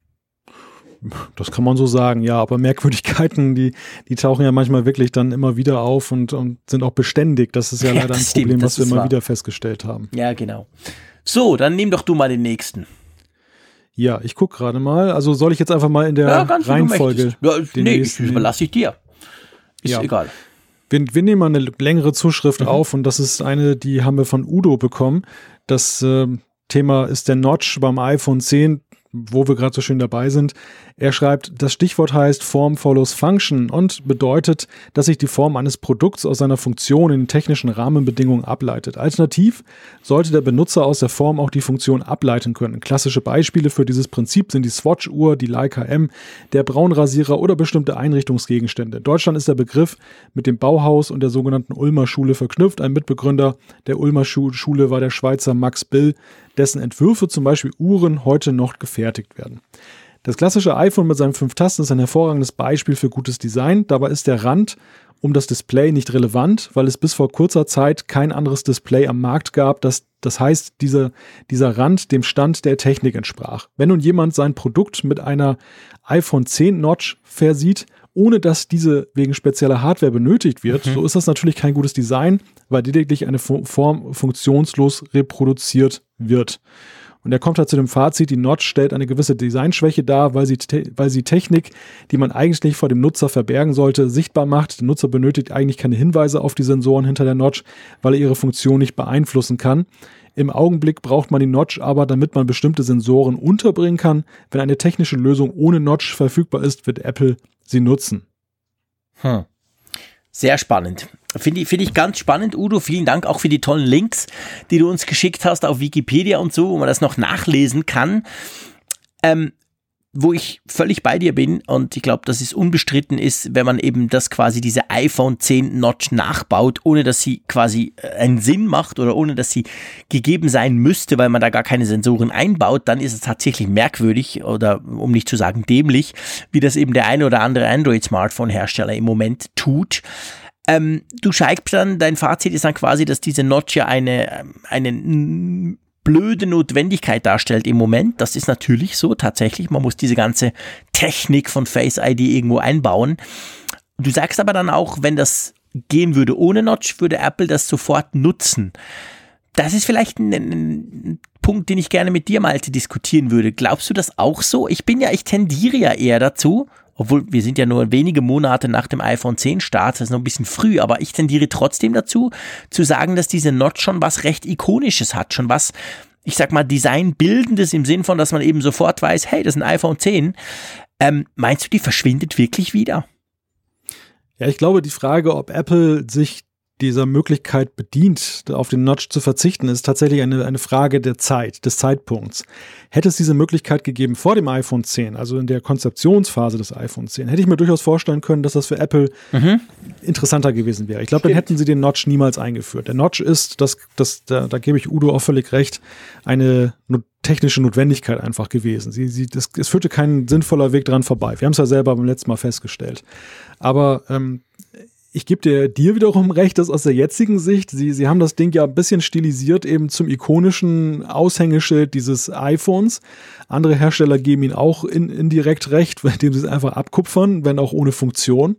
Speaker 2: Das kann man so sagen, ja, aber Merkwürdigkeiten, die, die tauchen ja manchmal wirklich dann immer wieder auf und, und sind auch beständig. Das ist ja, ja leider ein stimmt, Problem, was wir immer wahr. wieder festgestellt haben.
Speaker 3: Ja, genau. So, dann nimm doch du mal den nächsten.
Speaker 2: Ja, ich gucke gerade mal. Also soll ich jetzt einfach mal in der ja, Reihenfolge
Speaker 3: ja, Nee, das überlasse ich dir. Ist ja. egal.
Speaker 2: Wir, wir nehmen mal eine längere Zuschrift mhm. auf und das ist eine, die haben wir von Udo bekommen. Das äh, Thema ist der Notch beim iPhone zehn, wo wir gerade so schön dabei sind. Er schreibt, das Stichwort heißt Form follows Function und bedeutet, dass sich die Form eines Produkts aus seiner Funktion in den technischen Rahmenbedingungen ableitet. Alternativ sollte der Benutzer aus der Form auch die Funktion ableiten können. Klassische Beispiele für dieses Prinzip sind die Swatch-Uhr, die Leica M, der Braunrasierer oder bestimmte Einrichtungsgegenstände. In Deutschland ist der Begriff mit dem Bauhaus und der sogenannten Ulmer Schule verknüpft. Ein Mitbegründer der Ulmer Schule war der Schweizer Max Bill, dessen Entwürfe zum Beispiel Uhren heute noch gefertigt werden. Das klassische iPhone mit seinen fünf Tasten ist ein hervorragendes Beispiel für gutes Design. Dabei ist der Rand um das Display nicht relevant, weil es bis vor kurzer Zeit kein anderes Display am Markt gab, das, das heißt, dieser, dieser Rand dem Stand der Technik entsprach. Wenn nun jemand sein Produkt mit einer iPhone zehn Notch versieht ohne dass diese wegen spezieller Hardware benötigt wird, mhm. so ist das natürlich kein gutes Design, weil lediglich eine Form funktionslos reproduziert wird. Und er kommt halt zu dem Fazit, die Notch stellt eine gewisse Designschwäche dar, weil sie, te- weil sie Technik, die man eigentlich vor dem Nutzer verbergen sollte, sichtbar macht. Der Nutzer benötigt eigentlich keine Hinweise auf die Sensoren hinter der Notch, weil er ihre Funktion nicht beeinflussen kann. Im Augenblick braucht man die Notch aber, damit man bestimmte Sensoren unterbringen kann. Wenn eine technische Lösung ohne Notch verfügbar ist, wird Apple sie nutzen.
Speaker 3: Hm. Sehr spannend. Finde ich, finde ich ganz spannend, Udo. Vielen Dank auch für die tollen Links, die du uns geschickt hast auf Wikipedia und so, wo man das noch nachlesen kann. Ähm, wo ich völlig bei dir bin und ich glaube, dass es unbestritten ist, wenn man eben das quasi diese iPhone zehn Notch nachbaut, ohne dass sie quasi einen Sinn macht oder ohne dass sie gegeben sein müsste, weil man da gar keine Sensoren einbaut, dann ist es tatsächlich merkwürdig oder um nicht zu sagen dämlich, wie das eben der eine oder andere Android-Smartphone-Hersteller im Moment tut. Ähm, du schreibst dann, dein Fazit ist dann quasi, dass diese Notch ja eine, eine blöde Notwendigkeit darstellt im Moment. Das ist natürlich so, tatsächlich. Man muss diese ganze Technik von Face I D irgendwo einbauen. Du sagst aber dann auch, wenn das gehen würde ohne Notch, würde Apple das sofort nutzen. Das ist vielleicht ein, ein Punkt, den ich gerne mit dir, Malte, diskutieren würde. Glaubst du das auch so? Ich bin ja, ich tendiere ja eher dazu, obwohl wir sind ja nur wenige Monate nach dem iPhone zehn Start, das ist noch ein bisschen früh, aber ich tendiere trotzdem dazu, zu sagen, dass diese Notch schon was recht Ikonisches hat, schon was, ich sag mal, Designbildendes im Sinn von, dass man eben sofort weiß, hey, das ist ein iPhone zehn. Ähm, meinst du, die verschwindet wirklich wieder?
Speaker 2: Ja, ich glaube, die Frage, ob Apple sich dieser Möglichkeit bedient, auf den Notch zu verzichten, ist tatsächlich eine, eine Frage der Zeit, des Zeitpunkts. Hätte es diese Möglichkeit gegeben vor dem iPhone zehn, also in der Konzeptionsphase des iPhone zehn, hätte ich mir durchaus vorstellen können, dass das für Apple mhm. interessanter gewesen wäre. Ich glaube, dann hätten sie den Notch niemals eingeführt. Der Notch ist, das, das, da, da gebe ich Udo auch völlig recht, eine no- technische Notwendigkeit einfach gewesen. Sie, sie, das, es führte kein sinnvoller Weg dran vorbei. Wir haben es ja selber beim letzten Mal festgestellt. Aber ähm, ich gebe dir, dir wiederum recht, dass aus der jetzigen Sicht, sie, sie haben das Ding ja ein bisschen stilisiert eben zum ikonischen Aushängeschild dieses iPhones. Andere Hersteller geben ihnen auch in, indirekt recht, indem sie es einfach abkupfern, wenn auch ohne Funktion.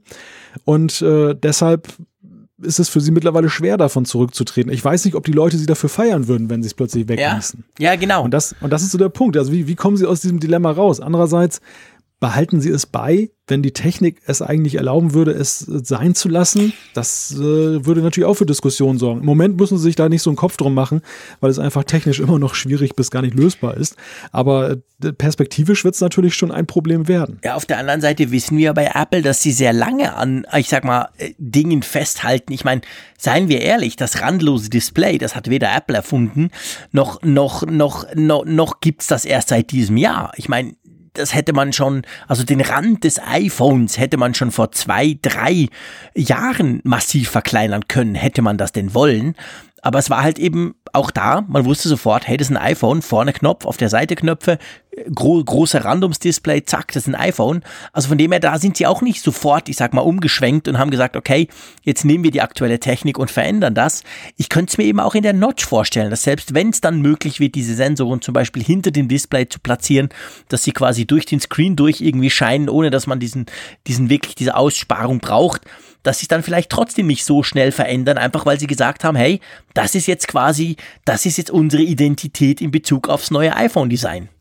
Speaker 2: Und äh, deshalb ist es für sie mittlerweile schwer, davon zurückzutreten. Ich weiß nicht, ob die Leute sie dafür feiern würden, wenn sie es plötzlich weggießen.
Speaker 3: Ja, ja, genau.
Speaker 2: Und das, und das ist so der Punkt. Also wie, wie kommen sie aus diesem Dilemma raus? Andererseits behalten sie es bei, wenn die Technik es eigentlich erlauben würde, es sein zu lassen. Das äh, würde natürlich auch für Diskussionen sorgen. Im Moment müssen sie sich da nicht so einen Kopf drum machen, weil es einfach technisch immer noch schwierig bis gar nicht lösbar ist. Aber äh, perspektivisch wird es natürlich schon ein Problem werden.
Speaker 3: Ja, auf der anderen Seite wissen wir bei Apple, dass sie sehr lange an, ich sag mal, Dingen festhalten. Ich meine, seien wir ehrlich, das randlose Display, das hat weder Apple erfunden, noch, noch, noch, noch, noch gibt's das erst seit diesem Jahr. Ich meine, das hätte man schon, also den Rand des iPhones hätte man schon vor zwei, drei Jahren massiv verkleinern können, hätte man das denn wollen. Aber es war halt eben auch da, man wusste sofort, hey, das ist ein iPhone, vorne Knopf, auf der Seite Knöpfe, gro- großer Randomsdisplay, zack, das ist ein iPhone. Also von dem her, da sind sie auch nicht sofort, ich sag mal, umgeschwenkt und haben gesagt, okay, jetzt nehmen wir die aktuelle Technik und verändern das. Ich könnte es mir eben auch in der Notch vorstellen, dass selbst wenn es dann möglich wird, diese Sensoren zum Beispiel hinter dem Display zu platzieren, dass sie quasi durch den Screen durch irgendwie scheinen, ohne dass man diesen, diesen wirklich, diese Aussparung braucht, dass sie es dann vielleicht trotzdem nicht so schnell verändern, einfach weil sie gesagt haben, hey, das ist jetzt quasi, das ist jetzt unsere Identität in Bezug aufs neue iPhone-Design.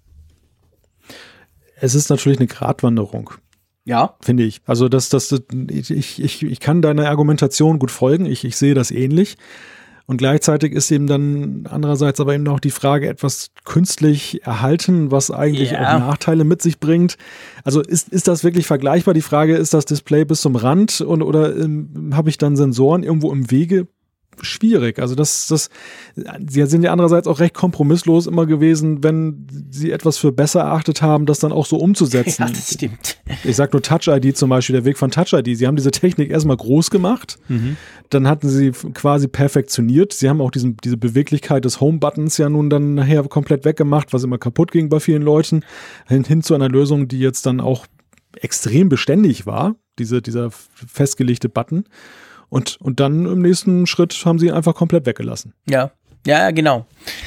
Speaker 2: Es ist natürlich eine Gratwanderung.
Speaker 3: Ja.
Speaker 2: Finde ich. Also das, das, ich, ich, ich kann deiner Argumentation gut folgen, ich, ich sehe das ähnlich. Und gleichzeitig ist eben dann andererseits aber eben auch die Frage, etwas künstlich erhalten, was eigentlich ja. auch Nachteile mit sich bringt. Also ist, ist das wirklich vergleichbar? Die Frage, ist das Display bis zum Rand und, oder ähm, habe ich dann Sensoren irgendwo im Wege? Schwierig. Also das, das, sie sind ja andererseits auch recht kompromisslos immer gewesen, wenn sie etwas für besser erachtet haben, das dann auch so umzusetzen.
Speaker 3: Ja, das stimmt.
Speaker 2: Ich sag nur Touch I D zum Beispiel, der Weg von Touch I D. Sie haben diese Technik erstmal groß gemacht, mhm. dann hatten sie quasi perfektioniert. Sie haben auch diesen, diese Beweglichkeit des Home-Buttons ja nun dann nachher komplett weggemacht, was immer kaputt ging bei vielen Leuten, hin, hin zu einer Lösung, die jetzt dann auch extrem beständig war, diese, dieser festgelegte Button. Und, und dann im nächsten Schritt haben sie ihn einfach komplett weggelassen.
Speaker 3: Ja, ja, genau.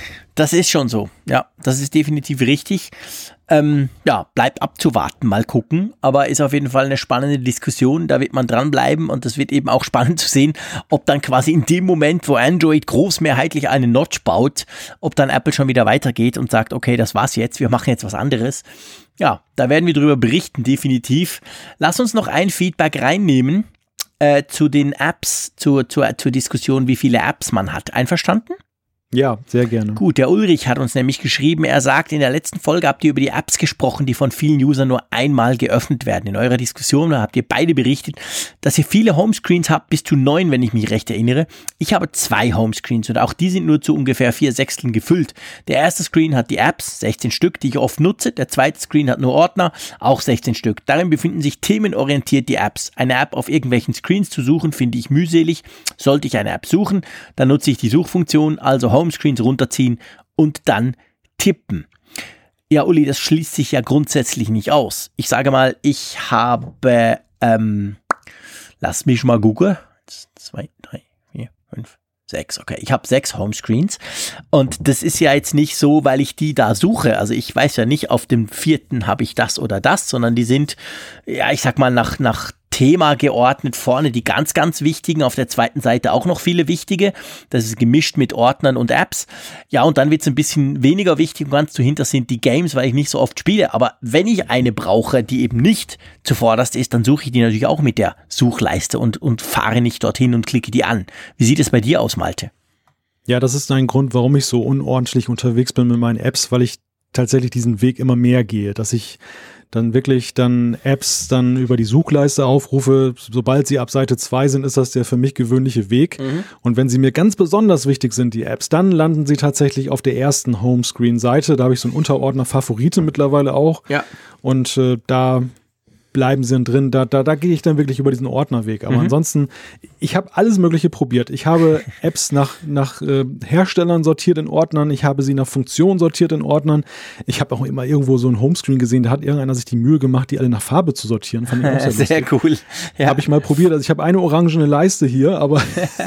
Speaker 3: Das ist schon so. Ja, das ist definitiv richtig. Ähm, ja, bleibt abzuwarten, mal gucken. Aber ist auf jeden Fall eine spannende Diskussion. Da wird man dranbleiben und das wird eben auch spannend zu sehen, ob dann quasi in dem Moment, wo Android großmehrheitlich eine Notch baut, ob dann Apple schon wieder weitergeht und sagt, okay, das war's jetzt, wir machen jetzt was anderes. Ja, da werden wir drüber berichten, definitiv. Lass uns noch ein Feedback reinnehmen äh, zu den Apps, zur, zur, zur Diskussion, wie viele Apps man hat. Einverstanden?
Speaker 2: Ja, sehr gerne.
Speaker 3: Gut, der Ulrich hat uns nämlich geschrieben, er sagt, in der letzten Folge habt ihr über die Apps gesprochen, die von vielen Usern nur einmal geöffnet werden. In eurer Diskussion da habt ihr beide berichtet, dass ihr viele Homescreens habt, bis zu neun, wenn ich mich recht erinnere. Ich habe zwei Homescreens und auch die sind nur zu ungefähr vier Sechsteln gefüllt. Der erste Screen hat die Apps, sechzehn Stück, die ich oft nutze. Der zweite Screen hat nur Ordner, auch sechzehn Stück. Darin befinden sich themenorientiert die Apps. Eine App auf irgendwelchen Screens zu suchen, finde ich mühselig. Sollte ich eine App suchen, dann nutze ich die Suchfunktion, also Home Homescreens runterziehen und dann tippen. Ja, Uli, das schließt sich ja grundsätzlich nicht aus. Ich sage mal, ich habe, ähm, lass mich mal googeln. Eins, zwei, drei, vier, fünf, sechs. Okay, ich habe sechs Homescreens und das ist ja jetzt nicht so, weil ich die da suche. Also ich weiß ja nicht, auf dem vierten habe ich das oder das, sondern die sind, ja, ich sag mal, nach, nach Thema geordnet, vorne die ganz, ganz wichtigen, auf der zweiten Seite auch noch viele wichtige, das ist gemischt mit Ordnern und Apps, ja, und dann wird es ein bisschen weniger wichtig und ganz dahinter sind die Games, weil ich nicht so oft spiele, aber wenn ich eine brauche, die eben nicht zuvorderst ist, dann suche ich die natürlich auch mit der Suchleiste und, und fahre nicht dorthin und klicke die an. Wie sieht es bei dir aus, Malte?
Speaker 2: Ja, das ist ein Grund, warum ich so unordentlich unterwegs bin mit meinen Apps, weil ich tatsächlich diesen Weg immer mehr gehe, dass ich dann wirklich dann Apps dann über die Suchleiste aufrufe. Sobald sie ab Seite zwei sind, ist das der für mich gewöhnliche Weg. Mhm. Und wenn sie mir ganz besonders wichtig sind, die Apps, dann landen sie tatsächlich auf der ersten Homescreen-Seite. Da habe ich so einen Unterordner Favorite mittlerweile auch. Ja. Und äh, da bleiben sie dann drin, da, da, da gehe ich dann wirklich über diesen Ordnerweg. Aber mhm. ansonsten, ich habe alles Mögliche probiert. Ich habe Apps nach, nach äh, Herstellern sortiert in Ordnern, ich habe sie nach Funktionen sortiert in Ordnern. Ich habe auch immer irgendwo so ein Homescreen gesehen, da hat irgendeiner sich die Mühe gemacht, die alle nach Farbe zu sortieren. Fand ich auch sehr,
Speaker 3: sehr cool. Ja.
Speaker 2: Habe ich mal probiert. Also ich habe eine orangene Leiste hier, aber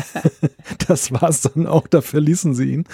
Speaker 2: das war es dann auch, da verließen sie ihn.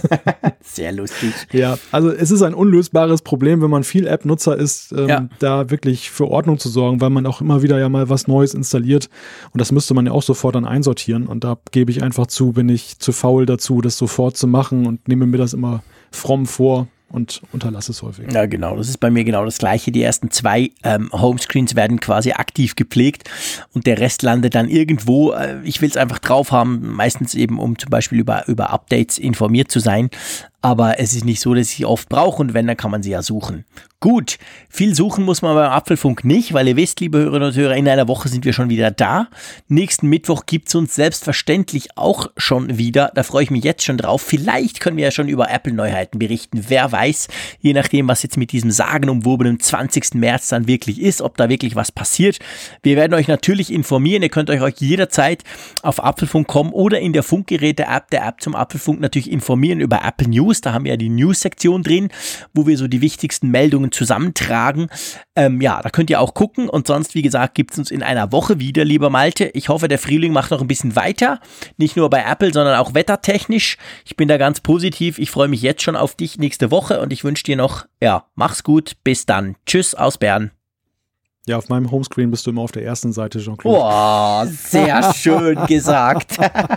Speaker 3: Sehr lustig.
Speaker 2: Ja, also es ist ein unlösbares Problem, wenn man viel App-Nutzer ist, ähm, ja. da wirklich für Ordnung zu sorgen, weil man auch immer wieder ja mal was Neues installiert und das müsste man ja auch sofort dann einsortieren und da gebe ich einfach zu, bin ich zu faul dazu, das sofort zu machen und nehme mir das immer fromm vor und unterlasse es häufig.
Speaker 3: Ja, genau. Das ist bei mir genau das Gleiche. Die ersten zwei ähm, Homescreens werden quasi aktiv gepflegt und der Rest landet dann irgendwo. Äh, ich will es einfach drauf haben, meistens eben, um zum Beispiel über, über Updates informiert zu sein. Aber es ist nicht so, dass ich sie oft brauche und wenn, dann kann man sie ja suchen. Gut, viel suchen muss man beim Apfelfunk nicht, weil ihr wisst, liebe Hörerinnen und Hörer, in einer Woche sind wir schon wieder da. Nächsten Mittwoch gibt es uns selbstverständlich auch schon wieder. Da freue ich mich jetzt schon drauf. Vielleicht können wir ja schon über Apple-Neuheiten berichten. Wer weiß, je nachdem, was jetzt mit diesem sagenumwobenen zwanzigsten März dann wirklich ist, ob da wirklich was passiert. Wir werden euch natürlich informieren. Ihr könnt euch, euch jederzeit auf Apfelfunk punkt com oder in der Funkgeräte-App, der App zum Apfelfunk natürlich informieren über Apple News. Da haben wir ja die News-Sektion drin, wo wir so die wichtigsten Meldungen zusammentragen. Ähm, ja, da könnt ihr auch gucken und sonst, wie gesagt, gibt es uns in einer Woche wieder, lieber Malte. Ich hoffe, der Frühling macht noch ein bisschen weiter, nicht nur bei Apple, sondern auch wettertechnisch. Ich bin da ganz positiv. Ich freue mich jetzt schon auf dich nächste Woche und ich wünsche dir noch, ja, mach's gut, bis dann. Tschüss aus Bern.
Speaker 2: Ja, auf meinem Homescreen bist du immer auf der ersten Seite, Jean-Claude.
Speaker 3: Oh, sehr schön gesagt.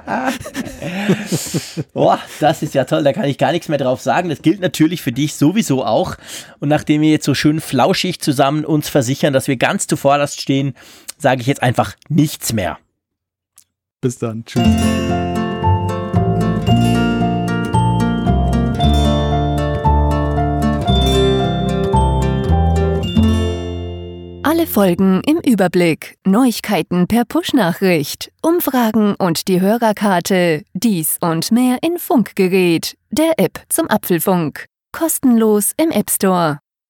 Speaker 3: Oh, das ist ja toll, da kann ich gar nichts mehr drauf sagen. Das gilt natürlich für dich sowieso auch. Und nachdem wir jetzt so schön flauschig zusammen uns versichern, dass wir ganz zuvorderst stehen, sage ich jetzt einfach nichts mehr.
Speaker 2: Bis dann, tschüss.
Speaker 1: Alle Folgen im Überblick, Neuigkeiten per Push-Nachricht, Umfragen und die Hörerkarte, dies und mehr in Funkgerät, der App zum Apfelfunk. Kostenlos im App Store.